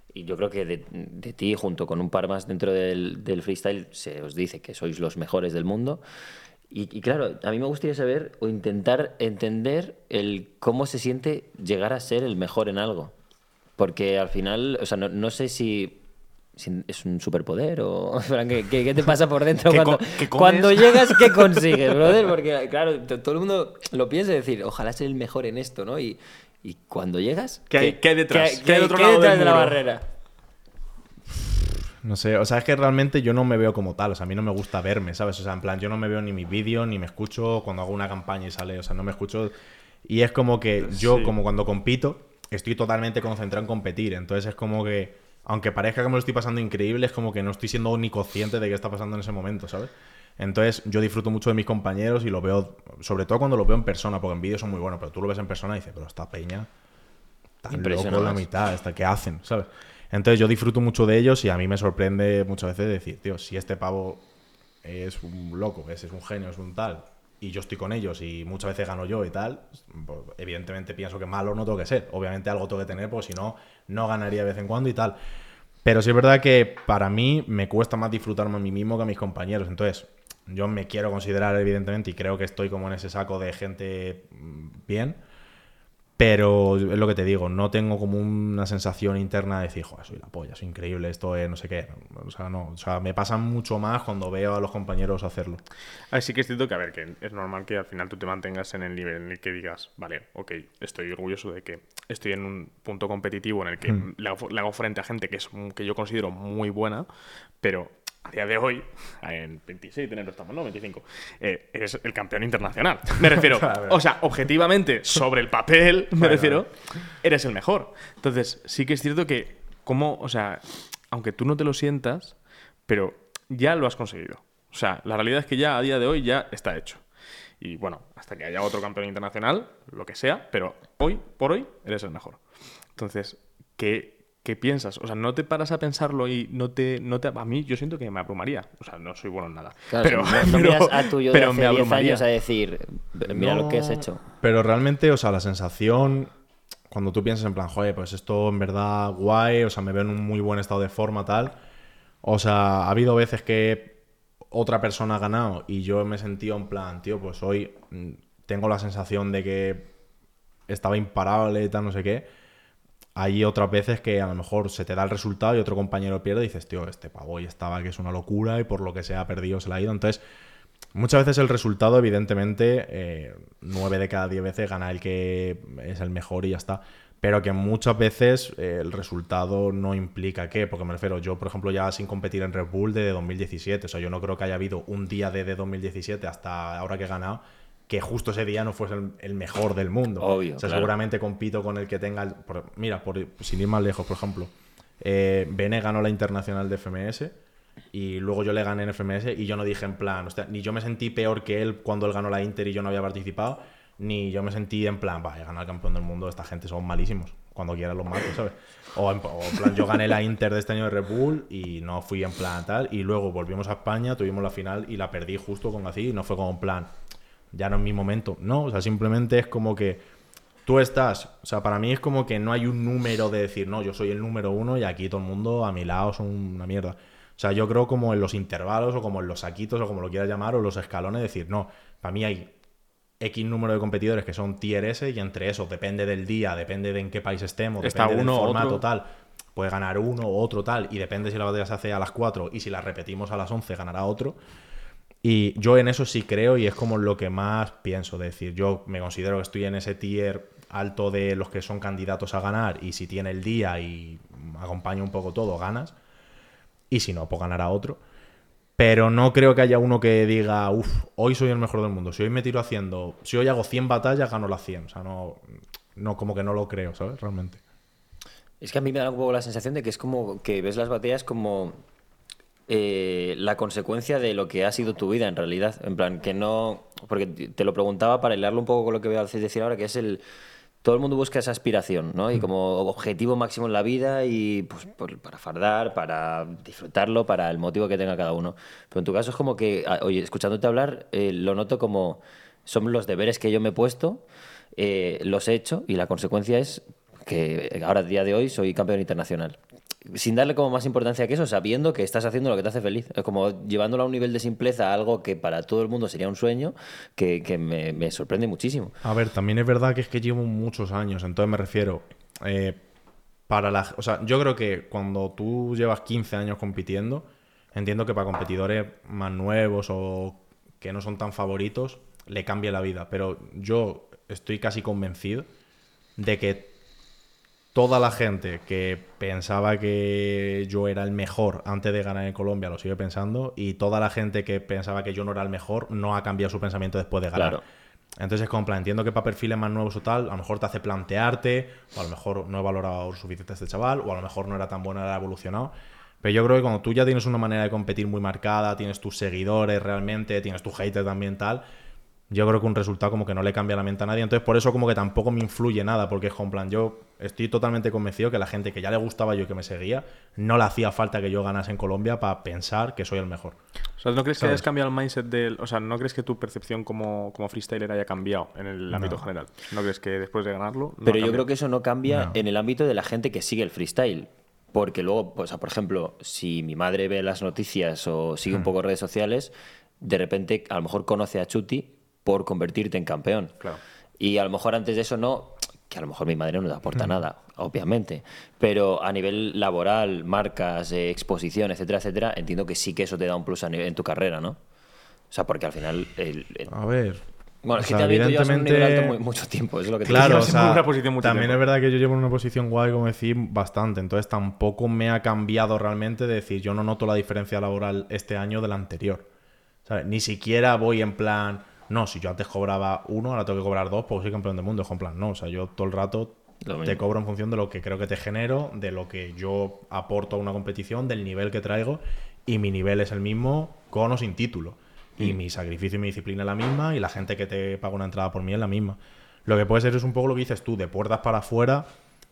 Y yo creo que de, de ti, junto con un par más dentro del, del freestyle, se os dice que sois los mejores del mundo. Y, y claro, a mí me gustaría saber o intentar entender el cómo se siente llegar a ser el mejor en algo. Porque al final, o sea, no, no sé si, si es un superpoder o... ¿Qué, qué, qué te pasa por dentro ¿Qué cuando, co- qué comes? cuando llegas? ¿Qué consigues, brother? Porque claro, t- todo el mundo lo piensa y decir, ojalá ser el mejor en esto, ¿no? Y, y cuando llegas... ¿Qué hay- qué hay detrás? ¿Qué, ¿Qué hay qué- de otro qué lado detrás del de la muro? barrera? No sé, o sea, es que realmente yo no me veo como tal, o sea, a mí no me gusta verme, ¿sabes? O sea, en plan, yo no me veo ni mis vídeos, ni me escucho cuando hago una campaña y sale, o sea, no me escucho. Y es como que yo, Sí. como cuando compito, estoy totalmente concentrado en competir, entonces es como que, aunque parezca que me lo estoy pasando increíble, es como que no estoy siendo ni consciente de qué está pasando en ese momento, ¿sabes? Entonces yo disfruto mucho de mis compañeros y lo veo, sobre todo cuando lo veo en persona, porque en vídeos son muy buenos, pero tú lo ves en persona y dices, pero esta peña, tan Impresiona loco la más. mitad, esta, ¿qué hacen? ¿Sabes? Entonces yo disfruto mucho de ellos y a mí me sorprende muchas veces decir, tío, si este pavo es un loco, es, es un genio, es un tal, y yo estoy con ellos y muchas veces gano yo y tal, pues, evidentemente pienso que malo no tengo que ser. Obviamente algo tengo que tener, porque si no, no ganaría de vez en cuando y tal. Pero sí es verdad que para mí me cuesta más disfrutarme a mí mismo que a mis compañeros. Entonces, yo me quiero considerar, evidentemente, y creo que estoy como en ese saco de gente mm, bien. Pero es lo que te digo, no tengo como una sensación interna de decir, joder, soy la polla, soy increíble, esto es no sé qué. O sea, no, o sea, me pasa mucho más cuando veo a los compañeros hacerlo. A ver, sí que es cierto que, a ver, que es normal que al final tú te mantengas en el nivel en el que digas, vale, ok, estoy orgulloso de que estoy en un punto competitivo en el que Hmm. le, hago, le hago frente a gente que, es, que yo considero muy buena, pero a día de hoy, en veintiséis de enero estamos, ¿no? veinticinco, eh, eres el campeón internacional. Me refiero, Claro. o sea, objetivamente, sobre el papel, me Claro. refiero, eres el mejor. Entonces, sí que es cierto que, como, o sea, aunque tú no te lo sientas, pero ya lo has conseguido. O sea, la realidad es que ya a día de hoy ya está hecho. Y bueno, hasta que haya otro campeón internacional, lo que sea, pero hoy por hoy eres el mejor. Entonces, ¿qué, qué piensas? O sea, ¿no te paras a pensarlo y no te, no te... A mí yo siento que me abrumaría. O sea, no soy bueno en nada. Claro, pero, no, no pero- miras a tu yo de pero hace me diez abrumaría. años a decir, mira No, lo que has hecho. Pero realmente, o sea, la sensación, cuando tú piensas en plan, joder, pues esto en verdad guay, o sea, me veo en un muy buen estado de forma, tal. O sea, ha habido veces que otra persona ha ganado y yo me he sentido en plan, tío, pues hoy mm, tengo la sensación de que estaba imparable y tal, no sé qué. Hay otras veces que a lo mejor se te da el resultado y otro compañero pierde y dices, tío, este pavo hoy estaba que es una locura y por lo que se ha perdido se la ha ido. Entonces, muchas veces el resultado, evidentemente, eh, nueve de cada diez veces gana el que es el mejor y ya está. Pero que muchas veces eh, el resultado no implica qué, porque me refiero, yo por ejemplo ya sin competir en Red Bull desde dos mil diecisiete, o sea, yo no creo que haya habido un día desde dos mil diecisiete hasta ahora que he ganado que justo ese día no fuese el, el mejor del mundo. Obvio, O sea, claro. seguramente compito con el que tenga... el- por- mira, por, sin ir más lejos, por ejemplo, eh, Bene ganó la internacional de F M S y luego yo le gané en F M S y yo no dije en plan, hostia, ni yo me sentí peor que él cuando él ganó la Inter y yo no había participado, ni yo me sentí en plan, va, he ganado el campeón del mundo, esta gente son malísimos, cuando quieran los mato, ¿sabes? O en, o en plan, yo gané la Inter de este año de Red Bull y no fui en plan tal, y luego volvimos a España, tuvimos la final y la perdí justo con así, y no fue como en plan, ya no es mi momento, no, o sea, simplemente es como que tú estás, o sea, para mí es como que no hay un número de decir, no, yo soy el número uno y aquí todo el mundo a mi lado son una mierda. O sea, yo creo como en los intervalos o como en los saquitos o como lo quieras llamar o los escalones, decir, no, para mí hay X número de competidores que son tier S y entre esos depende del día, depende de en qué país estemos, Está depende uno, del formato otro. tal. Puede ganar uno o otro tal y depende si la batalla se hace a las cuatro y si la repetimos a las once ganará otro. Y yo en eso sí creo y es como lo que más pienso, de decir, yo me considero que estoy en ese tier alto de los que son candidatos a ganar y si tiene el día y acompaña un poco todo, ganas. Y si no, pues ganará otro. Pero no creo que haya uno que diga, uff, hoy soy el mejor del mundo. Si hoy me tiro haciendo, si hoy hago cien batallas, gano las cien. O sea, no, no como que no lo creo, ¿sabes? Realmente. Es que a mí me da un poco la sensación de que es como que ves las batallas como eh, la consecuencia de lo que ha sido tu vida en realidad. En plan, que no... Porque te lo preguntaba para hilarlo un poco con lo que voy a decir ahora, que es el... Todo el mundo busca esa aspiración, ¿no? Y como objetivo máximo en la vida y pues por- para fardar, para disfrutarlo, para el motivo que tenga cada uno. Pero en tu caso es como que, ah, oye, escuchándote hablar, eh, lo noto como son los deberes que yo me he puesto, eh, los he hecho y la consecuencia es que ahora, a día de hoy, soy campeón internacional. sin darle como más importancia que eso, sabiendo que estás haciendo lo que te hace feliz. Es como llevándolo a un nivel de simpleza a algo que para todo el mundo sería un sueño, que, que me, me sorprende muchísimo. A ver, también es verdad que es que llevo muchos años, entonces me refiero... Eh, para la, o sea, yo creo que cuando tú llevas quince años compitiendo, entiendo que para competidores más nuevos o que no son tan favoritos, le cambia la vida. Pero yo estoy casi convencido de que toda la gente que pensaba que yo era el mejor antes de ganar en Colombia lo sigue pensando, y toda la gente que pensaba que yo no era el mejor no ha cambiado su pensamiento después de ganar. Claro. Entonces es como, en plan, entiendo que para perfiles más nuevos o tal, a lo mejor te hace plantearte, o a lo mejor no he valorado lo suficiente a este chaval, o a lo mejor no era tan bueno, era evolucionado. Pero yo creo que cuando tú ya tienes una manera de competir muy marcada, tienes tus seguidores realmente, tienes tus haters también tal, yo creo que un resultado como que no le cambia la mente a nadie. Entonces por eso como que tampoco me influye nada, porque es como, en plan, yo estoy totalmente convencido que la gente que ya le gustaba yo y que me seguía, no le hacía falta que yo ganase en Colombia para pensar que soy el mejor. O sea, ¿no crees que ¿Sabes? hayas cambiado el mindset del... O sea, ¿no crees que tu percepción como, como freestyler haya cambiado en el ámbito No. general? ¿No crees que después de ganarlo no Pero ha yo cambiado? creo que eso no cambia No. en el ámbito de la gente que sigue el freestyle. Porque luego, o sea, por ejemplo, si mi madre ve las noticias o sigue un poco redes sociales, de repente a lo mejor conoce a Chuti por convertirte en campeón. Claro. Y a lo mejor antes de eso no, que a lo mejor mi madre no le aporta nada, obviamente. Pero a nivel laboral, marcas, eh, exposición, etcétera, etcétera, entiendo que sí que eso te da un plus a nivel, en tu carrera, ¿no? O sea, porque al final... El, el- A ver... bueno, es o que sea, también tú llevas en un nivel alto evidentemente- muy- mucho tiempo, es lo que te Claro, digo. o Llevas en sea, una posición mucho también tiempo. es verdad que yo llevo en una posición guay, como decir, bastante. Entonces tampoco me ha cambiado realmente de decir, yo no noto la diferencia laboral este año de la anterior. ¿Sabes? Ni siquiera voy en plan, no, si yo antes cobraba uno, ahora tengo que cobrar dos, pues soy campeón del mundo. Es en plan, no, o sea, yo todo el rato Lo te mismo. cobro en función de lo que creo que te genero, de lo que yo aporto a una competición, del nivel que traigo, y mi nivel es el mismo con o sin título. Y mi sacrificio y mi disciplina es la misma, y la gente que te paga una entrada por mí es la misma. Lo que puede ser es un poco lo que dices tú, de puertas para afuera,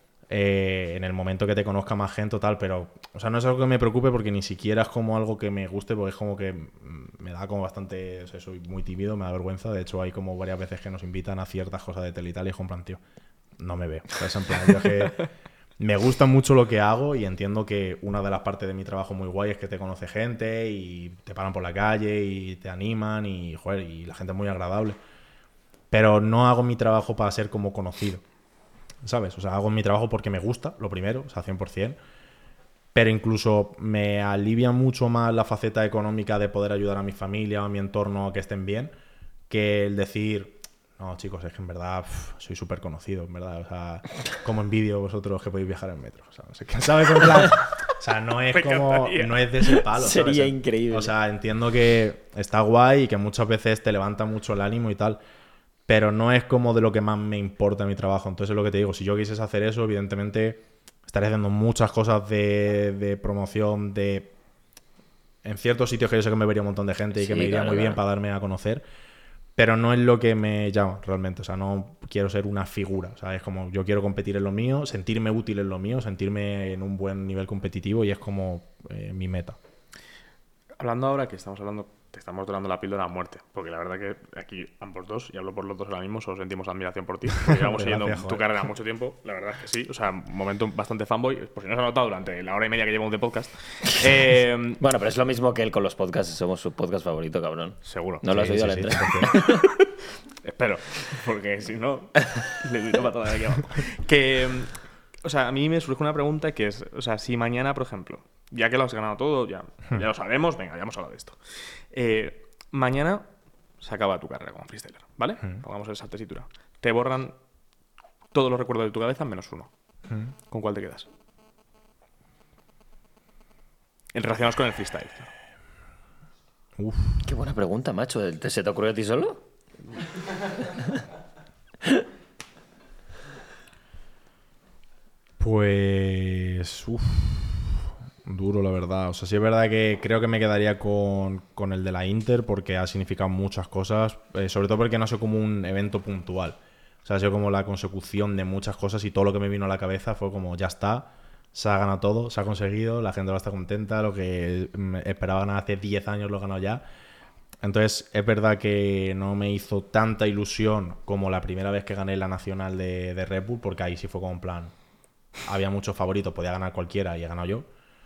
eh, en el momento que te conozca más gente o tal, pero, o sea, no es algo que me preocupe porque ni siquiera es como algo que me guste, porque es como que mm, me da como bastante, o sea, soy muy tímido, me da vergüenza. De hecho, hay como varias veces que nos invitan a ciertas cosas de tele y tal, y es como, en plan, tío, no me veo. O sea, es en plan, yo es que me gusta mucho lo que hago y entiendo que una de las partes de mi trabajo muy guay es que te conoce gente y te paran por la calle y te animan y, joder, y la gente es muy agradable. Pero no hago mi trabajo para ser como conocido, ¿sabes? O sea, hago mi trabajo porque me gusta, lo primero, o sea, cien por ciento. Pero incluso me alivia mucho más la faceta económica de poder ayudar a mi familia o a mi entorno a que estén bien, que el decir, no, chicos, es que en verdad pff, soy súper conocido, en verdad. O sea, como envidio vosotros que podéis viajar en metro. O sea, no sé qué, ¿sabes? En plan, o sea, no es Me como, encantaría. no es de ese palo, ¿sabes? Sería increíble. O sea, entiendo que está guay y que muchas veces te levanta mucho el ánimo y tal, pero no es como de lo que más me importa mi trabajo. Entonces es lo que te digo, si yo quisiese hacer eso, evidentemente estaría haciendo muchas cosas de, de promoción, de en ciertos sitios que yo sé que me vería un montón de gente y Sí, que me iría claro, muy bien claro. para darme a conocer, pero no es lo que me llama realmente. O sea, no quiero ser una figura. O sea, es como yo quiero competir en lo mío, sentirme útil en lo mío, sentirme en un buen nivel competitivo, y es como eh, mi meta. Hablando ahora que estamos hablando, te estamos dorando la píldora a muerte, porque la verdad que aquí ambos dos, y hablo por los dos ahora mismo, solo sentimos admiración por ti. Porque llevamos Hombre, siguiendo gracias, tu joder. carrera mucho tiempo, la verdad es que sí. O sea, un momento bastante fanboy, por si no se ha notado durante la hora y media que llevamos de podcast. Eh, Bueno, pero es lo mismo que él con los podcasts. Somos su podcast favorito, cabrón. seguro. ¿No lo has Sí, oído sí, a la sí, entrada? cien por ciento. Espero, porque si no, le doy una patada de aquí abajo. Que, o sea, a mí me surge una pregunta que es, o sea, si mañana, por ejemplo, ya que lo has ganado todo, ya, ya lo sabemos, venga, ya hemos hablado de esto. Eh, mañana se acaba tu carrera como freestyler, ¿vale? Pongamos esa tesitura. Te borran todos los recuerdos de tu cabeza menos uno. ¿Con cuál te quedas? En relacionados con el freestyle. claro. Uf. Qué buena pregunta, macho. ¿Te- ¿Se te ocurrió a ti solo? Pues... Uf, duro, la verdad. O sea, sí es verdad que creo que me quedaría con, con el de la Inter porque ha significado muchas cosas, eh, sobre todo porque no ha sido como un evento puntual. O sea, ha sido como la consecución de muchas cosas y todo lo que me vino a la cabeza fue como, ya está, se ha ganado todo, se ha conseguido, la gente va a estar contenta, lo que mm, esperaba ganar hace diez años lo he ganado ya. Entonces, es verdad que no me hizo tanta ilusión como la primera vez que gané la nacional de, de Red Bull, porque ahí sí fue como en plan... había muchos favoritos, podía ganar cualquiera y he ganado yo.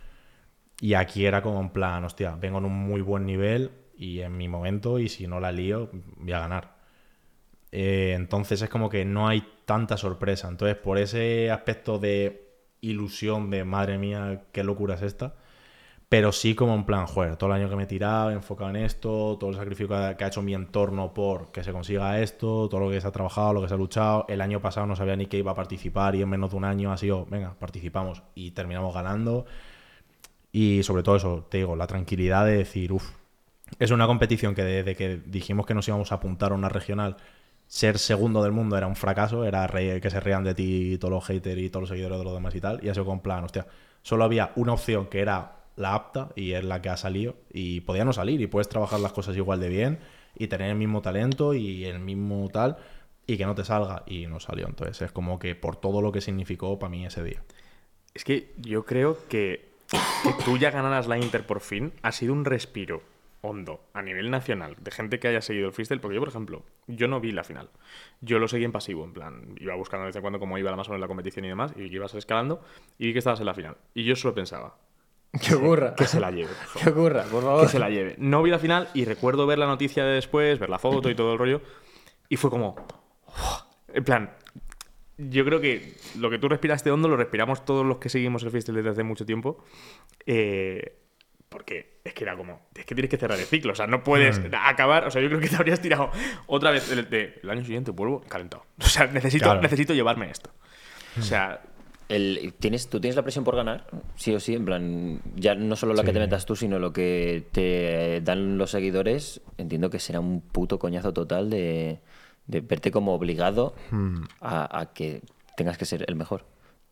Y aquí era como en plan, hostia, vengo en un muy buen nivel y en mi momento, y si no la lío, voy a ganar. Eh, entonces es como que no hay tanta sorpresa. Entonces, por ese aspecto de ilusión de madre mía, qué locura es esta, pero sí como en plan, joder, todo el año que me he tirado, enfocado en esto, todo el sacrificio que ha, que ha hecho mi entorno por que se consiga esto, todo lo que se ha trabajado, lo que se ha luchado. El año pasado no sabía ni que iba a participar y en menos de un año ha sido, venga, participamos y terminamos ganando. Y sobre todo eso, te digo, la tranquilidad de decir, uff, es una competición que desde que dijimos que nos íbamos a apuntar a una regional, ser segundo del mundo era un fracaso, era re- que se reían de ti todos los haters y todos los seguidores de los demás y tal, y ha sido con plan, hostia, solo había una opción que era la apta y es la que ha salido, y podía no salir y puedes trabajar las cosas igual de bien y tener el mismo talento y el mismo tal, y que no te salga, y no salió. Entonces es como que por todo lo que significó para mí ese día. Es que yo creo que, que tú ya ganaras la Inter por fin ha sido un respiro hondo a nivel nacional de gente que haya seguido el freestyle, porque yo, por ejemplo, yo no vi la final. Yo lo seguí en pasivo, en plan, iba buscando de vez en cuando cómo iba más o menos la competición y demás, y que ibas escalando, y vi que estabas en la final. Y yo solo pensaba, ¿Qué ocurra? que se la lleve. ¿Qué ocurra? Por favor. Que se la lleve. No vi la final y recuerdo ver la noticia de después, ver la foto y todo el rollo, y fue como... En plan, yo creo que lo que tú respiraste hondo lo respiramos todos los que seguimos el freestyle desde hace mucho tiempo. Eh... Porque es que era como, es que tienes que cerrar el ciclo, o sea, no puedes Mm. acabar, o sea, yo creo que te habrías tirado otra vez el, de, el año siguiente, vuelvo calentado. O sea, necesito, Claro. necesito llevarme esto. O sea, El, ¿tienes, ¿Tú tienes la presión por ganar? Sí o sí, en plan, ya no solo lo que Sí. te metas tú, sino lo que te dan los seguidores. Entiendo que será un puto coñazo total de, de verte como obligado a, a que tengas que ser el mejor.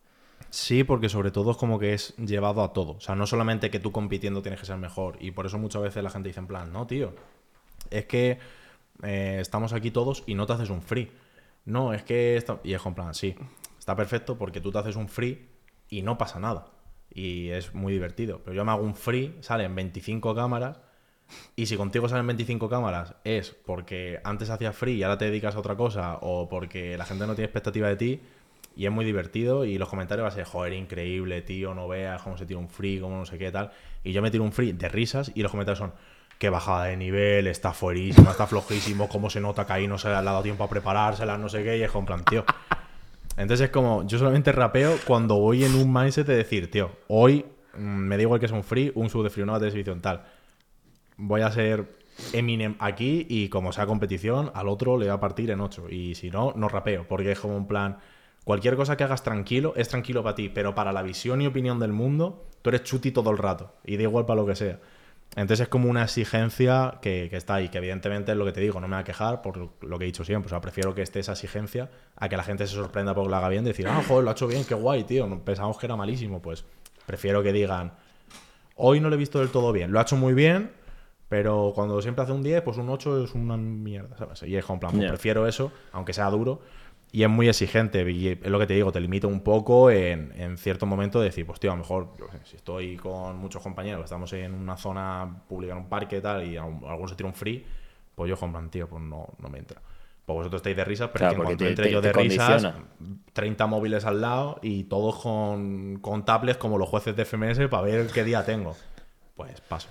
Sí, porque sobre todo es como que es llevado a todo. O sea, no solamente que tú compitiendo tienes que ser mejor. Y por eso muchas veces la gente dice en plan, no, tío, es que eh, estamos aquí todos y no te haces un free. No, es que... Esto... Y es en plan, sí, está perfecto porque tú te haces un free y no pasa nada. Y es muy divertido. Pero yo me hago un free, salen veinticinco cámaras, y si contigo salen veinticinco cámaras es porque antes hacías free y ahora te dedicas a otra cosa, o porque la gente no tiene expectativa de ti. Y es muy divertido y los comentarios van a ser, joder, increíble, tío, no veas cómo se tira un free, cómo no sé qué, tal. Y yo me tiro un free de risas y los comentarios son, qué bajada de nivel, está fuerísima, está flojísimo, cómo se nota que ahí no se le ha dado tiempo a preparárselas, no sé qué, y es como en plan, tío. Entonces es como, yo solamente rapeo cuando voy en un mindset de decir, tío, hoy mm, me da igual que sea un free, un sub de free, una batalla de exhibición, tal. Voy a ser Eminem aquí y como sea competición, al otro le va a partir en ocho. Y si no, no rapeo, porque es como un plan... Cualquier cosa que hagas tranquilo, es tranquilo para ti, pero para la visión y opinión del mundo, tú eres chuti todo el rato, y da igual para lo que sea. Entonces es como una exigencia que, que está ahí, que evidentemente es lo que te digo, no me va a quejar por lo que he dicho siempre. O sea, prefiero que esté esa exigencia a que la gente se sorprenda porque lo haga bien, decir, ah, joder, lo ha hecho bien, qué guay, tío, pensamos que era malísimo. Pues prefiero que digan, hoy no lo he visto del todo bien, lo ha hecho muy bien, pero cuando siempre hace un diez, pues un ocho es una mierda, ¿sabes? Y es como en plan, pues Yeah. prefiero eso, aunque sea duro. Y es muy exigente, y es lo que te digo, te limita un poco en, en cierto momento de decir, pues tío, a lo mejor, yo qué sé, si estoy con muchos compañeros, estamos en una zona pública, en un parque y tal, y a un- alguno se tira un free, pues yo, compran, tío, pues no, no me entra. Pues vosotros estáis de risas, pero Claro, es que en porque cuanto te- entre te- yo te de risas, condiciona. treinta móviles al lado y todos con, con tablets como los jueces de F M S para ver qué día tengo. Pues paso.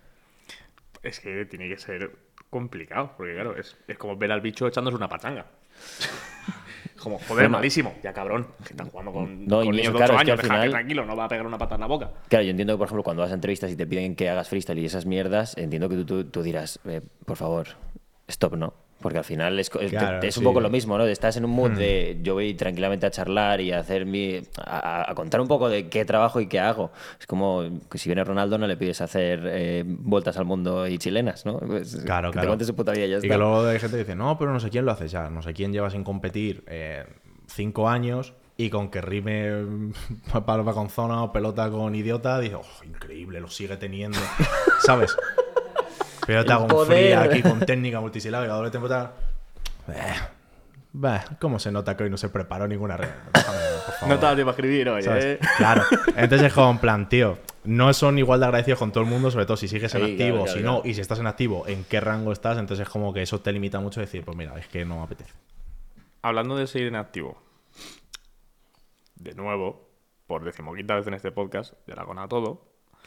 es que tiene que ser complicado, porque claro, es, es como ver al bicho echándose una pachanga. Como, joder, Bueno. malísimo. Ya cabrón, que están jugando con, No, y con eso, niños de claro, ocho es que años, al déjate final- tranquilo, no va a pegar una pata en la boca. Claro, yo entiendo que, por ejemplo, cuando vas a entrevistas y te piden que hagas freestyle y esas mierdas, entiendo que tú, tú, tú dirás, eh, por favor, stop, ¿no? Porque al final es, co- es- Claro, te- es un sí. poco lo mismo, ¿no? Estás en un mood de yo voy tranquilamente a charlar y a hacer mi. A, a contar un poco de qué trabajo y qué hago. Es como que si viene Ronaldo no le pides hacer eh, vueltas al mundo y chilenas, ¿no? Pues, Claro, que claro. te cuente su puta vida y ya Y está. que luego hay gente que dice, no, pero no sé quién lo hace ya. No sé quién lleva sin competir eh, cinco años y con que rime palma con zona o pelota con idiota, dice, oh, increíble, lo sigue teniendo. ¿Sabes? Pero te El hago un free poder. aquí con técnica multisilábica, doble tempo tal. Eh, bah, ¿cómo se nota que hoy no se preparó ninguna red? Déjame, por favor. No te da tiempo a escribir, oye. ¿Sabes? ¿eh? Claro. Entonces es como en plan, tío, no son igual de agradecidos con todo el mundo, sobre todo si sigues en Sí, activo, claro, claro, si no, claro. y si estás en activo, en qué rango estás, entonces es como que eso te limita mucho a decir, pues mira, es que no me apetece. Hablando de seguir en activo, de nuevo, por decimoquinta vez en este podcast, de la Gona todo,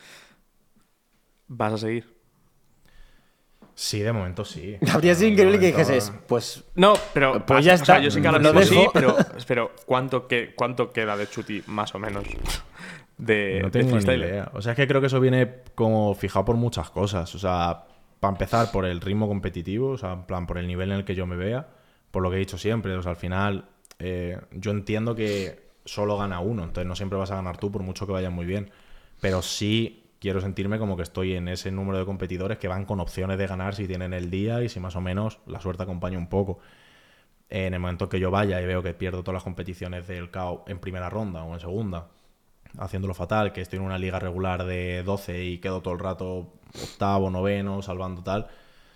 ¿vas a seguir? Sí, de momento sí. Habría sido De increíble que momento- dijeses, pues No, pero Pues ya o sea, está. yo sé que ahora Lo mismo sí, dejo. pero, pero ¿cuánto, que, ¿cuánto queda de Chuti, más o menos, de, No de tengo ni freestyle? idea. O sea, es que creo que eso viene como fijado por muchas cosas. O sea, para empezar, por el ritmo competitivo, o sea, en plan, por el nivel en el que yo me vea, por lo que he dicho siempre. O sea, al final, eh, yo entiendo que solo gana uno, entonces no siempre vas a ganar tú, por mucho que vaya muy bien. Pero sí quiero sentirme como que estoy en ese número de competidores que van con opciones de ganar si tienen el día y si más o menos la suerte acompaña un poco. En el momento que yo vaya y veo que pierdo todas las competiciones del K O en primera ronda o en segunda, haciéndolo fatal, que estoy en una liga regular de doce y quedo todo el rato octavo, noveno, salvando tal,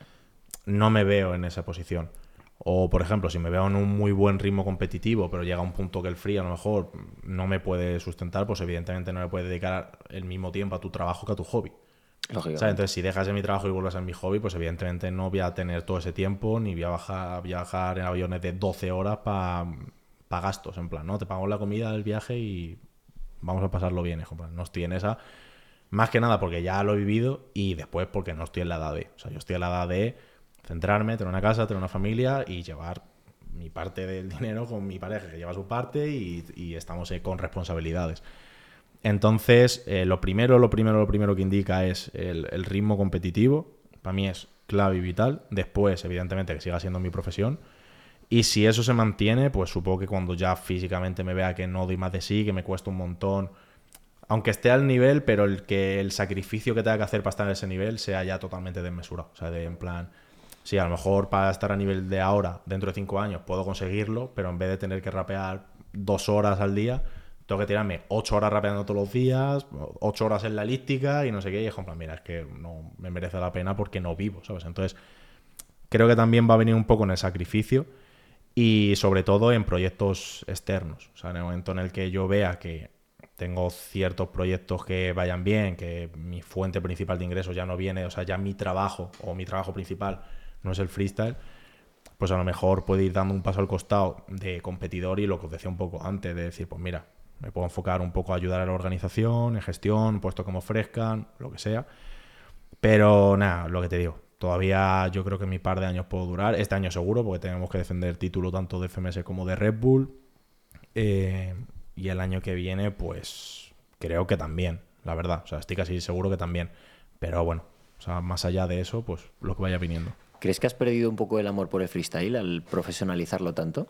no me veo en esa posición. O, por ejemplo, si me veo en un muy buen ritmo competitivo, pero llega un punto que el free a lo mejor no me puede sustentar, pues evidentemente no le puedes dedicar el mismo tiempo a tu trabajo que a tu hobby. lógico. ¿Sabes? Entonces, si dejas de mi trabajo y vuelves a mi hobby, pues evidentemente no voy a tener todo ese tiempo, ni voy a bajar, viajar en aviones de doce horas para pa gastos, en plan, ¿no? Te pagamos la comida, el viaje y vamos a pasarlo bien, hijo. En plan, no estoy en esa. Más que nada porque ya lo he vivido y después porque no estoy en la edad de. O sea, yo estoy en la edad de centrarme, tener una casa, tener una familia y llevar mi parte del dinero con mi pareja, que lleva su parte y, y estamos eh, con responsabilidades. Entonces, eh, lo primero, lo primero, lo primero que indica es el, el ritmo competitivo. Para mí es clave y vital. Después, evidentemente, que siga siendo mi profesión. Y si eso se mantiene, pues supongo que cuando ya físicamente me vea que no doy más de sí, que me cuesta un montón, aunque esté al nivel, pero el que el sacrificio que tenga que hacer para estar en ese nivel sea ya totalmente desmesurado. O sea, de en plan, sí, a lo mejor para estar a nivel de ahora, dentro de cinco años, puedo conseguirlo, pero en vez de tener que rapear dos horas al día, tengo que tirarme ocho horas rapeando todos los días, ocho horas en la elíptica y no sé qué. Y es como, mira, es que no me merece la pena porque no vivo, ¿sabes? Entonces, creo que también va a venir un poco en el sacrificio y sobre todo en proyectos externos. O sea, en el momento en el que yo vea que tengo ciertos proyectos que vayan bien, que mi fuente principal de ingresos ya no viene, o sea, ya mi trabajo o mi trabajo principal no es el freestyle, pues a lo mejor puedo ir dando un paso al costado de competidor y lo que os decía un poco antes, de decir, pues mira, me puedo enfocar un poco a ayudar a la organización, en gestión, puesto que me ofrezcan, lo que sea. Pero nada, lo que te digo, todavía yo creo que mi par de años puedo durar. Este año seguro, porque tenemos que defender título tanto de F M S como de Red Bull. Eh, y el año que viene, pues creo que también, la verdad. O sea, estoy casi seguro que también. Pero bueno, o sea, más allá de eso, pues lo que vaya viniendo. ¿Crees que has perdido un poco el amor por el freestyle al profesionalizarlo tanto?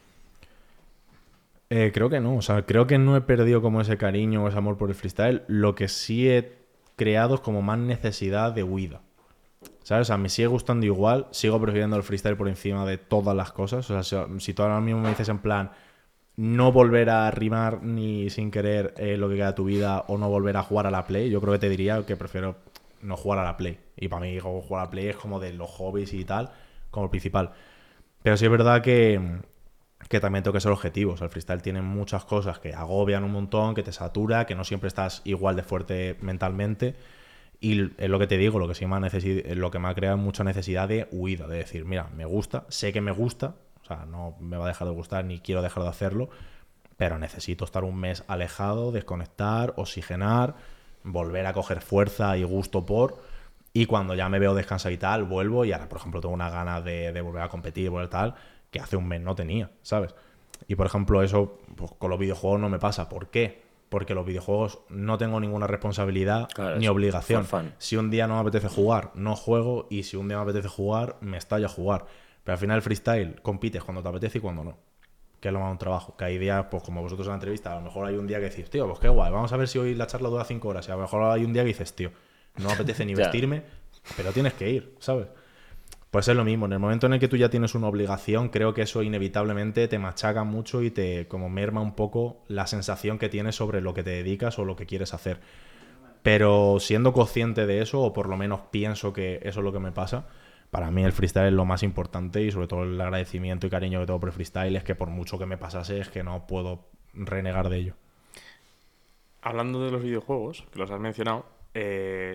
Eh, creo que no, o sea, creo que no he perdido como ese cariño o ese amor por el freestyle. Lo que sí he creado es como más necesidad de huida. ¿Sabes? O sea, me sigue gustando igual, sigo prefiriendo el freestyle por encima de todas las cosas. O sea, si, si tú ahora mismo me dices en plan no volver a rimar ni sin querer eh, lo que queda de tu vida o no volver a jugar a la Play, yo creo que te diría que prefiero no jugar a la Play. Y para mí jugar a la Play es como de los hobbies y tal, como el principal. Pero sí es verdad que, que también tengo que ser objetivos. El freestyle tiene muchas cosas que agobian un montón, que te satura, que no siempre estás igual de fuerte mentalmente. Y es lo que te digo, lo que sí me ha, necesi- lo que me ha creado mucha necesidad de huida, de decir, mira, me gusta, sé que me gusta, o sea, no me va a dejar de gustar ni quiero dejar de hacerlo, pero necesito estar un mes alejado, desconectar, oxigenar, volver a coger fuerza y gusto por, y cuando ya me veo descansado y tal, vuelvo y ahora, por ejemplo, tengo unas ganas de, de volver a competir o tal, que hace un mes no tenía, ¿sabes? Y, por ejemplo, eso pues, con los videojuegos no me pasa. ¿Por qué? Porque los videojuegos no tengo ninguna responsabilidad Claro, ni es obligación. for fun. Si un día no me apetece jugar, no juego, y si un día me apetece jugar, me estallo a jugar. Pero al final el freestyle compites cuando te apetece y cuando no. Que es lo más un trabajo. Que hay días, pues como vosotros en la entrevista, a lo mejor hay un día que decís, tío, pues qué guay, vamos a ver si hoy la charla dura cinco horas. Y a lo mejor hay un día que dices, tío, no me apetece ni Ya. vestirme, pero tienes que ir, ¿sabes? Pues es lo mismo. En el momento en el que tú ya tienes una obligación, creo que eso inevitablemente te machaca mucho y te como merma un poco la sensación que tienes sobre lo que te dedicas o lo que quieres hacer. Pero siendo consciente de eso, o por lo menos pienso que eso es lo que me pasa, para mí el freestyle es lo más importante y sobre todo el agradecimiento y cariño que tengo por el freestyle es que por mucho que me pasase es que no puedo renegar de ello. Hablando de los videojuegos, que los has mencionado, eh,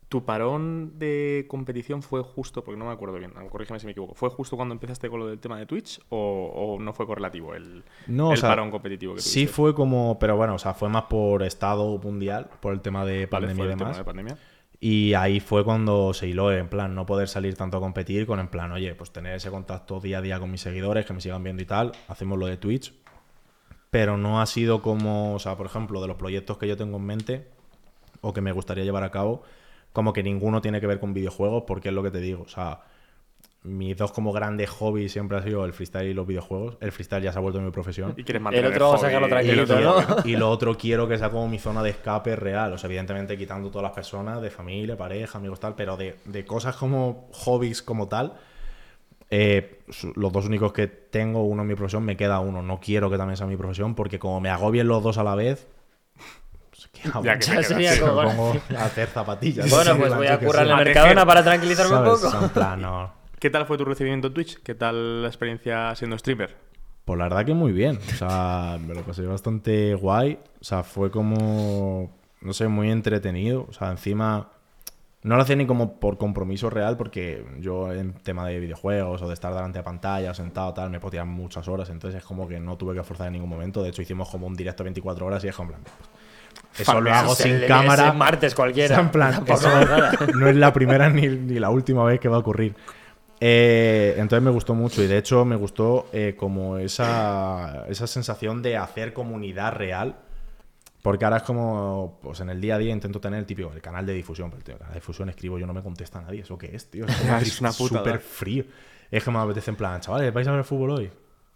¿Tu parón de competición fue justo, porque no me acuerdo bien, corrígeme si me equivoco, ¿fue justo cuando empezaste con lo del tema de Twitch o, o no fue correlativo el, no, el o sea, parón competitivo que tuviste? Sí fue como, pero bueno, o sea, fue más por estado mundial, por el tema de Vale, pandemia fue y el tema demás. de pandemia. Y ahí fue cuando se hiló, en plan, no poder salir tanto a competir, con en plan, oye, pues tener ese contacto día a día con mis seguidores, que me sigan viendo y tal, hacemos lo de Twitch. Pero no ha sido como, o sea, por ejemplo, de los proyectos que yo tengo en mente o que me gustaría llevar a cabo, como que ninguno tiene que ver con videojuegos, porque es lo que te digo, o sea, mis dos como grandes hobbies siempre han sido el freestyle y los videojuegos. El freestyle ya se ha vuelto mi profesión. Y quieres El mantener otro vamos a hobby, sacarlo el tranquilito, otro- ¿no? Y lo otro quiero que sea como mi zona de escape real. O sea, evidentemente quitando todas las personas de familia, pareja, amigos, tal, pero de, de cosas como hobbies como tal, eh, su- los dos únicos que tengo, uno es mi profesión, me queda uno. No quiero que también sea mi profesión porque como me agobien los dos a la vez, pues, ¿qué hago? Ya que te Ya quedas. sería Me como- pongo a hacer zapatillas. Bueno, En pues plan, voy yo a qué currar en sé. el A Mercadona tejer. para tranquilizarme un ¿Sabes? poco. O sea, en plan, no. ¿Qué tal fue tu recibimiento en Twitch? ¿Qué tal la experiencia siendo streamer? Pues la verdad que muy bien. O sea, me lo pasé bastante guay. O sea, fue como, no sé, muy entretenido. O sea, encima no lo hacía ni como por compromiso real, porque yo en tema de videojuegos o de estar delante de pantalla, sentado, tal, me podía muchas horas. Entonces es como que no tuve que forzar en ningún momento. De hecho, hicimos como un directo veinticuatro horas y es como en plan, eso lo hago Es sin el- cámara. ese martes cualquiera. O sea, en plan, Tampoco eso pasa nada. no es la primera ni, ni la última vez que va a ocurrir. Eh, entonces me gustó mucho y de hecho me gustó eh, como esa, esa sensación de hacer comunidad real, porque ahora es como, pues en el día a día intento tener el típico, el canal de difusión, pero el, tío, el canal de difusión escribo, yo no me contesta a nadie, ¿eso qué es, tío? Es, como Es triste, una putada. súper frío. Es que me apetece en plan, chavales, ¿vais a ver el fútbol hoy?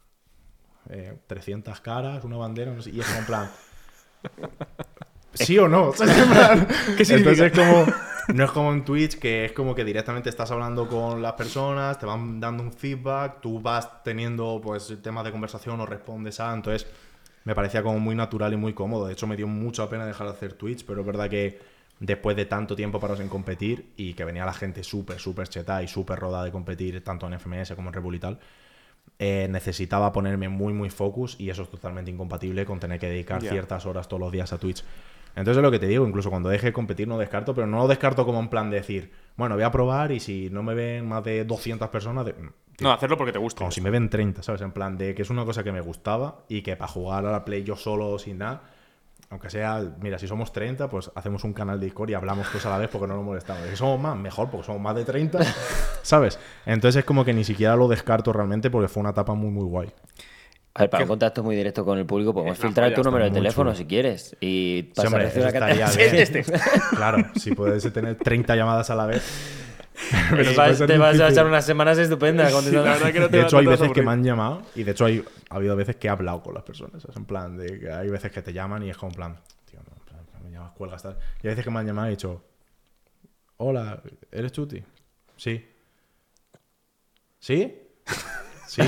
Eh, trescientas caras, una bandera, no sé, y es como en plan... ¿Sí o no? O sea, en plan, ¿Qué significa? entonces es como... No es como en Twitch, que es como que directamente estás hablando con las personas, te van dando un feedback, tú vas teniendo pues temas de conversación o respondes a... Entonces me parecía como muy natural y muy cómodo. De hecho me dio mucha pena dejar de hacer Twitch, pero es verdad que después de tanto tiempo parados en competir y que venía la gente súper, súper cheta y súper rodada de competir, tanto en F M S como en Red Bull y tal, eh, necesitaba ponerme muy, muy focus y eso es totalmente incompatible con tener que dedicar Ya. ciertas horas todos los días a Twitch. Entonces es lo que te digo, incluso cuando deje de competir no descarto, pero no lo descarto como en plan de decir, bueno, voy a probar y si no me ven más de doscientas personas, de- tío, No, hacerlo porque te gusta. como si me ven treinta, ¿sabes? En plan de que es una cosa que me gustaba y que para jugar a la Play yo solo sin nada, aunque sea, mira, si somos treinta, pues hacemos un canal de Discord y hablamos todos a la vez porque no nos molestamos. Y si somos más, mejor, porque somos más de treinta, ¿sabes? Entonces es como que ni siquiera lo descarto realmente porque fue una etapa muy, muy guay. A ver, para un contacto muy directo con el público, podemos Es una filtrar joya, tu número de está muy teléfono chulo. si quieres. Y Sí, pasar hombre, a recibir eso una estaría cantidad- bien. Este. Claro, si puedes tener treinta llamadas a la vez. Te Pero vas, puede ser te vas a difícil. echar unas semanas estupendas. Sí, contestando. la verdad que no te De va- hecho, no hay te vas a veces que me aburrir. han llamado y de hecho hay, ha habido veces que he hablado con las personas. Es en plan, de que hay veces que te llaman y es como en plan, tío, no, en plan, me llamas, cuelgas, tal. Y hay veces que me han llamado y he dicho, hola, ¿eres Chuti? Sí. ¿Sí? Sí.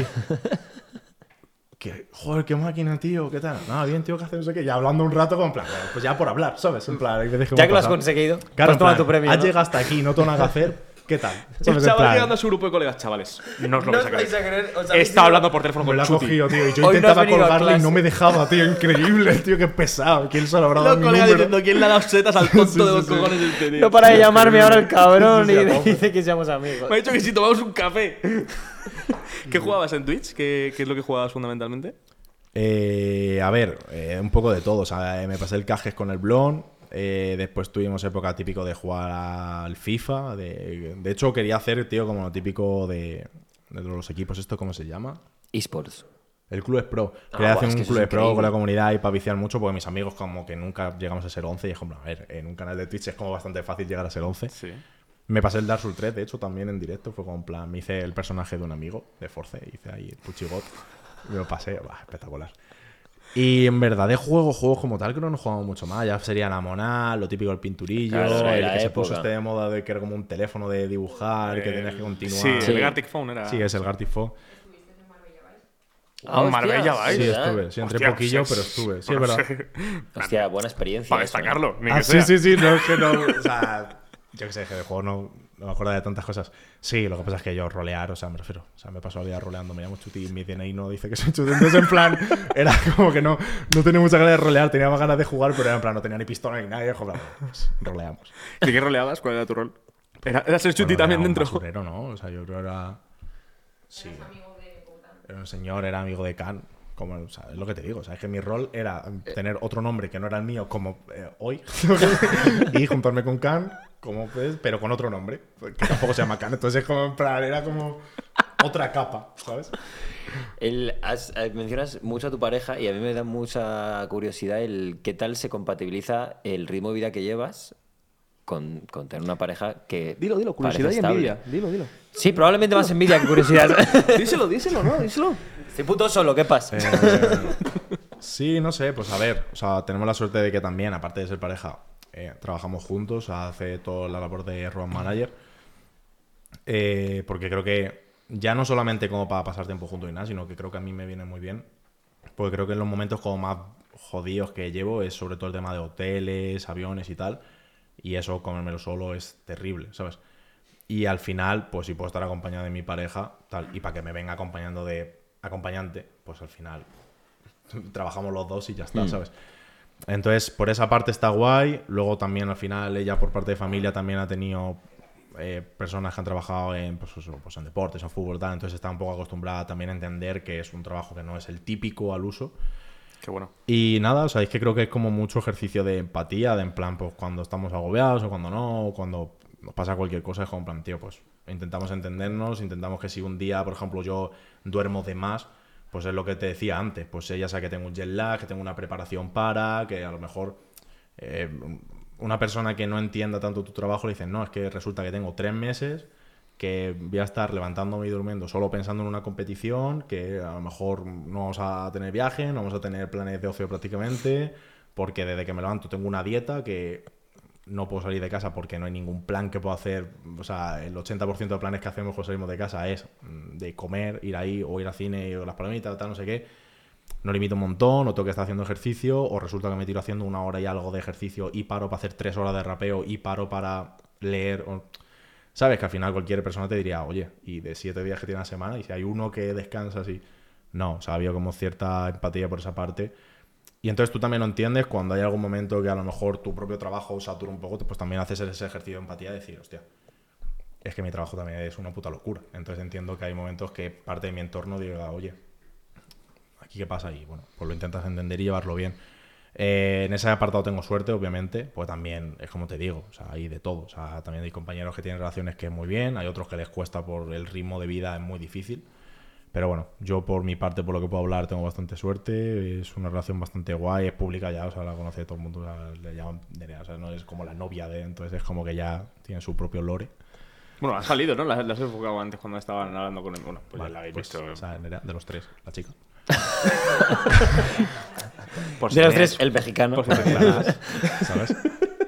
Que, joder, qué máquina, tío, ¿qué tal? Nada, bien, tío, que hace no sé qué. Ya hablando un rato, como en plan, bueno, pues ya por hablar, ¿sabes? En plan, hay veces que me Ya ha que lo has pasado. conseguido, Claro, pues en toma plan, tu premio. has ¿no? llegado hasta aquí, no tengo nada que hacer, ¿qué tal? El ¿Sabes? En chaval plan, llegando a su grupo de colegas, chavales. No os lo No vais a os vais a creer. creer. os He habéis estado ido- hablando por teléfono me con lo ha Chuti. cogido, tío. Y yo Hoy no has intentaba venido a colgarle y clase. no me dejaba, tío. Increíble, tío, qué pesado. ¿Quién se lo habrá dado Los mi colegas número? diciendo quién le ha dado setas al tonto Sí, de sí, los sí. cojones del tío. No para de llamarme ahora el cabrón Sí, sí, y a tope. dice que seamos amigos. Me ha dicho que si tomamos un café. ¿Qué jugabas en Twitch? ¿Qué, qué es lo que jugabas fundamentalmente? Eh, a ver, eh, un poco de todo. O sea, eh, me pasé el cajes con el Blon. Eh, después tuvimos época típico de jugar al FIFA. De, de hecho, quería hacer, tío, como lo típico de, de los equipos. ¿Esto cómo se llama? eSports. El Clubes Pro. Ah, Quería buah, hacer es un que eso es Clubes Pro increíble. con la comunidad y para viciar mucho, porque mis amigos como que nunca llegamos a ser once. Y es como, a ver, en un canal de Twitch es como bastante fácil llegar a ser once. Sí. Me pasé el Dark Souls tres, de hecho, también en directo. Fue como en plan, me hice el personaje de un amigo de Force, hice ahí el Puchigot. Me lo pasé, bah, espectacular. Y en verdad, de juegos, juegos como tal, que no nos jugamos mucho más. Ya sería la Monal, lo típico del pinturillo, Claro, el la que se época. puso este de moda de que era como un teléfono de dibujar, que tenías que continuar. Sí, Sí. el Gartic Phone era. Sí, es el Gartic Phone. Ah, Marbella, hostia, ¿vais? Sí, ¿verdad? estuve. Sí, entré Hostia, poquillo, sí, pero sí. estuve. Sí, es Bueno, verdad. Hostia, buena experiencia. Para eso, ¿eh? destacarlo, ni Ah, que sí, sea. sí, sí, no, es que no. O sea, yo qué sé, que de juego no. no me acuerdo de tantas cosas. Sí, lo que pasa es que yo rolear, o sea, me refiero. O sea, me paso el día roleando, me llamo Chuti y mi D N I no dice que soy Chuti. Entonces, en plan, era como que no, no tenía mucha ganas de rolear, tenía más ganas de jugar, pero era en plan, no tenía ni pistola ni nada. Y joder, pues, roleamos. ¿De qué roleabas? ¿Cuál era tu rol? ¿Era, era ser Chuti Bueno, también era un dentro? basurero, ¿no? O sea, yo creo que era... Sí. Era un señor, era amigo de Khan. Como, o sea, es lo que te digo. O sea, es que mi rol era tener otro nombre que no era el mío, como eh, hoy, y juntarme con Khan, como pues, pero con otro nombre, que tampoco se llama Khan. Entonces, es como en plan, era como otra capa, ¿sabes? El, has- eh, mencionas mucho a tu pareja y a mí me da mucha curiosidad el qué tal se compatibiliza el ritmo de vida que llevas con, con tener una pareja que. Dilo, dilo, curiosidad parece y estable. envidia. Dilo, dilo. Sí, probablemente más envidia que curiosidad. díselo, díselo, ¿no? Díselo. Estoy puto solo, ¿qué pasa? Eh, sí, no sé, pues a ver, o sea, tenemos la suerte de que también, aparte de ser pareja, eh, trabajamos juntos, hace toda la labor de road manager, eh, porque creo que ya no solamente como para pasar tiempo juntos y nada, sino que creo que a mí me viene muy bien, porque creo que en los momentos como más jodidos que llevo es sobre todo el tema de hoteles, aviones y tal, y eso, comérmelo solo, es terrible, ¿sabes? Y al final, pues si puedo estar acompañado de mi pareja, tal, y para que me venga acompañando de acompañante, pues al final trabajamos los dos y ya está, Mm. ¿sabes? Entonces, por esa parte está guay. Luego también al final ella por parte de familia también ha tenido eh, personas que han trabajado en, pues, eso, pues en deportes, en fútbol, tal. Entonces está un poco acostumbrada también a entender que es un trabajo que no es el típico al uso. Qué bueno. Y nada, o sea, es que creo que es como mucho ejercicio de empatía, de en plan, pues cuando estamos agobiados o cuando no, o cuando nos pasa cualquier cosa, es como en plan, tío, pues intentamos entendernos, intentamos que si un día, por ejemplo, yo duermo de más, pues es lo que te decía antes, pues ella sabe que tengo un jet lag, que tengo una preparación para, que a lo mejor eh, una persona que no entienda tanto tu trabajo le dice, no, es que resulta que tengo tres meses que voy a estar levantándome y durmiendo solo pensando en una competición, que a lo mejor no vamos a tener viaje, no vamos a tener planes de ocio prácticamente, porque desde que me levanto tengo una dieta que no puedo salir de casa porque no hay ningún plan que pueda hacer. O sea, el ochenta por ciento de planes que hacemos cuando salimos de casa es mm, de comer, ir ahí o ir al cine o las palomitas, tal, no sé qué. No limito un montón, o tengo que estar haciendo ejercicio, o resulta que me tiro haciendo una hora y algo de ejercicio y paro para hacer tres horas de rapeo y paro para leer. O... ¿Sabes? Que al final cualquier persona te diría, oye, y de siete días que tiene la semana, y si hay uno que descansa así. No, o sea, había como cierta empatía por esa parte. Y entonces tú también lo entiendes cuando hay algún momento que a lo mejor tu propio trabajo satura un poco, pues también haces ese ejercicio de empatía de decir, hostia, es que mi trabajo también es una puta locura. Entonces entiendo que hay momentos que parte de mi entorno diga, oye, ¿aquí qué pasa? Y bueno, pues lo intentas entender y llevarlo bien. Eh, en ese apartado tengo suerte, obviamente, pues también es como te digo, o sea, hay de todo. O sea, también hay compañeros que tienen relaciones que es muy bien, hay otros que les cuesta por el ritmo de vida, es muy difícil. Pero bueno, yo por mi parte, por lo que puedo hablar, tengo bastante suerte. Es una relación bastante guay, es pública ya, o sea, la conoce todo el mundo, o sea, le llaman Nerea, o sea, no es como la novia de, entonces es como que ya tiene su propio lore. Bueno, ha salido, ¿no? La, la has enfocado antes cuando estaban hablando con él. Bueno, pues Vale, ya la habéis pues, visto. o sea, Nerea, de los tres, la chica. Por si De los tenías- tres, el mexicano. por si tenías- ¿Sabes?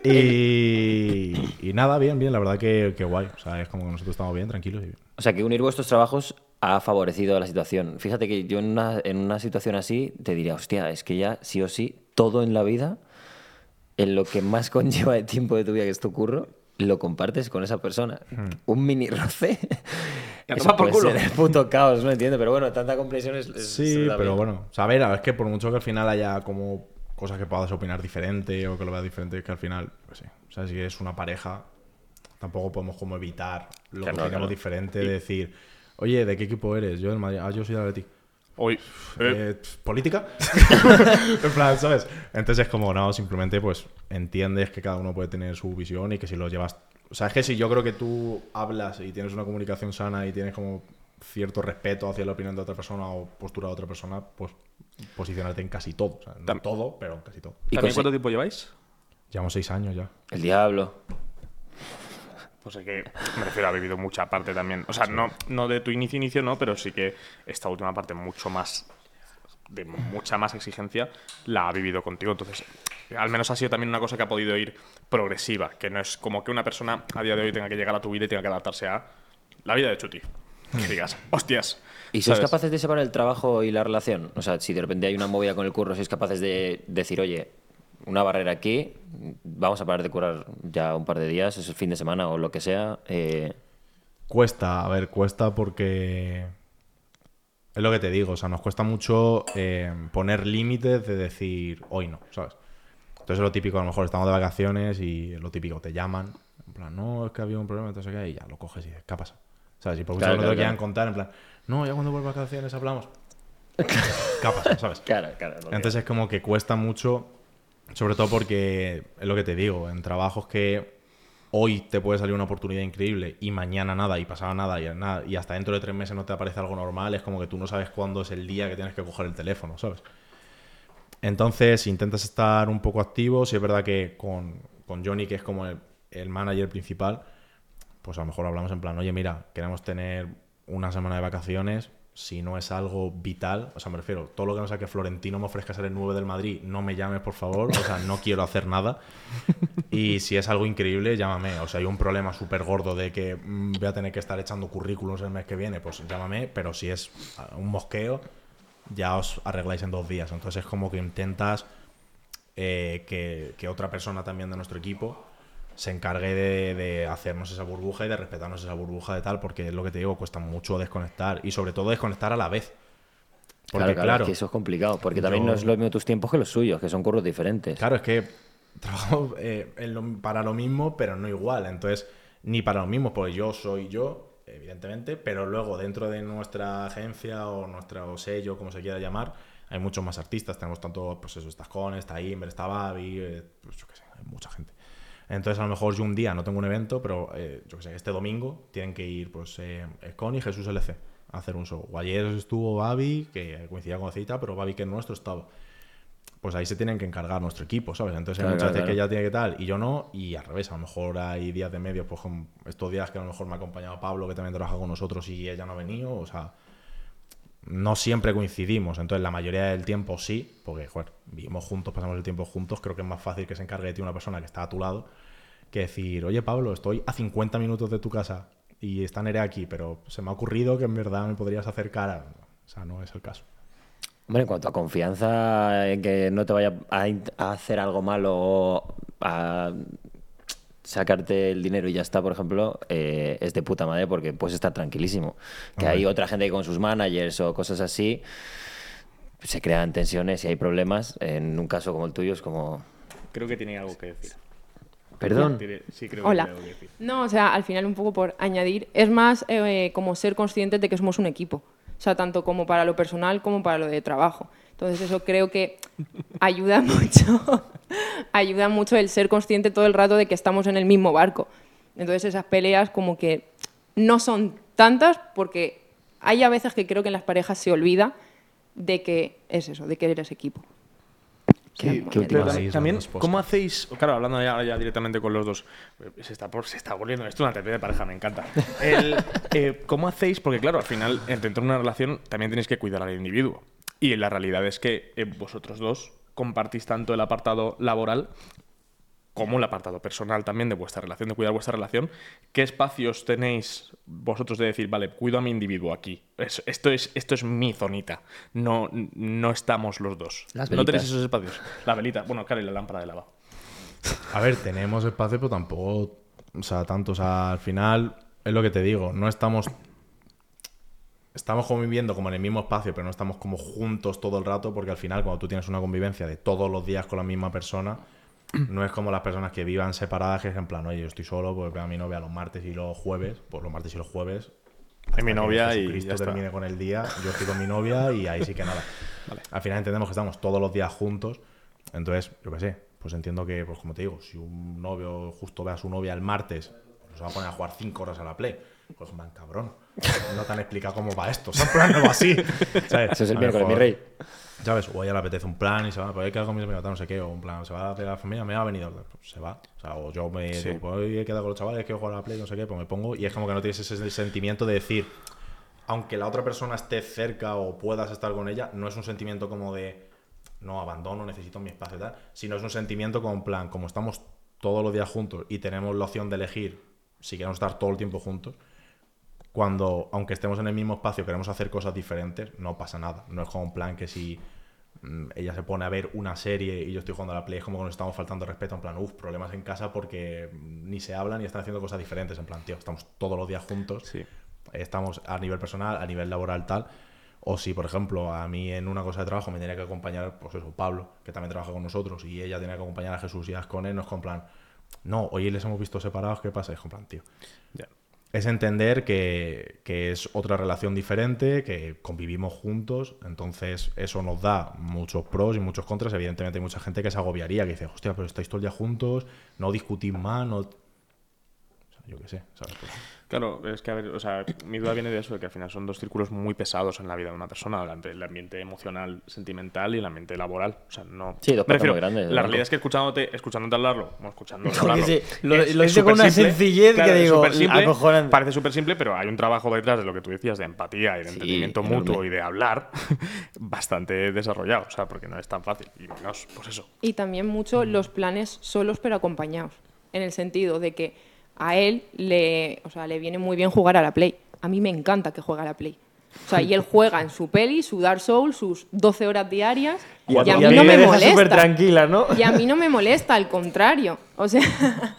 Y, y nada, bien, bien, la verdad que, que guay. O sea, es como que nosotros estamos bien, tranquilos y bien. O sea, que unir vuestros trabajos ha favorecido la situación. Fíjate que yo en una, en una situación así te diría, hostia, es que ya sí o sí, todo en la vida, en lo que más conlleva de tiempo de tu vida, que es tu curro, lo compartes con esa persona. Un mini roce. Y a Eso tomar por puede culo. ser el puto caos, no entiendo. Pero bueno, tanta comprensión es. es- Sí, es la pero vida. bueno, o sea, a ver, es que por mucho que al final haya como cosas que puedas opinar diferente o que lo veas diferente, es que al final, pues sí, o sea, si es una pareja, tampoco podemos como evitar lo Claro, que opinamos claro. diferente, de decir, oye, ¿de qué equipo eres? Yo del Madrid, ah, yo soy del Atleti. Hoy. eh, Eh, ¿Política? En plan, ¿sabes? Entonces es como, no, simplemente pues entiendes que cada uno puede tener su visión y que si lo llevas... O sea, es que si yo creo que tú hablas y tienes una comunicación sana y tienes como cierto respeto hacia la opinión de otra persona o postura de otra persona, pues posicionarte en casi todo. O sea, no Tam- todo, pero en casi todo. Y ¿También conse- cuánto tiempo lleváis? Llevamos seis años ya. El diablo. Pues es que me refiero a vivido mucha parte también. O sea, no, no de tu inicio, inicio no, pero sí que esta última parte mucho más, de mucha más exigencia, la ha vivido contigo. Entonces, al menos ha sido también una cosa que ha podido ir progresiva, que no es como que una persona a día de hoy tenga que llegar a tu vida y tenga que adaptarse a la vida de Chuti. Que digas, hostias. ¿Y sois ¿sabes? capaces de separar el trabajo y la relación? O sea, si de repente hay una movida con el curro, ¿sois capaces de decir, oye, una barrera aquí, vamos a parar de curar ya un par de días, es el fin de semana o lo que sea. Eh... Cuesta, a ver, cuesta porque es lo que te digo, o sea, nos cuesta mucho eh, poner límites de decir hoy no, ¿sabes? Entonces es lo típico, a lo mejor estamos de vacaciones y es lo típico, te llaman, en plan, no, es que había un problema, entonces ¿qué? Y ya lo coges y dices, ¿qué pasa? ¿Sabes? Y por mucho Claro, que no claro, te quieran claro. contar, en plan, no, ya cuando vuelvas a vacaciones hablamos. ¿Qué pasa? ¿Sabes? Claro, claro. lo que- Entonces es como que cuesta mucho, sobre todo porque es lo que te digo, en trabajos que hoy te puede salir una oportunidad increíble y mañana nada y pasado nada y, nada y hasta dentro de tres meses no te aparece algo normal, es como que tú no sabes cuándo es el día que tienes que coger el teléfono, ¿sabes? Entonces intentas estar un poco activo, si es verdad que con, con Johnny, que es como el, el manager principal, pues a lo mejor hablamos en plan, oye, mira, queremos tener una semana de vacaciones, si no es algo vital, o sea, me refiero, todo lo que no sea que Florentino me ofrezca ser el nueve del Madrid, no me llames, por favor, o sea, no quiero hacer nada. Y si es algo increíble, llámame. O sea, hay un problema súper gordo de que mm, voy a tener que estar echando currículums el mes que viene, pues llámame, pero si es un mosqueo, ya os arregláis en dos días. Entonces es como que intentas eh, que, que otra persona también de nuestro equipo se encargue de, de hacernos esa burbuja y de respetarnos esa burbuja de tal, porque es lo que te digo, cuesta mucho desconectar y sobre todo desconectar a la vez. Porque claro, claro, claro, es que eso es complicado, porque también yo- no es lo mismo tus tiempos que los suyos, que son curros diferentes. claro, es que trabajo eh, en lo- para lo mismo, pero no igual. Entonces, ni para lo mismo, porque yo soy yo, evidentemente, pero luego dentro de nuestra agencia o nuestro sello, como se quiera llamar, hay muchos más artistas. Tenemos tanto, pues eso, está Con, está Imber, está Babi, eh, pues yo qué sé, hay mucha gente. Entonces, a lo mejor yo un día no tengo un evento, pero eh, yo qué sé, este domingo tienen que ir pues eh, Con y Jesús L C a hacer un show. O ayer estuvo Babi, que coincidía con Cita, pero Babi, que es nuestro, estaba. Pues ahí se tienen que encargar nuestro equipo, ¿sabes? Entonces Claro, hay muchas claro, veces que claro. ella tiene que tal y yo no, y al revés, a lo mejor hay días de medio, pues como estos días que a lo mejor me ha acompañado Pablo, que también trabaja con nosotros y ella no ha venido, o sea, no siempre coincidimos, entonces la mayoría del tiempo sí, porque, joder, vivimos juntos, pasamos el tiempo juntos, creo que es más fácil que se encargue de ti una persona que está a tu lado que decir, oye Pablo, estoy a cincuenta minutos de tu casa y está Nerea aquí, pero se me ha ocurrido que en verdad me podrías acercar a... O sea, no es el caso. Hombre, en cuanto a confianza en que no te vaya a, in- a hacer algo malo o a sacarte el dinero y ya está, por ejemplo, eh, es de puta madre porque puedes estar tranquilísimo. Que Hombre. hay otra gente que con sus managers o cosas así se crean tensiones y hay problemas. En un caso como el tuyo es como... Creo que tiene algo que decir. Perdón. Tiene- Sí, creo que Hola. tiene algo que decir. No, o sea, al final un poco por añadir, es más eh, como ser conscientes de que somos un equipo. O sea, tanto como para lo personal como para lo de trabajo. Entonces eso creo que ayuda mucho, ayuda mucho el ser consciente todo el rato de que estamos en el mismo barco. Entonces esas peleas como que no son tantas porque hay a veces que creo que en las parejas se olvida de que es eso, de que eres equipo. ¿Qué- Era como qué añadir. últimas- Pero Ahí también, es también, la respuesta. ¿cómo hacéis? Claro, hablando ya, ya directamente con los dos. eh, Se está, por, se está volviendo esto una terapia de pareja, me encanta. El, eh, ¿Cómo hacéis? Porque, claro, al final, dentro de una relación también tenéis que cuidar al individuo. Y la realidad es que eh, vosotros dos compartís tanto el apartado laboral como el apartado personal también de vuestra relación, de cuidar vuestra relación. ¿Qué espacios tenéis vosotros de decir, vale, cuido a mi individuo aquí? Es- esto, es, esto es mi zonita. No, no estamos los dos. Las ¿No tenéis velitas. esos espacios? La velita. Bueno, claro, y la lámpara de lava. A ver, tenemos espacio, pero tampoco, o sea, tanto, o sea, al final es lo que te digo, no estamos, estamos conviviendo como en el mismo espacio, pero no estamos como juntos todo el rato, porque al final cuando tú tienes una convivencia de todos los días con la misma persona, no es como las personas que vivan separadas, que es en plan, oye, yo estoy solo, pues veo a mi novia los martes y los jueves, pues los martes y los jueves. Es mi hasta que novia y Jesucristo ya está. termine con el día, yo estoy con mi novia y ahí sí que nada. Al final entendemos que estamos todos los días juntos, entonces, yo qué sé, pues entiendo que, pues como te digo, si un novio justo ve a su novia el martes, pues se va a poner a jugar cinco horas a la Play. Pues man, cabrón, no te han explicado cómo va esto, ¿sabes? En plan, no va así, ¿sabes? Eso es el A lo miércoles, mi mejor, rey. ¿sabes? O a ella le apetece un plan y se va, pues hay que con mis amigos, tal, no sé qué, o un plan, se va a ver a la familia, me va a venir, pues se va. O sea, o yo me Sí. digo, pues hoy he quedado con los chavales, quiero jugar a la Play, no sé qué, pues me pongo, y es como que no tienes ese sentimiento de decir, aunque la otra persona esté cerca o puedas estar con ella, no es un sentimiento como de, no, abandono, necesito mi espacio y tal, sino es un sentimiento como en plan, como estamos todos los días juntos y tenemos la opción de elegir si queremos estar todo el tiempo juntos, cuando, aunque estemos en el mismo espacio, queremos hacer cosas diferentes, no pasa nada. No es como un plan que si mm, ella se pone a ver una serie y yo estoy jugando a la Play, es como que nos estamos faltando respeto, en plan, uff, problemas en casa porque ni se hablan y están haciendo cosas diferentes, en plan, tío, estamos todos los días juntos, Sí. estamos a nivel personal, a nivel laboral, tal. O si, por ejemplo, a mí en una cosa de trabajo me tenía que acompañar, pues eso, Pablo, que también trabaja con nosotros, y ella tenía que acompañar a Jesús y a Ascone, nos con plan, no, hoy les hemos visto separados, ¿qué pasa? Es con plan, tío. Ya. Es entender que, que es otra relación diferente, que convivimos juntos, entonces eso nos da muchos pros y muchos contras. Evidentemente hay mucha gente que se agobiaría, que dice, hostia, pero estáis todo el día juntos, no discutís más, no... O sea, yo qué sé, ¿sabes? Pues, Claro, es que, a ver, o sea, mi duda viene de eso, de que al final son dos círculos muy pesados en la vida de una persona, el ambiente- el ambiente emocional, sentimental y el ambiente laboral. O sea, no... Sí, dos Me patas refiero, muy grandes, La loco. realidad es que escuchándote, escuchándote hablarlo, bueno, escuchándote Porque hablarlo... sí, lo- es- lo es dice con una supersimple. sencillez que Claro, es digo, supersimple, acojonante. parece súper simple, pero hay un trabajo detrás de lo que tú decías de empatía y de Sí, entendimiento enorme. mutuo y de hablar bastante desarrollado, o sea, porque no es tan fácil. Y menos, pues eso. Y también mucho los planes solos pero acompañados. En el sentido de que a él le, o sea, le viene muy bien jugar a la Play. A mí me encanta que juegue a la Play. O sea, y él juega en su peli, su Dark Souls, sus doce horas diarias. Y, a mí no me deja súper molesta. tranquila, ¿no? Y a mí no me molesta, al contrario. O sea,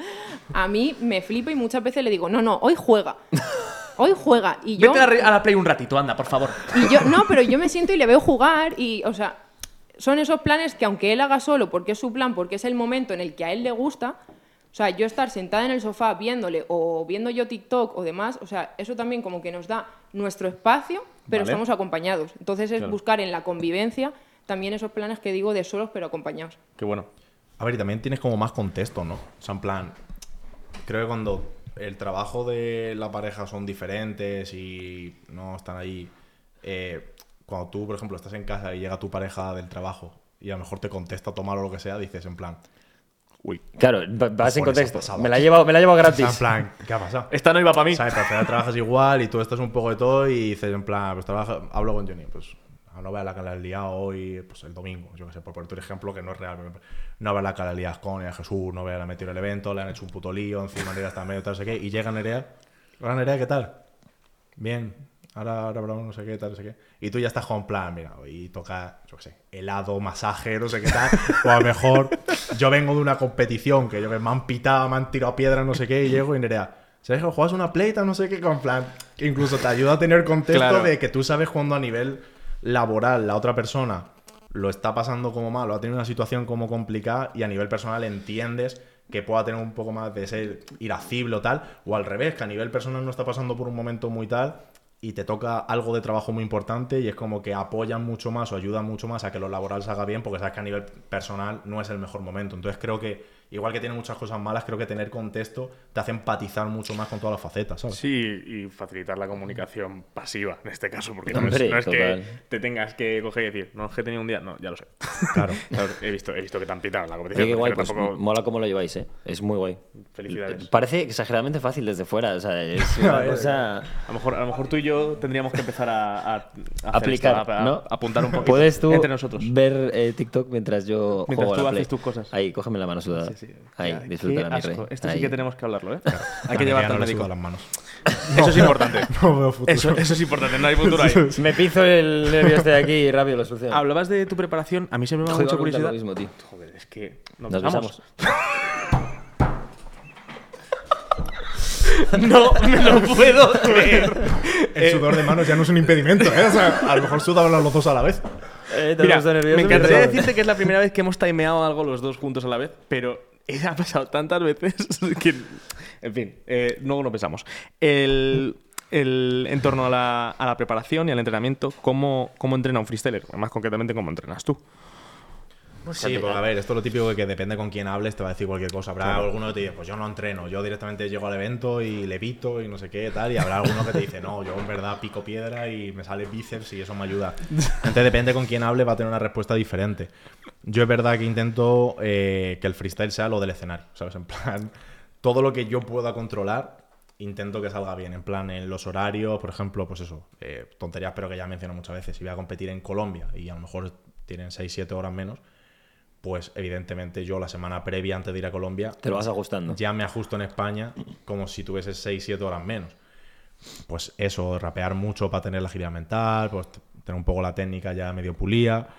a mí me flipa y muchas veces le digo, no, no, hoy juega. Hoy juega. Y yo, Vete a la, a la Play un ratito, anda, por favor. y yo, no, pero yo me siento y le veo jugar y, o sea, son esos planes que aunque él haga solo porque es su plan, porque es el momento en el que a él le gusta, o sea, yo estar sentada en el sofá viéndole o viendo yo TikTok o demás, o sea, eso también como que nos da nuestro espacio, pero Vale. estamos acompañados. Entonces es Claro. buscar en la convivencia también esos planes que digo de solos pero acompañados. Qué bueno. a ver, y también tienes como más contexto, ¿no? O sea, en plan, creo que cuando el trabajo de la pareja son diferentes y no están ahí, eh, cuando tú, por ejemplo, estás en casa y llega tu pareja del trabajo y a lo mejor te contesta tomar o lo que sea, dices en plan, Uy. Claro, va- vas en Por eso contexto. pasaba. Me la he llevado, me la he llevado o sea, gratis. en plan, ¿qué ha pasado? Esta no iba para mí. ¿Sabes? Pero al final trabajas igual y tú estás un poco de todo y dices en plan, pues trabaja, hablo con Johnny, pues no veas la que la he liado hoy, pues el domingo, yo que sé, por ponerte un ejemplo que no es real, pero no veas la que la he liado con a Jesús, no veas la metido en el evento, le han hecho un puto lío, encima Nerea está en medio, tal, no sé qué, y llega Nerea, hola Nerea, ¿qué tal? Bien, ahora, ahora hablamos, no sé qué, tal, no sé qué, y tú ya estás con plan, mira, y toca, yo que sé, helado, masaje, no sé qué tal, o a lo mejor yo vengo de una competición que yo que me han pitado, me han tirado piedras, no sé qué, y llego y Nerea, Sergio, juegas una pleita, no sé qué, con plan, que incluso te ayuda a tener contexto Claro. de que tú sabes cuando a nivel laboral la otra persona lo está pasando como mal o ha tenido una situación como complicada y a nivel personal entiendes que pueda tener un poco más de ser irascible o tal, o al revés, que a nivel personal no está pasando por un momento muy tal y te toca algo de trabajo muy importante y es como que apoyan mucho más o ayudan mucho más a que lo laboral salga bien porque sabes que a nivel personal no es el mejor momento. Entonces creo que, igual que tiene muchas cosas malas, creo que tener contexto te hace empatizar mucho más con todas las facetas, ¿sabes? Sí, y facilitar la comunicación pasiva en este caso, porque no Hombre, es, no es que total. te tengas que coger y decir, no, es que he tenido un día, no, ya lo sé. Claro. Claro, he, visto, he visto que te han pitado en la Oye, competición. qué guay, pero pues tampoco- mola cómo lo lleváis, ¿eh? Es muy guay. Felicidades. Parece exageradamente fácil desde fuera, o sea, es una cosa... A lo, mejor, a lo mejor tú y yo tendríamos que empezar a, a, a hacer Aplicar, esto, a, a- ¿no? a apuntar un poquito Puedes tú entre nosotros. ver eh, TikTok mientras yo Mientras juego a tú la Play. haces tus cosas. Ahí, cógeme la mano sudada. Sí, sí. Ahí, Ya, disfruta qué mi rey. asco. Esto Ahí. sí que tenemos que hablarlo, ¿eh? Hay A que Nerea llevarte no al le médico. sudan las manos. Eso es importante. No veo futuro. Eso, eso es importante, no hay futuro ahí. Me pizo el nervio este de aquí y rápido lo soluciono. Hablabas de tu preparación, a mí siempre me da Joder, mucha iba a preguntar curiosidad. lo mismo, tío. Joder, es que nos, Nos besamos. besamos. No me lo puedo creer. El sudor de manos ya no es un impedimento, ¿eh? O sea, a lo mejor sudan los dos a la vez. Eh, te Mira, has puesto nervioso, me encantaría pero- decirte que es la primera vez que hemos timeado algo los dos juntos a la vez, pero ha pasado tantas veces que... En fin, eh, luego nos besamos. El, el, en torno a la, a la preparación y al entrenamiento, ¿cómo, cómo entrena un freestyler? Más concretamente, ¿cómo entrenas tú? Sí, porque a ver, esto es lo típico de que depende con quién hables, te va a decir cualquier cosa. Habrá Claro. alguno que te dice, pues yo no entreno, yo directamente llego al evento y levito y no sé qué, tal. Y habrá alguno que te dice, no, yo en verdad pico piedra y me sale bíceps y eso me ayuda. Entonces depende con quién hable, va a tener una respuesta diferente. Yo es verdad que intento eh, que el freestyle sea lo del escenario, ¿sabes? En plan, todo lo que yo pueda controlar, intento que salga bien. En plan, en los horarios, por ejemplo, pues eso, eh, tonterías, pero que ya menciono muchas veces. Si voy a competir en Colombia y a lo mejor tienen seis siete horas menos, pues evidentemente yo la semana previa antes de ir a Colombia Te lo vas ajustando. ya me ajusto en España como si tuviese seis siete horas menos. Pues eso, rapear mucho para tener la agilidad mental, pues t- tener un poco la técnica ya medio pulida.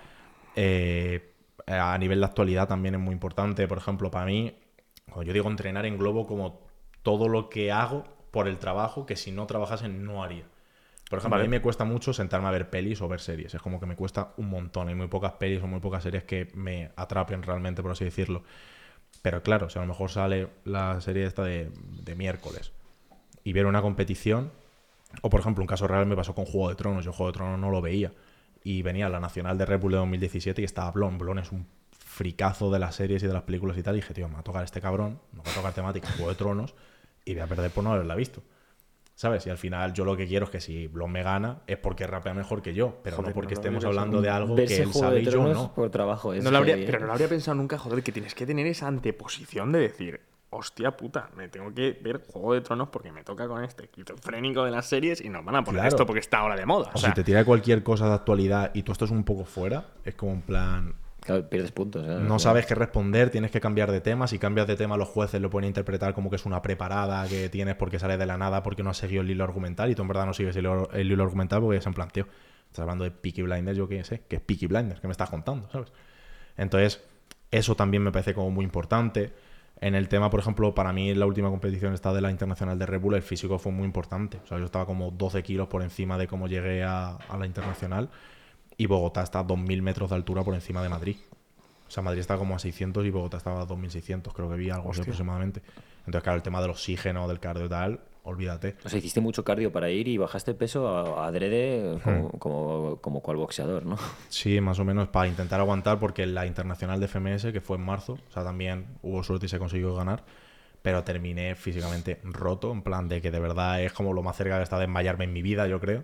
Eh, a nivel de actualidad también es muy importante. Por ejemplo, para mí, cuando yo digo entrenar, englobo como todo lo que hago por el trabajo que si no trabajase no haría. Por ejemplo, Vale. a mí me cuesta mucho sentarme a ver pelis o ver series. Es como que me cuesta un montón. Hay muy pocas pelis o muy pocas series que me atrapen realmente, por así decirlo. Pero claro, si a lo mejor sale la serie esta de, de miércoles y ver una competición, o por ejemplo, un caso real me pasó con Juego de Tronos. Yo Juego de Tronos no lo veía. Y venía la Nacional de Red Bull de dos mil diecisiete y estaba Blon. Blon es un fricazo de las series y de las películas y tal. Y dije, tío, me va a tocar este cabrón, me va a tocar temática Juego de Tronos y voy a perder por no haberla visto. ¿Sabes? Y al final yo lo que quiero es que si Blon me gana es porque rapea mejor que yo, pero Joder, no porque no lo estemos había hablando de algo Verse que él Juego sabe de y yo Tronos no. por trabajo. Es No lo habría, heavy, ¿eh? pero no lo habría pensado nunca, joder, que tienes que tener esa anteposición de decir, hostia puta, me tengo que ver Juego de Tronos porque me toca con este esquizofrénico de las series y nos van a poner Claro. esto porque está ahora de moda. O O sea, si te tira cualquier cosa de actualidad y tú estás un poco fuera, es como en plan... Claro, pierdes puntos. ¿eh? No sabes qué responder, tienes que cambiar de tema. Si cambias de tema, los jueces lo pueden interpretar como que es una preparada que tienes porque sale de la nada, porque no has seguido el hilo argumental y tú en verdad no sigues el hilo, el hilo argumental porque es en plan, tío, estás hablando de Peaky Blinders, yo qué sé, que es Peaky Blinders, que me estás contando, ¿sabes? Entonces, eso también me parece como muy importante. En el tema, por ejemplo, para mí la última competición esta de la Internacional de Red Bull, el físico fue muy importante. O sea, yo estaba como doce kilos por encima de cómo llegué a, a la Internacional y Bogotá está a dos mil metros de altura por encima de Madrid. O sea, Madrid está como a seiscientos y Bogotá estaba a dos mil seiscientos, creo que vi algo así aproximadamente. Entonces, claro, el tema del oxígeno, del cardio y tal, olvídate. O sea, hiciste mucho cardio para ir y bajaste peso a, a adrede como, como, como cual boxeador, ¿no? Sí, más o menos para intentar aguantar, porque la Internacional de F M S, que fue en marzo, o sea, también hubo suerte y se consiguió ganar, pero terminé físicamente roto, en plan de que de verdad es como lo más cerca que he estado de desmayarme en mi vida, yo creo.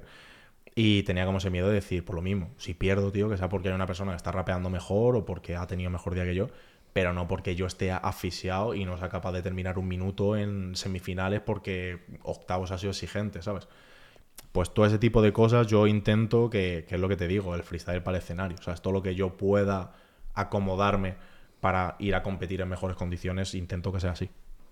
Y tenía como ese miedo de decir, por lo mismo, si pierdo, tío, que sea porque hay una persona que está rapeando mejor o porque ha tenido mejor día que yo, pero no porque yo esté asfixiado y no sea capaz de terminar un minuto en semifinales porque octavos ha sido exigente, ¿sabes? Pues todo ese tipo de cosas yo intento que, que es lo que te digo, el freestyle para el escenario. O sea, es todo lo que yo pueda acomodarme para ir a competir en mejores condiciones, intento que sea así.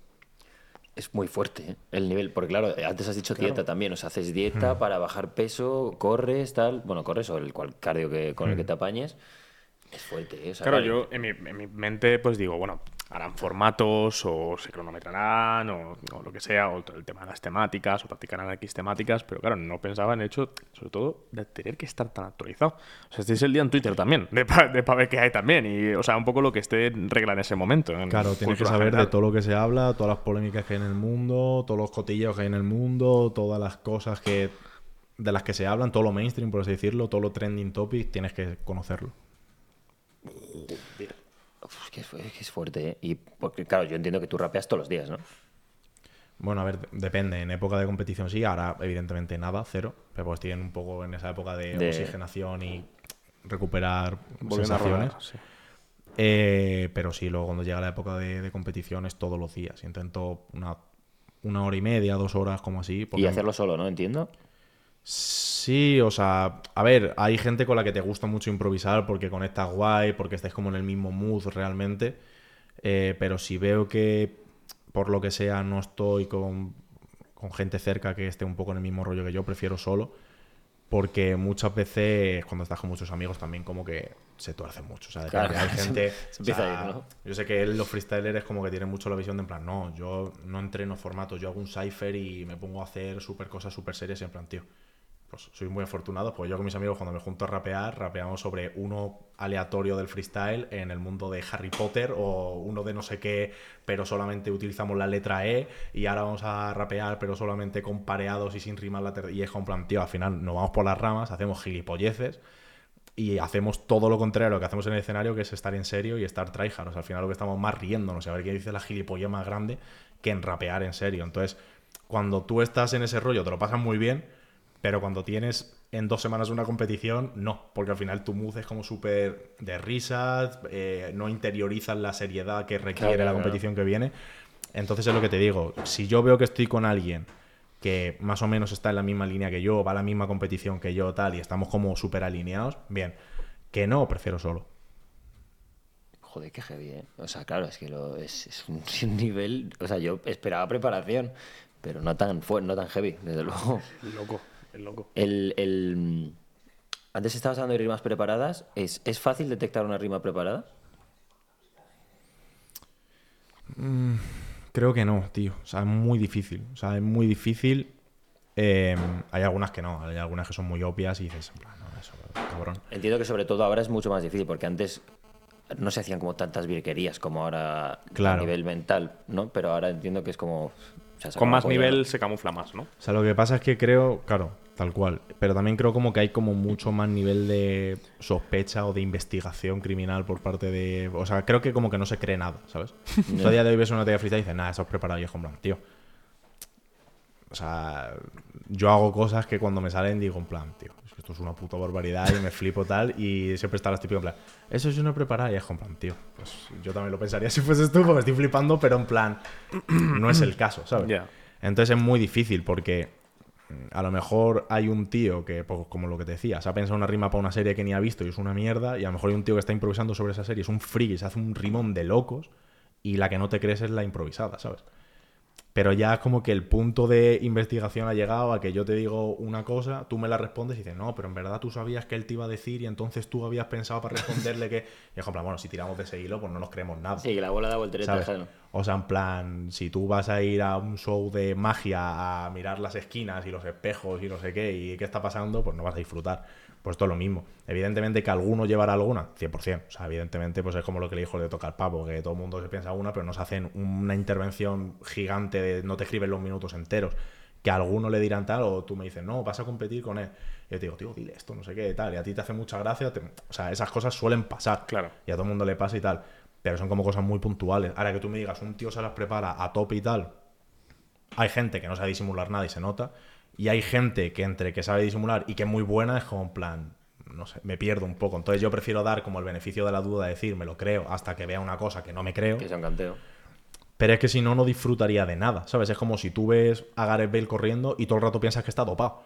Es muy fuerte, ¿eh? El nivel, porque claro, antes has dicho dieta también, o sea, haces dieta para bajar peso, corres, tal, bueno, corres o el cual cardio que, con el que te apañes, es fuerte, ¿eh? O sea, claro, yo en mi, en mi mente pues digo, bueno, harán formatos o se cronometrarán o, o lo que sea, o el tema de las temáticas o practicarán X temáticas, pero claro, no pensaba en el hecho, sobre todo, de tener que estar tan actualizado. O sea, este es el día en Twitter también, de para de pa ver qué hay también, y o sea, un poco lo que esté en regla en ese momento. En Claro, tienes que cultura saber general. de todo lo que se habla, todas las polémicas que hay en el mundo, todos los cotilleos que hay en el mundo, todas las cosas que de las que se hablan, todo lo mainstream, por así decirlo, todo lo trending topic, tienes que conocerlo. Uf, que es, que es fuerte, ¿eh? Y porque, claro, yo entiendo que tú rapeas todos los días, ¿no? Bueno, a ver, depende. En época de competición sí, ahora evidentemente nada, cero. Pero pues estoy en un poco en esa época de, De- oxigenación y recuperar Volviendo a sensaciones. rodar, sí. Eh, pero sí, luego cuando llega la época de, de competición es todos los días. Intento una, una hora y media, dos horas, como así. porque- Y hacerlo solo, ¿no? Entiendo. Sí, o sea, a ver, hay gente con la que te gusta mucho improvisar porque conectas guay, porque estáis como en el mismo mood realmente. Eh, pero si veo que por lo que sea no estoy con, con gente cerca que esté un poco en el mismo rollo que yo, prefiero solo. Porque muchas veces cuando estás con muchos amigos también como que se tuerce mucho. O sea, de Claro, que hay se- gente... se empieza o sea, a ir, ¿no? Yo sé que los freestylers como que tienen mucho la visión de en plan, no, yo no entreno formatos, yo hago un cypher y me pongo a hacer súper cosas súper serias y en plan, tío, pues soy muy afortunado, pues yo con mis amigos cuando me junto a rapear, rapeamos sobre uno aleatorio del freestyle en el mundo de Harry Potter o uno de no sé qué, pero solamente utilizamos la letra E y ahora vamos a rapear pero solamente con pareados y sin rimar la ter- y es como en plan, tío, al final nos vamos por las ramas, hacemos gilipolleces y hacemos todo lo contrario a lo que hacemos en el escenario, que es estar en serio y estar tryhard. O sea, al final lo que estamos más riéndonos y a ver quién dice la gilipollez más grande que en rapear en serio. Entonces, cuando tú estás en ese rollo te lo pasas muy bien, pero cuando tienes en dos semanas una competición, no, porque al final tu mood es como súper de risas, eh, no interiorizas la seriedad que requiere Claro, la claro. competición que viene. Entonces es lo que te digo, si yo veo que estoy con alguien que más o menos está en la misma línea que yo, va a la misma competición que yo, tal, y estamos como súper alineados, bien. Que no, prefiero solo. Joder, qué heavy, ¿eh? O sea, claro, es que lo, es, es un, es un nivel... O sea, yo esperaba preparación, pero no tan, fue, no tan heavy, desde luego. El loco, el loco. El, el, Antes estabas hablando de rimas preparadas. ¿Es, ¿Es fácil detectar una rima preparada? Mm, creo que no, tío. O sea, es muy difícil. O sea, es muy difícil. Eh, hay algunas que no. Hay algunas que son muy obvias y dices, en plan, no, eso, cabrón. Entiendo que sobre todo ahora es mucho más difícil porque antes no se hacían como tantas virguerías como ahora Claro. a nivel mental, ¿no? Pero ahora entiendo que es como... o sea, se Con acaba más apoyando. nivel se camufla más, ¿no? O sea, lo que pasa es que creo, claro, tal cual. Pero también creo como que hay como mucho más nivel de sospecha o de investigación criminal por parte de... O sea, creo que como que no se cree nada, ¿sabes? Tú a día de hoy ves una teoría freestyle y dices, nada, eso es preparado. Y es como, en plan, tío. O sea, yo hago cosas que cuando me salen digo, en plan, tío, es que esto es una puta barbaridad y me flipo tal. Y siempre está las típicas, en plan, eso es una preparada. Y es como, en plan, tío, pues yo también lo pensaría si fueses tú, porque estoy flipando, pero en plan, no es el caso, ¿sabes? Ya. Entonces es muy difícil porque a lo mejor hay un tío que, pues, como lo que te decía, se ha pensado una rima para una serie que ni ha visto y es una mierda, y a lo mejor hay un tío que está improvisando sobre esa serie, es un friki, se hace un rimón de locos y la que no te crees es la improvisada, ¿sabes? Pero ya es como que el punto de investigación ha llegado a que yo te digo una cosa, tú me la respondes y dices, no, pero en verdad tú sabías que él te iba a decir y entonces tú habías pensado para responderle que... Y es como, bueno, si tiramos de ese hilo, pues no nos creemos nada. Sí, que la bola da voltereta. ¿Sabes? Claro. O sea, en plan, si tú vas a ir a un show de magia a mirar las esquinas y los espejos y no sé qué, y qué está pasando, pues no vas a disfrutar. Pues todo lo mismo. Evidentemente que alguno llevará alguna, cien por ciento. O sea, evidentemente pues es como lo que le dijo de tocar pavo, que todo el mundo se piensa una, pero nos hacen una intervención gigante de no te escriben los minutos enteros. Que a alguno le dirán tal, o tú me dices, no, vas a competir con él. Y yo te digo, tío, dile esto, no sé qué, tal. Y a ti te hace mucha gracia. Te... O sea, esas cosas suelen pasar. Claro. Y a todo el mundo le pasa y tal. Pero son como cosas muy puntuales. Ahora que tú me digas, un tío se las prepara a tope y tal. Hay gente que no sabe disimular nada y se nota. Y hay gente que entre que sabe disimular y que es muy buena es como en plan, no sé, me pierdo un poco. Entonces yo prefiero dar como el beneficio de la duda, decir, me lo creo, hasta que vea una cosa que no me creo. Que sea un canteo. Pero es que si no, no disfrutaría de nada, ¿sabes? Es como si tú ves a Gareth Bale corriendo y todo el rato piensas que está dopado.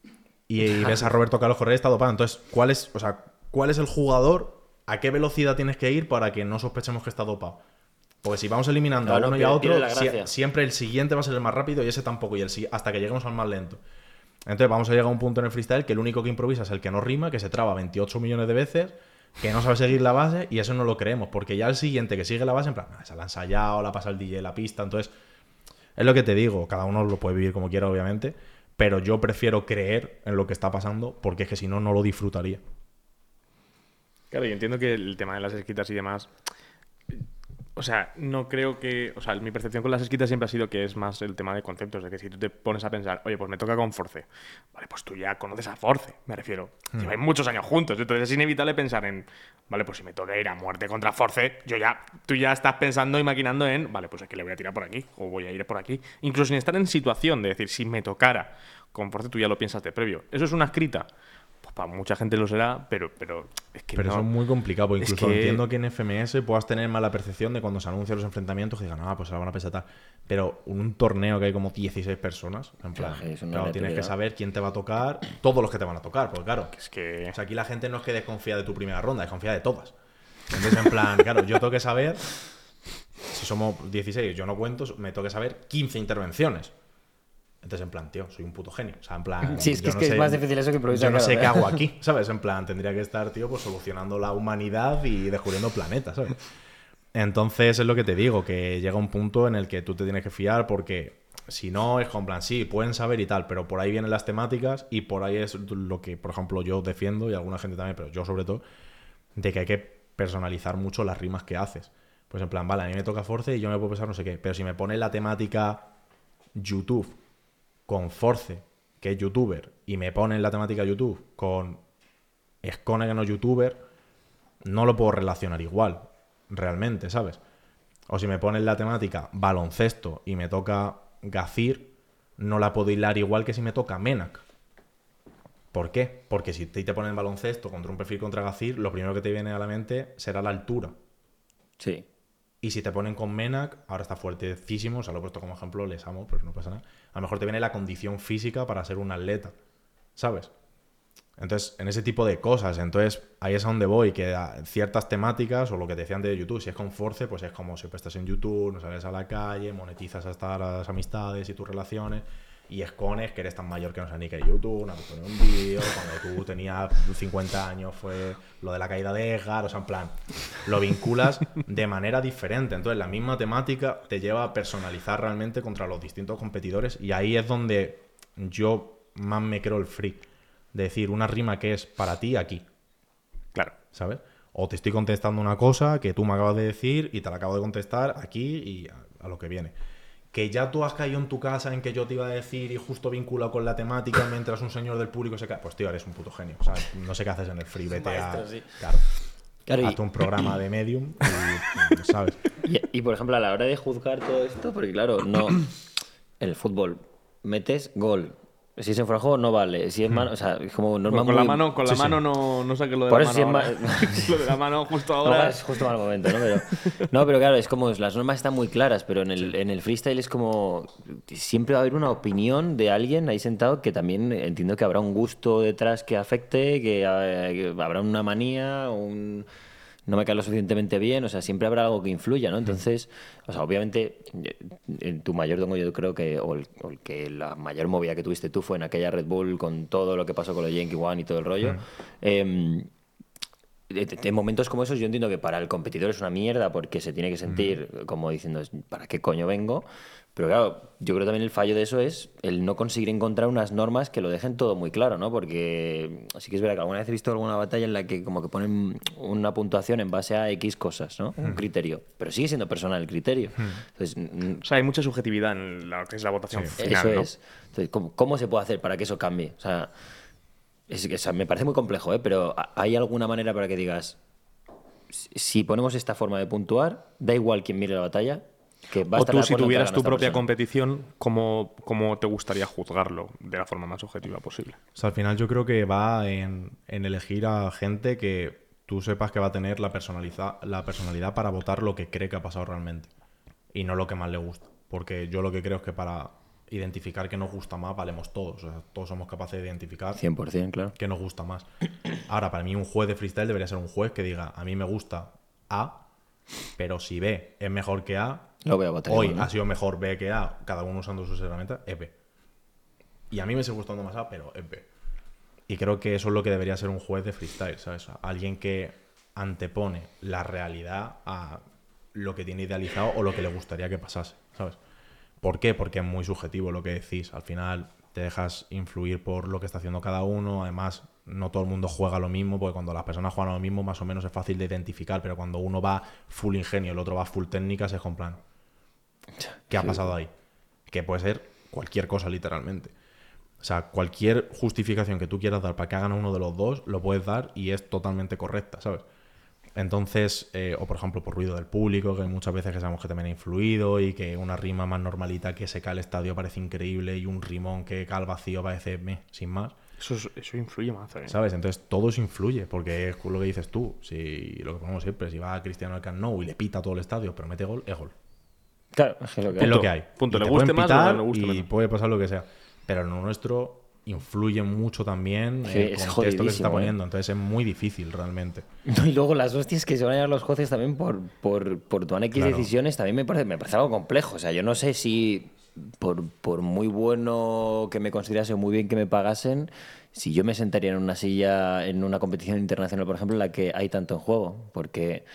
Y, y ves a Roberto Carlos correr y está dopado. Entonces, ¿cuál es, o sea, ¿cuál es el jugador? ¿A qué velocidad tienes que ir para que no sospechemos que está dopado? Porque si vamos eliminando Claro, a uno y pierde- a otro, pierde la si- gracia. siempre el siguiente va a ser el más rápido y ese tampoco, y el si- hasta que lleguemos al más lento. Entonces vamos a llegar a un punto en el freestyle que el único que improvisa es el que no rima, que se traba veintiocho millones de veces, que no sabe seguir la base, y eso no lo creemos, porque ya el siguiente que sigue la base, en plan, "Ah, se la ha ensayado, la pasa el D J la pista". Entonces, es lo que te digo, cada uno lo puede vivir como quiera, obviamente, pero yo prefiero creer en lo que está pasando, porque es que si no, no lo disfrutaría. Claro, yo entiendo que el tema de las esquitas y demás. O sea, no creo que. O sea, mi percepción con las esquitas siempre ha sido que es más el tema de conceptos. De que si tú te pones a pensar, oye, pues me toca con Force. Vale, pues tú ya conoces a Force, me refiero. Lleváis muchos años juntos. Entonces es inevitable pensar en. Vale, pues si me toca ir a muerte contra Force, yo ya. Tú ya estás pensando y maquinando en. Vale, pues es que le voy a tirar por aquí. O voy a ir por aquí. Incluso sin estar en situación de decir, si me tocara con Force, tú ya lo piensas de previo. ¿Eso es una escrita? Pues para mucha gente lo será, pero, pero es que Pero no. eso es muy complicado, porque Es incluso que- entiendo que en F M S puedas tener mala percepción de cuando se anuncian los enfrentamientos, que digan, ah, pues se la van a pensar tal. Pero un torneo que hay como dieciséis personas, en plan, Claro, es una claro, tienes que aleatoriedad. saber quién te va a tocar, todos los que te van a tocar, porque claro, Es que. o sea, aquí la gente no es que desconfía de tu primera ronda, desconfía de todas. Entonces, en plan, claro, yo tengo que saber, si somos dieciséis, yo no cuento, me tengo que saber quince intervenciones. Entonces, en plan, tío, soy un puto genio. O sea, en plan. Sí, es que yo es no que es sé- más difícil eso que improvisar, Yo no claro, sé ¿eh? qué hago aquí, ¿sabes? En plan, tendría que estar, tío, pues solucionando la humanidad y descubriendo planetas, ¿sabes? Entonces, es lo que te digo, que llega un punto en el que tú te tienes que fiar porque si no, es como, en plan, sí, pueden saber y tal, pero por ahí vienen las temáticas y por ahí es lo que, por ejemplo, yo defiendo y alguna gente también, pero yo sobre todo, de que hay que personalizar mucho las rimas que haces. Pues en plan, vale, a mí me toca Force y yo me puedo pensar no sé qué, pero si me pone la temática YouTube con Force, que es youtuber, y me ponen la temática YouTube con Skone, que no es youtuber, no lo puedo relacionar igual, realmente, ¿sabes? O si me ponen la temática baloncesto y me toca Gazir, no la puedo hilar igual que si me toca Menak. ¿Por qué? Porque si te te ponen baloncesto contra un perfil contra Gazir, lo primero que te viene a la mente será la altura. Sí. Y si te ponen con Menak, ahora está fuertecísimo, o sea, lo he puesto como ejemplo, les amo, pero no pasa nada. A lo mejor te viene la condición física para ser un atleta, ¿sabes? Entonces, en ese tipo de cosas, entonces ahí es a donde voy, que a ciertas temáticas, o lo que te decía antes de YouTube, si es con Force, pues es como siempre estás en YouTube, no sales a la calle, monetizas hasta las amistades y tus relaciones. Y expones que eres tan mayor que no sabes ni qué es YouTube, no te pones un vídeo, cuando tú tenías cincuenta años fue lo de la caída de Edgar, o sea, en plan, lo vinculas de manera diferente. Entonces, la misma temática te lleva a personalizar realmente contra los distintos competidores y ahí es donde yo más me creo el free. De decir, una rima que es para ti aquí. Claro. ¿Sabes? O te estoy contestando una cosa que tú me acabas de decir y te la acabo de contestar aquí y a, a lo que viene. Que ya tú has caído en tu casa en que yo te iba a decir y justo vinculado con la temática mientras un señor del público se cae. Pues tío, eres un puto genio. O sea, no sé qué haces en el free, vete Maestro, a... sí. Claro. Claro, y- Hazte un programa de Medium y, ¿sabes? Y, y, por ejemplo, a la hora de juzgar todo esto, porque claro, no. En el fútbol, metes gol. Si es en fuera de juego, no vale. Si es mano, o sea, es como normal. Bueno, con la mano, con la mano no, no saques lo de Por la eso mano. si es ahora. ma- Lo de la mano justo No, ahora. es justo mal momento, ¿no? Pero, no, pero claro, es como las normas están muy claras, pero en el, en el freestyle es como siempre va a haber una opinión de alguien ahí sentado que también entiendo que habrá un gusto detrás que afecte, que, eh, que habrá una manía, un no me cae lo suficientemente bien, o sea, siempre habrá algo que influya, ¿no? Entonces, o sea, obviamente, en tu mayor dongo yo creo que, o el, o el que la mayor movida que tuviste tú fue en aquella Red Bull con todo lo que pasó con los Yankee One y todo el rollo. Eh, en momentos como esos yo entiendo que para el competidor es una mierda porque se tiene que sentir como diciendo ¿para qué coño vengo? Pero claro, yo creo también el fallo de eso es el no conseguir encontrar unas normas que lo dejen todo muy claro, ¿no? Porque sí que es verdad que alguna vez he visto alguna batalla en la que como que ponen una puntuación en base a X cosas, ¿no? Un criterio. Pero sigue siendo personal el criterio. Entonces, mm, O sea, hay mucha subjetividad en lo que es la votación final, eso ¿no? es. Entonces, ¿cómo, cómo se puede hacer para que eso cambie? O sea, es, que, o sea, me parece muy complejo, ¿eh? Pero ¿hay alguna manera para que digas, si ponemos esta forma de puntuar, da igual quién mire la batalla, que va a O estar tú, de si acuerdo en que tuvieras gana tu esta propia persona? competición, ¿cómo, ¿cómo te gustaría juzgarlo de la forma más objetiva posible? O sea, al final yo creo que va en, en elegir a gente que tú sepas que va a tener la, personaliza- la personalidad para votar lo que cree que ha pasado realmente y no lo que más le gusta. Porque yo lo que creo es que para identificar qué nos gusta más valemos todos. O sea, todos somos capaces de identificar cien por ciento, claro. qué nos gusta más. Ahora, para mí un juez de freestyle debería ser un juez que diga, a mí me gusta A, pero si B es mejor que A, Lo voy a votar hoy igual, ¿no? ha sido mejor B que A, cada uno usando sus herramientas, es B. Y a mí me sigue gustando más A, pero es B. Y creo que eso es lo que debería ser un juez de freestyle, ¿sabes? Alguien que antepone la realidad a lo que tiene idealizado o lo que le gustaría que pasase, ¿sabes? ¿Por qué? Porque es muy subjetivo lo que decís. Al final te dejas influir por lo que está haciendo cada uno. Además, no todo el mundo juega lo mismo, porque cuando las personas juegan lo mismo, más o menos es fácil de identificar. Pero cuando uno va full ingenio, el otro va full técnicas, es con plan, ¿qué ha pasado ahí? Que puede ser cualquier cosa, literalmente. O sea, cualquier justificación que tú quieras dar para que hagan uno de los dos, lo puedes dar y es totalmente correcta, ¿sabes? Entonces, eh, o por ejemplo, por ruido del público, que muchas veces que sabemos que también ha influido y que una rima más normalita que se cae al estadio parece increíble y un rimón que cae al vacío parece meh, sin más, Eso, es- eso influye más. ¿eh? ¿sabes? Entonces, todo eso influye, porque es lo que dices tú. Si, lo que ponemos siempre, si va Cristiano al Camp Nou y le pita a todo el estadio, pero mete gol, es gol. Claro, es que lo que Es lo que hay. Punto. Y Le te guste pueden más o pitar no le guste y menos. puede pasar lo que sea. Pero en lo nuestro influye mucho también Sí, el es contexto que se está jodidísimo, ¿eh? poniendo. Entonces, es muy difícil realmente. No, y luego las hostias que se van a llevar los jueces también por, por, por tomar X Claro. decisiones también me parece, me parece algo complejo. O sea, yo no sé si por, por muy bueno que me considerase o muy bien que me pagasen, si yo me sentaría en una silla en una competición internacional, por ejemplo, en la que hay tanto en juego. Porque...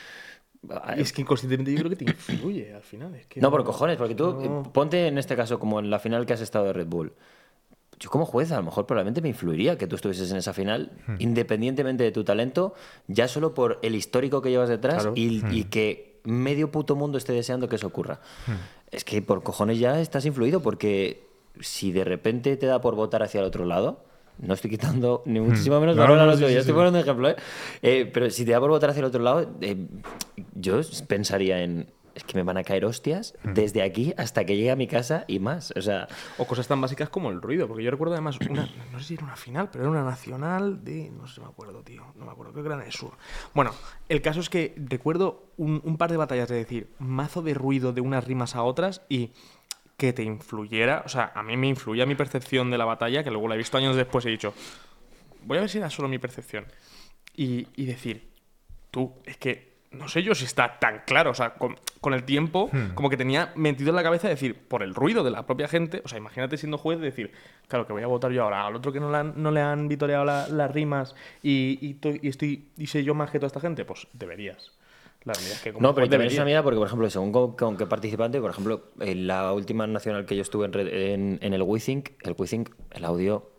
Y es que inconscientemente yo creo que te influye al final. Es que No, por cojones, porque tú no. eh, ponte en este caso como en la final que has estado de Red Bull. Yo como juez a lo mejor probablemente me influiría que tú estuvieses en esa final, independientemente de tu talento, ya solo por el histórico que llevas detrás Claro. y, y que medio puto mundo esté deseando que eso ocurra. Es que por cojones ya estás influido porque si de repente te da por votar hacia el otro lado, no estoy quitando ni muchísimo menos No, valor no, a no, lo sí, tuyo, sí, estoy sí. poniendo un ejemplo, ¿eh? Eh, Pero si te da por votar hacia el otro lado, eh, yo pensaría en... Es que me van a caer hostias desde aquí hasta que llegue a mi casa y más. O sea, O cosas tan básicas como el ruido, porque yo recuerdo además una, no sé si era una final, pero era una nacional de, no sé si me acuerdo, tío, no me acuerdo, creo que era en el sur. Bueno, el caso es que recuerdo un, un par de batallas de decir mazo de ruido de unas rimas a otras y que te influyera, o sea, a mí me influía mi percepción de la batalla, que luego la he visto años después y he dicho, voy a ver si era solo mi percepción. Y, y decir, tú, es que no sé yo si está tan claro. O sea, con, con el tiempo, Hmm. como que tenía metido en la cabeza decir, por el ruido de la propia gente, o sea, imagínate siendo juez, decir, claro, que voy a votar yo ahora al otro que no le han, no le han vitoreado la- las rimas y, y, to- y estoy y sé yo más que toda esta gente, pues deberías. La realidad es que como No, pero juez también es una deberías. mierda porque, por ejemplo, según con, con qué participante, por ejemplo, en la última nacional que yo estuve en, red- en, en el WeThink, el WeThink, el audio.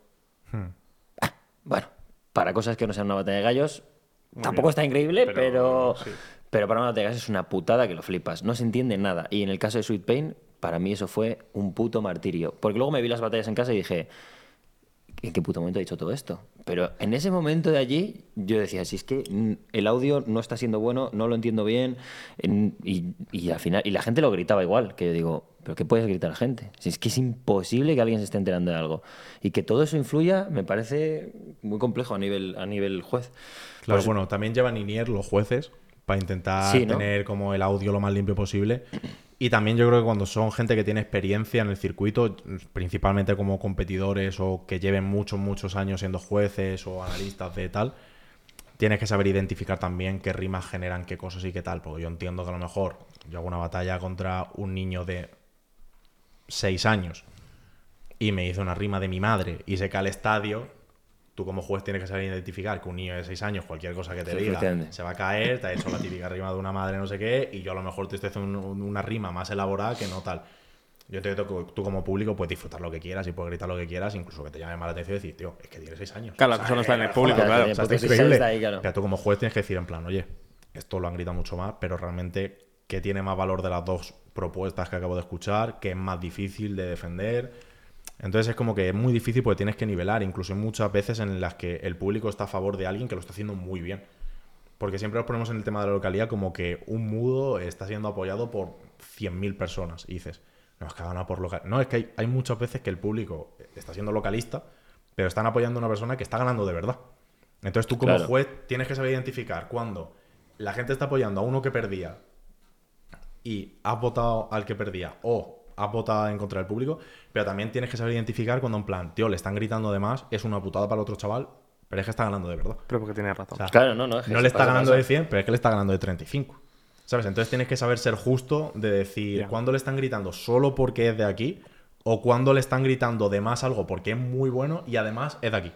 ah, bueno, para cosas que no sean una batalla de gallos, tampoco bien, está increíble, pero, pero. sí. Pero para una batalla de gallos es una putada que lo flipas. No se entiende nada. Y en el caso de Sweet Pain, para mí eso fue un puto martirio. Porque luego me vi las batallas en casa y dije. ¿En qué puto momento he dicho todo esto? Pero en ese momento de allí, yo decía, si es que mm, el audio no está siendo bueno, no lo entiendo bien, en- y, y al final, y la gente lo gritaba igual, que yo digo, ¿pero qué puedes gritar a la gente? Si es que es imposible que alguien se esté enterando de algo. Y que todo eso influya, me parece muy complejo a nivel, a nivel juez. Claro, Pues- bueno, también llevan INIER los jueces para intentar Sí, ¿no? tener como el audio lo más limpio posible. Y también yo creo que cuando son gente que tiene experiencia en el circuito, principalmente como competidores o que lleven muchos, muchos años siendo jueces o analistas de tal, tienes que saber identificar también qué rimas generan qué cosas y qué tal. Porque yo entiendo que a lo mejor yo hago una batalla contra un niño de seis años y me hizo una rima de mi madre y se cae al estadio. Tú como juez tienes que saber identificar que un niño de seis años, cualquier cosa que te Sí, diga, efectivamente. se va a caer, te ha hecho la típica rima de una madre no sé qué, y yo a lo mejor te estoy haciendo un- una rima más elaborada que no tal. Yo entiendo que tú como público puedes disfrutar lo que quieras y puedes gritar lo que quieras, incluso que te llame más la atención y decir, tío, es que tienes seis años. Claro, la O sea, cosa no está en el eh, público, joder, claro. o sea, Porque está si increíble. sales de ahí, claro. Pero tú como juez tienes que decir en plan, oye, esto lo han gritado mucho más, pero realmente, ¿qué tiene más valor de las dos propuestas que acabo de escuchar? ¿Qué es más difícil de defender? Entonces es como que es muy difícil porque tienes que nivelar, incluso hay muchas veces en las que el público está a favor de alguien que lo está haciendo muy bien. Porque siempre nos ponemos en el tema de la localidad como que un mudo está siendo apoyado por cien mil personas. Y dices, no, es que ha ganado por local. No, es que hay, hay muchas veces que el público está siendo localista, pero están apoyando a una persona que está ganando de verdad. Entonces tú como Claro. juez tienes que saber identificar cuando la gente está apoyando a uno que perdía y has votado al que perdía o has votado en contra del público, pero también tienes que saber identificar cuando en plan, tío, le están gritando de más, es una putada para el otro chaval, pero es que está ganando de verdad. Pero porque tienes razón. O sea, Claro, no, no. es que no eso le está pasa, ganando pasa. de cien, pero es que le está ganando de treinta y cinco. ¿Sabes? Entonces tienes que saber ser justo de decir Ya. cuándo le están gritando solo porque es de aquí o cuándo le están gritando de más algo porque es muy bueno y además es de aquí.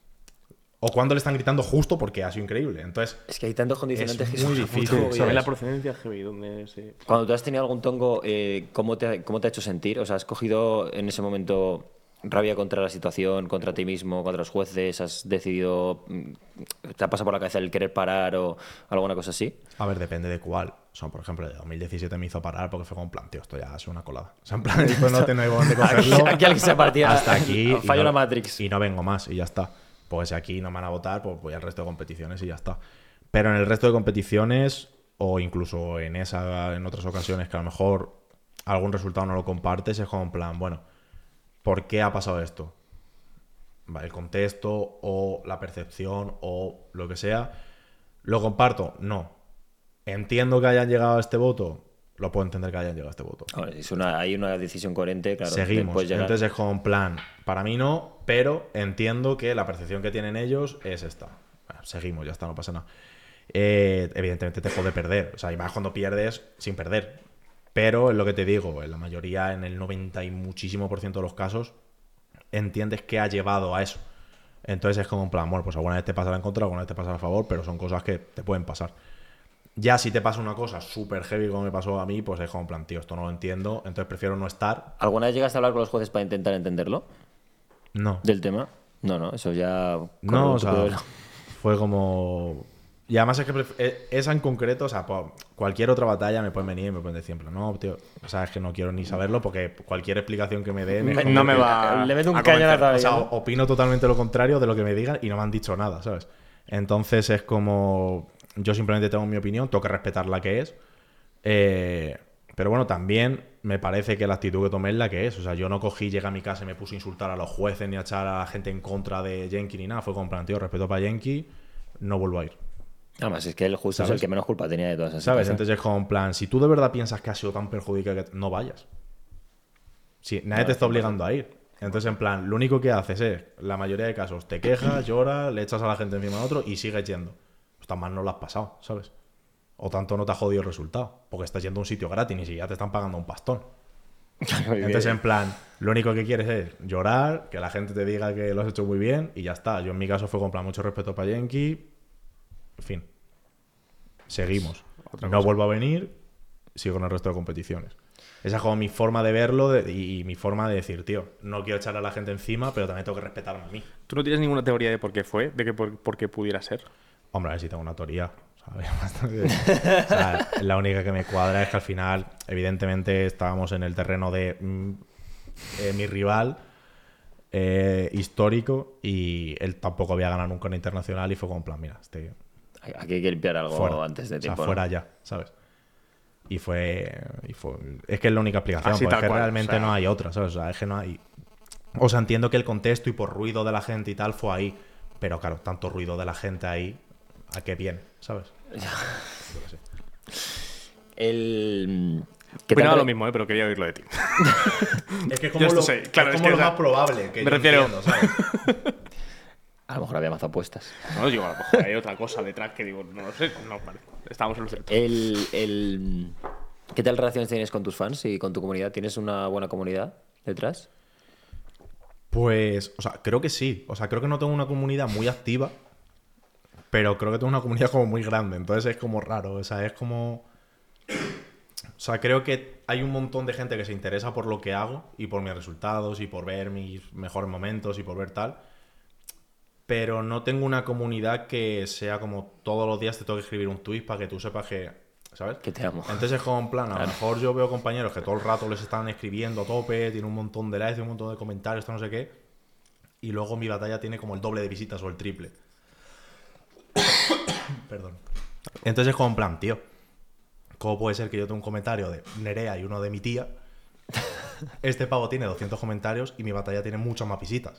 O cuándo le están gritando justo porque ha sido increíble. Entonces, Es que hay tantos condicionantes Es que son muy una puta difícil, movida. ¿sabes? la procedencia heavy, donde se... Cuando tú has tenido algún tongo, eh, ¿cómo, te, ha- ¿cómo te ha hecho sentir? O sea, ¿has cogido en ese momento rabia contra la situación, contra ti mismo, contra los jueces? ¿Has decidido, mm, te ha pasado por la cabeza el querer parar o alguna cosa así? a ver, depende de cuál. O sea, por ejemplo, el de dos mil diecisiete me hizo parar porque fue como en plan, tío, esto ya es una colada. O sea, en plan, esto no te no hay dónde cogerlo. Aquí- aquí alguien se partía- hasta aquí. y falló no- la Matrix. Y no vengo más y ya está. Pues si aquí no me van a votar, pues voy al resto de competiciones y ya está. Pero en el resto de competiciones, o incluso en esa, en otras ocasiones que a lo mejor algún resultado no lo compartes, es como en plan, bueno, ¿por qué ha pasado esto? Va, el contexto o la percepción o lo que sea. ¿Lo comparto? No. ¿Entiendo que hayan llegado a este voto? Lo puedo entender que hayan llegado a este voto. Ahora, es una, hay una decisión coherente, claro. Seguimos. puedes llegar. Entonces es como en plan, para mí no, pero entiendo que la percepción que tienen ellos es esta. Bueno, seguimos, ya está, no pasa nada. Eh, evidentemente te jode perder. O sea, y más cuando pierdes sin perder. Pero es lo que te digo, en la mayoría, en el noventa y muchísimo por ciento de los casos, entiendes que ha llevado a eso. Entonces es como en plan, bueno, pues alguna vez te pasará en contra, alguna vez te pasará a favor, pero son cosas que te pueden pasar. Ya si te pasa una cosa súper heavy como me pasó a mí, pues es como en plan, tío, esto no lo entiendo, entonces prefiero no estar. ¿Alguna vez llegaste a hablar con los jueces para intentar entenderlo? No. ¿Del tema? No, no, eso ya... No, o corre sea, un tupido. fue como... Y además es que pref- e- esa en concreto, o sea, po- cualquier otra batalla me pueden venir y me pueden decir, en plan, no, tío, o sea, es que no quiero ni saberlo porque cualquier explicación que me dé me No me va Le meto un a caño a la convencer. O sea, tabla. o- opino totalmente lo contrario de lo que me digan y no me han dicho nada, ¿sabes? Entonces es como... Yo simplemente tengo mi opinión, tengo que respetar la que es. Eh, pero bueno, también me parece que la actitud que tomé es la que es. O sea, yo no cogí, llegué a mi casa y me puse a insultar a los jueces ni a echar a la gente en contra de Yankee ni nada. Fue como, plan, tío, respeto para Yankee, no vuelvo a ir. Además, es que el justo es ¿Sabes? el que menos culpa tenía de todas esas ¿Sabes? situaciones. Entonces es como en plan, si tú de verdad piensas que has sido tan perjudicado que no vayas. Sí, nadie te está obligando a ir. Entonces, en plan, lo único que haces es, la mayoría de casos, te quejas, lloras, le echas a la gente encima de otro y sigues yendo. Pues tan mal no lo has pasado, ¿sabes? o tanto no te ha jodido el resultado. Porque estás yendo a un sitio gratis y ya te están pagando un pastón. Entonces, en plan, lo único que quieres es llorar, que la gente te diga que lo has hecho muy bien y ya está. Yo en mi caso fue con plan mucho respeto para Yenki. En fin. Seguimos. No vuelvo a venir, sigo con el resto de competiciones. Esa es como mi forma de verlo de, y, y mi forma de decir, tío, no quiero echarle a la gente encima, pero también tengo que respetarme a mí. ¿Tú no tienes ninguna teoría de por qué fue? ¿De que por, por qué pudiera ser? Hombre, a ver si tengo una teoría. ¿Sabes? Bastante- o sea, la única que me cuadra es que al final, evidentemente, estábamos en el terreno de mm, eh, mi rival eh, histórico y él tampoco había ganado nunca en internacional y fue como en plan, mira, este Aquí hay que limpiar algo fuera, antes de o sea, tiempo. ¿no? fuera ya, ¿sabes? Y fue, y fue... Es que es la única explicación, Así, porque tal es que cual, realmente o sea- no hay otra, ¿sabes? O sea, es que no hay... O sea, entiendo que el contexto y por ruido de la gente y tal fue ahí, pero claro, tanto ruido de la gente ahí, ¿a qué viene? ¿Sabes? Yo qué sé. El... ¿Qué Opinaba tal- lo mismo, ¿eh? Pero quería oírlo de ti. Es que Yo como esto lo, sé, claro, es es como que, lo o sea, más probable que me yo refiero- entiendo, ¿sabes? A lo mejor había más apuestas. No, digo, a lo mejor hay otra cosa detrás que digo, no lo sé. No, vale. Estamos en lo cierto. El, el... ¿Qué tal relaciones tienes con tus fans y con tu comunidad? ¿Tienes una buena comunidad detrás? Pues, o sea, creo que sí. O sea, creo que no tengo una comunidad muy activa, pero creo que tengo una comunidad como muy grande. Entonces es como raro. O sea, es como... O sea, creo que hay un montón de gente que se interesa por lo que hago y por mis resultados y por ver mis mejores momentos y por ver tal. Pero no tengo una comunidad que sea como todos los días te tengo que escribir un tweet para que tú sepas que... ¿Sabes? Que te amo. Entonces es como en plan, a lo mejor yo veo compañeros que todo el rato les están escribiendo a tope, tiene un montón de likes, un montón de comentarios, esto no sé qué. Y luego mi batalla tiene como el doble de visitas o el triple. Perdón. Entonces es como en plan, tío, ¿cómo puede ser que yo tenga un comentario de Nerea y uno de mi tía? Este pavo tiene doscientos comentarios y mi batalla tiene muchas más visitas.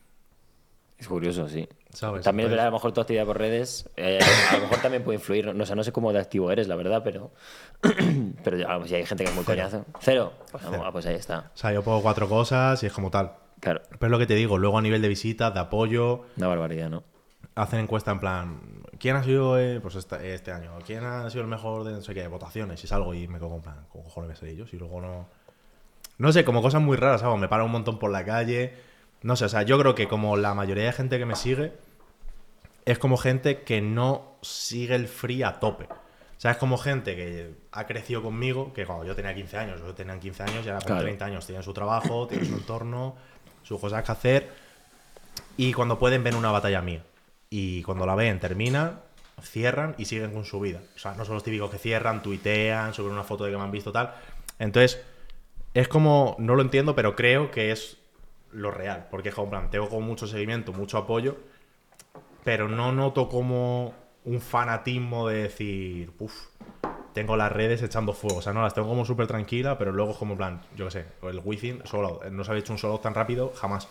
Es curioso, sí. ¿Sabes? También es Entonces- verdad, a lo mejor tu actividad por redes, eh, a lo mejor también puede influir. No, o sea, no sé cómo de activo eres, la verdad, pero. pero ya, vamos, si hay gente que es muy coñazo. Cero. Pues, vamos, ah, pues ahí está. O sea, yo pongo cuatro cosas y es como tal. Claro, Pero es lo que te digo, luego a nivel de visitas, de apoyo, una barbaridad, ¿no? hacen encuesta en plan, ¿quién ha sido eh, pues este, este año? ¿Quién ha sido el mejor de no sé qué? Votaciones. Y salgo y me cojo en plan, ¿cómo cojones voy a ser ellos? Y luego no... No sé, como cosas muy raras, ¿sabes? Me paro un montón por la calle. No sé, o sea, yo creo que como la mayoría de gente que me sigue es como gente que no sigue el free a tope. O sea, es como gente que ha crecido conmigo, que cuando yo tenía quince años, yo tenía quince años y ahora con Claro. treinta años tienen su trabajo, tienen su entorno, sus cosas que hacer. Y cuando pueden ven una batalla mía. Y cuando la ven, terminan, cierran y siguen con su vida. O sea, no son los típicos que cierran, tuitean, suben una foto de que me han visto tal. Entonces, es como, no lo entiendo, pero creo que es lo real. Porque es como, en plan, tengo como mucho seguimiento, mucho apoyo, pero no noto como un fanatismo de decir, uff, tengo las redes echando fuego. O sea, no, las tengo como súper tranquila, pero luego es como en plan, yo qué sé, el Wizzing solo, no se había hecho un solo tan rápido, jamás.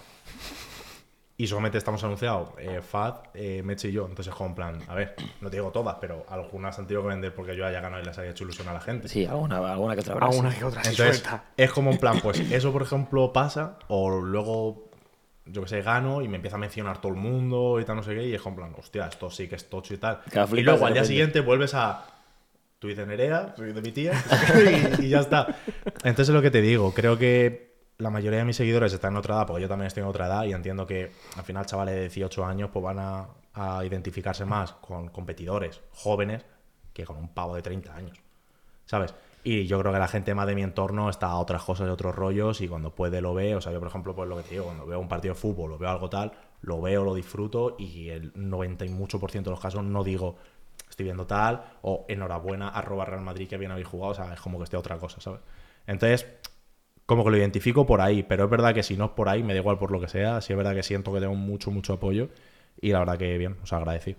Y solamente estamos anunciados, eh, Fad, eh, Meche y yo. Entonces es como en plan, a ver, no te digo todas, pero algunas han tenido que vender porque yo haya ganado y les haya hecho ilusión a la gente. Sí, alguna, alguna que otra habrá, Alguna sí. que otra, sí, Entonces, suelta. es como en plan, pues eso, por ejemplo, pasa, o luego, yo que sé, gano y me empieza a mencionar todo el mundo y tal, no sé qué, y es como en plan, hostia, esto sí que es tocho y tal. Claro, Y flipas luego de al día repente. siguiente vuelves a tuit de Nerea, tuit de mi tía, y, y ya está. Entonces es lo que te digo, creo que la mayoría de mis seguidores están en otra edad, porque yo también estoy en otra edad, y entiendo que al final chavales de dieciocho años pues van a, a identificarse más con competidores jóvenes que con un pavo de treinta años, ¿sabes? Y yo creo que la gente más de mi entorno está a otras cosas, de otros rollos, y cuando puede lo ve. O sea, yo, por ejemplo, pues lo que te digo, cuando veo un partido de fútbol o veo algo tal, lo veo, lo disfruto, y el noventa y mucho por ciento de los casos no digo estoy viendo tal, o enhorabuena, arroba Real Madrid, que bien habéis jugado. O sea, es como que esté otra cosa, ¿sabes? Entonces, como que lo identifico por ahí, pero es verdad que si no es por ahí, me da igual por lo que sea. Sí es verdad que siento que tengo mucho, mucho apoyo, y la verdad que bien, os agradecido.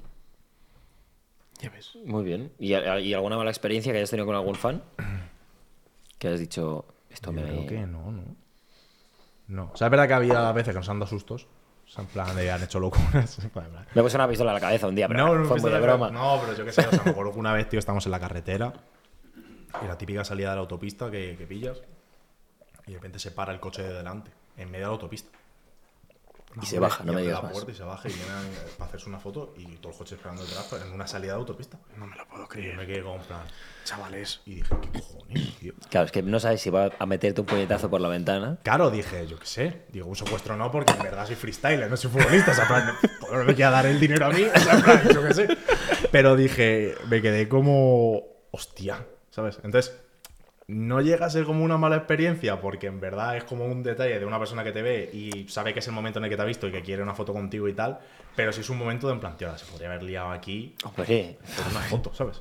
Ya ves. Muy bien. ¿Y, y alguna mala experiencia que hayas tenido con algún fan? Que has dicho, esto Yo me... creo que no, no. No. O sea, es verdad que había veces que nos han dado sustos. O sea, en plan de han hecho locuras. Me puse una pistola a la cabeza un día, pero No, no, fue muy de broma. No, pero yo qué sé. O sea, me acuerdo que una vez, tío, estamos en la carretera. Y la típica salida de la autopista que, que pillas. Y de repente se para el coche de delante, en medio de la autopista. Y se baja, no me abre digas la más. puerta y se baja y vienen para hacerse una foto y todo el coche esperando detrás en una salida de autopista. No me lo puedo Y yo creer. me quedé con plan. Chavales. Y dije, ¿qué cojones, tío? Claro, es que no sabes si va a meterte un puñetazo por la ventana. Claro, dije, yo qué sé. Digo, un secuestro no, porque en verdad soy freestyler, no soy futbolista. O sea, en plan, no me quiera dar el dinero a mí. O sea, en plan, yo qué sé. Pero dije, me quedé como. Hostia, ¿sabes? Entonces, no llega a ser como una mala experiencia, porque en verdad es como un detalle de una persona que te ve y sabe que es el momento en el que te ha visto y que quiere una foto contigo y tal. Pero si es un momento de en plan, tío, ahora se podría haber liado aquí Hombre, por una foto, ¿sabes?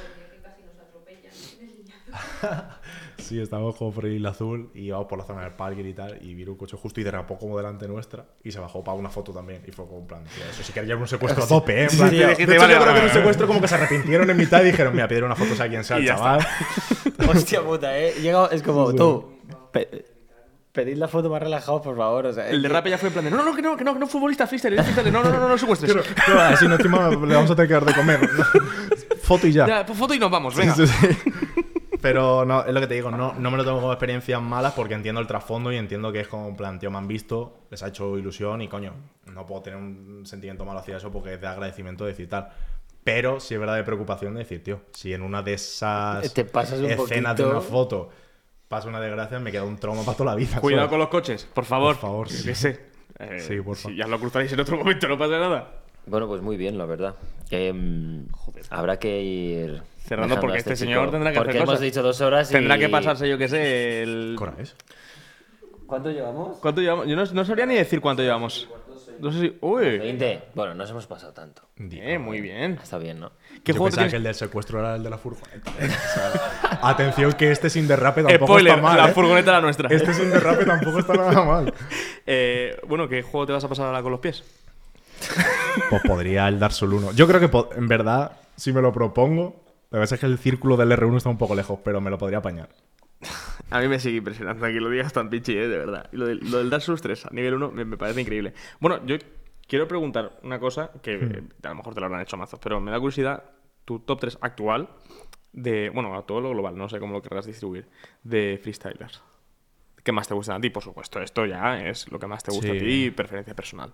Sí, estábamos como por el azul y íbamos por la zona del parking y tal, y vino un coche justo y derrapó como delante nuestra y se bajó para una foto también. Y fue como en plan, tío, eso sí que era un secuestro a tope, ¿eh? En plan, Sí, tío, dijiste, de hecho, vale, yo creo vale, que era un vale. secuestro como que se arrepintieron en mitad y dijeron, mira, pedir una foto sea quien sea el Y ya chaval. hostia puta, eh. Llega, es como tú. Pe pedid la foto más relajado, por favor. O sea, El derrape ya fue en plan de, no, no, no, que no, que no, que no, futbolista, freestyle, freestyle, no, no, no, no, no secuestres. Pero, pero, así no encima le vamos a tener que dar de comer. ¿no? Foto y ya. Ya, pues foto y nos vamos, venga. Sí, sí, sí. Pero no, es lo que te digo, no, no me lo tengo como experiencias malas porque entiendo el trasfondo y entiendo que es como un plan, tío, me han visto, les ha hecho ilusión y coño, no puedo tener un sentimiento malo hacia eso porque es de agradecimiento decir tal. Pero sí es verdad de preocupación de decir, tío, si en una de esas Te pasas un escenas poquito. de una foto pasa una desgracia, me queda un trauma para toda la vida. Cuidado ¿sabes? con los coches, por favor. Por favor, Yo sí. qué sé. Eh, Sí, por favor. Si ya lo cruzaréis en otro momento, no pasa nada. Bueno, pues muy bien, la verdad. Que, mm, habrá que ir. Cerrando, dejando porque a este chico. señor tendrá que Porque hacer hemos cosas. dicho dos horas y. Tendrá que pasarse, yo qué sé, el... ¿Qué hora es? ¿Cuánto llevamos? ¿Cuánto llevamos? Yo no, no sabría ni decir cuánto llevamos. No sé si... Uy. veinte. Bueno, nos hemos pasado tanto. Eh, muy bien. Está bien, ¿no? ¿Qué Yo juego te pensaba tienes? que el del secuestro era el de la furgoneta. O sea, atención que este sin derrape tampoco Spoiler, está mal. la ¿eh? furgoneta era nuestra. Este sin derrape tampoco está nada mal. Eh, bueno, ¿qué juego te vas a pasar ahora con los pies? Pues podría el Dark Souls uno. Yo creo que po- en verdad, si me lo propongo, lo que pasa es que el círculo del R uno está un poco lejos, pero me lo podría apañar. A mí me sigue impresionando que lo digas tan pichi, eh, de verdad. Y lo, del- lo del Dark Souls tres a nivel uno me, me parece increíble. Bueno, yo quiero preguntar una cosa que eh, a lo mejor te lo habrán hecho mazos, pero me da curiosidad tu top tres actual de, bueno, a todo lo global, no sé cómo lo querrás distribuir, de freestylers. ¿Qué más te gusta a ti? Por supuesto, esto ya es lo que más te gusta Sí. a ti, preferencia personal.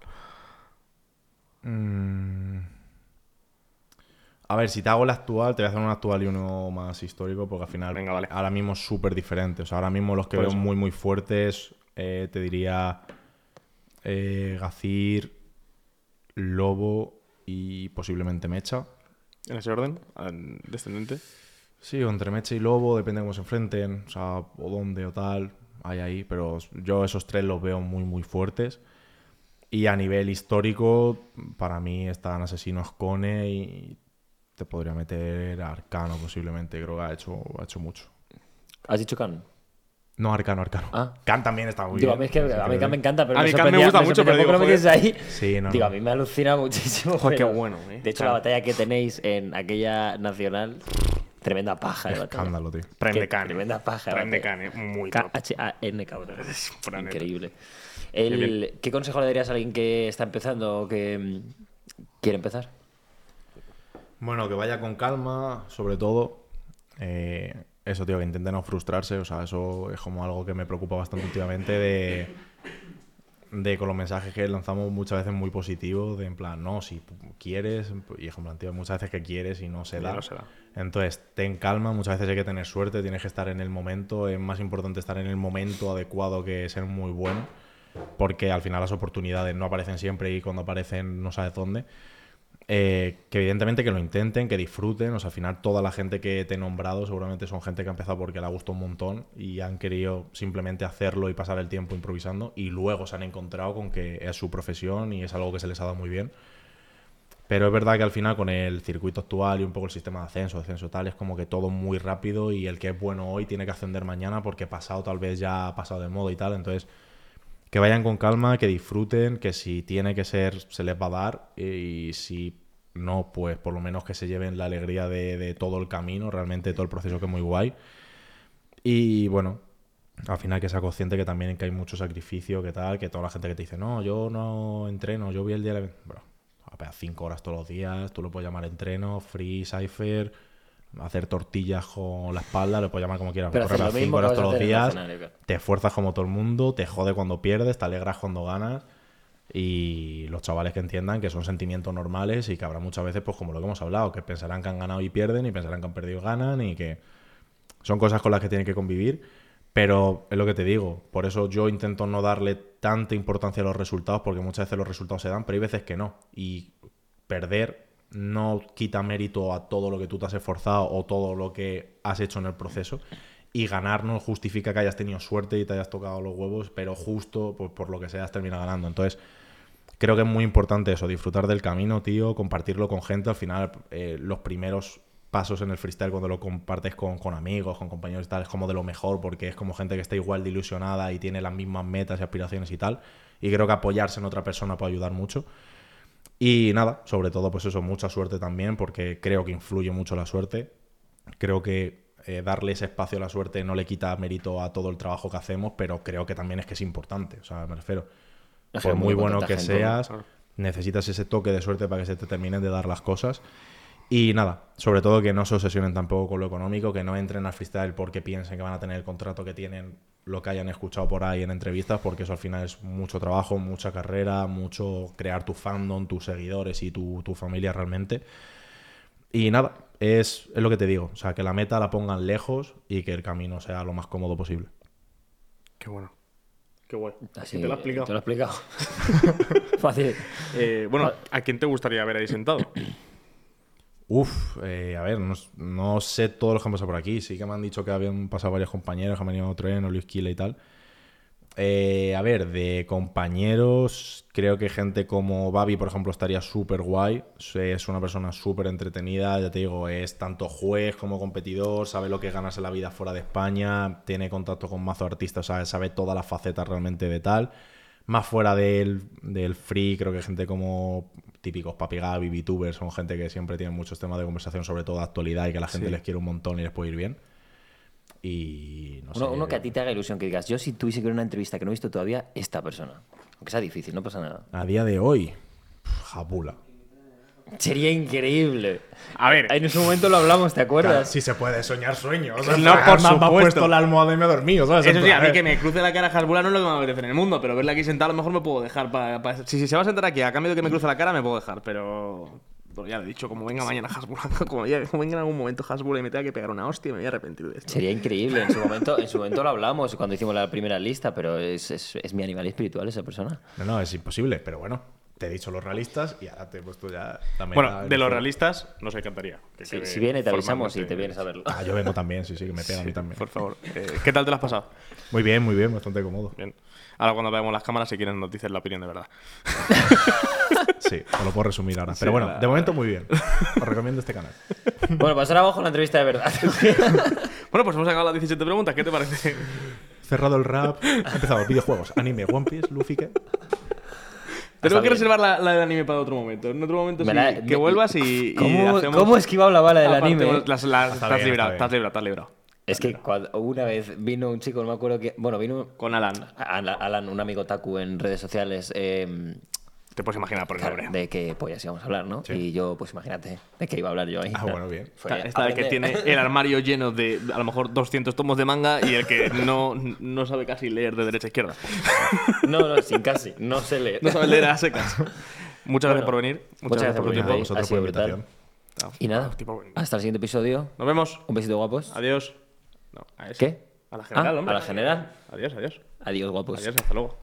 Mm. A ver, si te hago el actual, te voy a hacer un actual y uno más histórico, porque al final Venga, vale. ahora mismo es súper diferente. O sea, ahora mismo los que Por veo eso. muy, muy fuertes, eh, te diría eh, Gazir, Lobo y posiblemente Mecha. ¿En ese orden? ¿En ¿Descendente? Sí, o entre Mecha y Lobo, depende de cómo se enfrenten, o sea, o dónde o tal, hay ahí, pero yo esos tres los veo muy, muy fuertes. Y a nivel histórico, para mí están Asesinos Cone y te podría meter a Arcano posiblemente, creo que ha hecho, ha hecho mucho. ¿Has dicho Khan? No, Arcano, Arcano. Ah. Khan también está muy Digo, a bien. mí es que a mí Khan me encanta, pero A me mí Khan me sorprendía- gusta mucho, sorprendía pero poco digo, lo metes ahí. Sí, no, Digo, no. a mí me alucina muchísimo. Joder, qué pero- bueno, eh. De hecho, Khan. la batalla que tenéis en aquella nacional, tremenda paja de batalla. Escándalo, tío. Prime Qué de Khan. Tremenda paja de Prime de batalla. Khan, eh, muy top. K H A N, cabrón. Pura neta. Increíble. El- ¿Qué consejo le darías a alguien que está empezando o que mm, quiere empezar? Bueno, que vaya con calma, sobre todo. Eh, eso, tío, que intente no frustrarse. O sea, eso es como algo que me preocupa bastante últimamente de, de con los mensajes que lanzamos muchas veces muy positivos, de en plan, no, si quieres, y es en plan, tío, muchas veces que quieres y no se Y da. no se da. Entonces, ten calma, muchas veces hay que tener suerte, tienes que estar en el momento, es más importante estar en el momento adecuado que ser muy bueno, porque al final las oportunidades no aparecen siempre y cuando aparecen no sabes dónde. Eh, que evidentemente que lo intenten, que disfruten. O sea, al final toda la gente que te he nombrado seguramente son gente que ha empezado porque le ha gustado un montón y han querido simplemente hacerlo y pasar el tiempo improvisando y luego se han encontrado con que es su profesión y es algo que se les ha dado muy bien. Pero es verdad que al final con el circuito actual y un poco el sistema de ascenso, descenso tal, es como que todo muy rápido y el que es bueno hoy tiene que ascender mañana porque pasado tal vez ya ha pasado de moda y tal. Entonces, que vayan con calma, que disfruten, que si tiene que ser, se les va a dar y si no, pues por lo menos que se lleven la alegría de, de todo el camino, realmente todo el proceso que es muy guay. Y bueno, al final que sea consciente que también que hay mucho sacrificio, que tal, que toda la gente que te dice, no, yo no entreno, yo vi el día de la... Bueno, a pegar cinco horas todos los días, tú lo puedes llamar entreno, free, cypher, hacer tortillas con la espalda, lo puedes llamar como quieras, Pero correr hacer a lo cinco mismo que horas vas a todos los hacer en el días, escenario, claro. te esfuerzas como todo el mundo, te jode cuando pierdes, te alegras cuando ganas, Y los chavales que entiendan que son sentimientos normales y que habrá muchas veces, pues como lo que hemos hablado, que pensarán que han ganado y pierden y pensarán que han perdido y ganan y que son cosas con las que tienen que convivir. Pero es lo que te digo, por eso yo intento no darle tanta importancia a los resultados, porque muchas veces los resultados se dan, pero hay veces que no. Y perder no quita mérito a todo lo que tú te has esforzado o todo lo que has hecho en el proceso. Y ganar no justifica que hayas tenido suerte y te hayas tocado los huevos, pero justo pues, por lo que sea has terminado ganando. Entonces, creo que es muy importante eso, disfrutar del camino, tío, compartirlo con gente. Al final, eh, los primeros pasos en el freestyle cuando lo compartes con, con amigos, con compañeros y tal, es como de lo mejor porque es como gente que está igual de ilusionada y tiene las mismas metas y aspiraciones y tal. Y creo que apoyarse en otra persona puede ayudar mucho. Y nada, sobre todo, pues eso, mucha suerte también, porque creo que influye mucho la suerte. Creo que eh, darle ese espacio a la suerte no le quita mérito a todo el trabajo que hacemos, pero creo que también es que es importante. O sea, me refiero, Es que por muy muy bueno contenta que gente, seas, claro. necesitas ese toque de suerte para que se te terminen de dar las cosas. Y nada, sobre todo que no se obsesionen tampoco con lo económico, que no entren al freestyle porque piensen que van a tener el contrato que tienen, lo que hayan escuchado por ahí en entrevistas, porque eso al final es mucho trabajo, mucha carrera, mucho crear tu fandom, tus seguidores y tu, tu familia realmente. Y nada, es, es lo que te digo, o sea, que la meta la pongan lejos y que el camino sea lo más cómodo posible. Qué bueno. Qué guay. Así, ¿Te lo he explicado? Te lo he explicado. Fácil. Eh, bueno, ¿a quién te gustaría ver ahí sentado? Uf, eh, a ver, no, no sé todos los que han pasado por aquí. Sí que me han dicho que habían pasado varios compañeros, que han venido Tren o Luis Quila y tal. Eh, a ver, de compañeros, creo que gente como Babi, por ejemplo, estaría súper guay. Es una persona súper entretenida, ya te digo, es tanto juez como competidor, sabe lo que es ganarse la vida fuera de España, tiene contacto con mazo de artistas, sabe, sabe todas las facetas realmente de tal. Más fuera del, del free, creo que gente como típicos Papi Gabi, VTubers, son gente que siempre tienen muchos temas de conversación, sobre todo de actualidad, y que la gente Sí. les quiere un montón y les puede ir bien. Y no Uno, sé. uno que a ti te haga ilusión, que digas, yo si tuviese que ver una entrevista que no he visto todavía, esta persona. Aunque sea difícil, no pasa nada. A día de hoy, Jabula. Sería increíble. A ver. En ese momento lo hablamos, ¿te acuerdas? Si se puede soñar sueños. O sea, No, por me ha supuesto. puesto la almohada y me he dormido, ¿sabes? Eso sí, a mí ver. que me cruce la cara Hasbula no es lo que me apetece en el mundo, pero verle aquí sentado a lo mejor me puedo dejar para... Pa, si, si se va a sentar aquí a cambio de que me cruce la cara, me puedo dejar, pero... Bueno, ya lo he dicho, como venga mañana Hasbula, como, ya, como venga en algún momento Hasbula y me tenga que pegar una hostia, me voy a arrepentir de esto. Sería increíble. En su momento, en su momento lo hablamos cuando hicimos la primera lista, pero es, es, es mi animal espiritual esa persona. No, no, es imposible, pero bueno, te he dicho los realistas y ahora te he puesto ya la meta Bueno, en de el los fuego. realistas nos encantaría. que Si, quede si viene, te avisamos y formalmente- te vienes a verlo. Ah, yo vengo también, sí, sí, que me pega a mí también. Por favor. Eh, ¿Qué tal te lo has pasado? Muy bien, muy bien, bastante cómodo. Bien. Ahora cuando veamos las cámaras, si quieren nos dices la opinión de verdad. Sí, te lo puedo resumir ahora. Pero bueno, la- de momento muy bien. Os recomiendo este canal. Bueno, pues ahora vamos con la entrevista de verdad. Bueno, pues hemos sacado las diecisiete preguntas. ¿Qué te parece? Cerrado el rap, he empezado videojuegos, anime, One Piece, Luffy, ¿qué? Tengo que bien. reservar la, la del anime para otro momento. En otro momento Me sí, la- que me- vuelvas y, y ¿Cómo, hacemos... ¿Cómo he esquivado la bala del Aparte, anime? eh? Las, las, Está estás bien, librado, está estás librado, estás librado. Es que cuando, una vez vino un chico, no me acuerdo que. Bueno, vino Con Alan. Alan, Alan, un amigo Taku en redes sociales. eh, Te puedes imaginar por el claro, nombre. de qué pollas íbamos a hablar, ¿no? Sí. Y yo, pues imagínate, de qué iba a hablar yo ahí. Ah, bueno, bien. Fue Está, está el que aprender. tiene el armario lleno de a lo mejor doscientos tomos de manga y el que no, no sabe casi leer de derecha a izquierda. No, no, sin casi. No sé leer. No sabe leer a secas. Muchas gracias por venir. muchas gracias por Y a venir. vosotros Ha sido por la brutal. invitación. Y nada, Tipo, bueno. hasta el siguiente episodio. Nos vemos. Un besito, guapos. Adiós. No, a ese. ¿Qué? A la general, Ah, hombre. a la general. Adiós, adiós. Adiós, guapos. Adiós, hasta luego.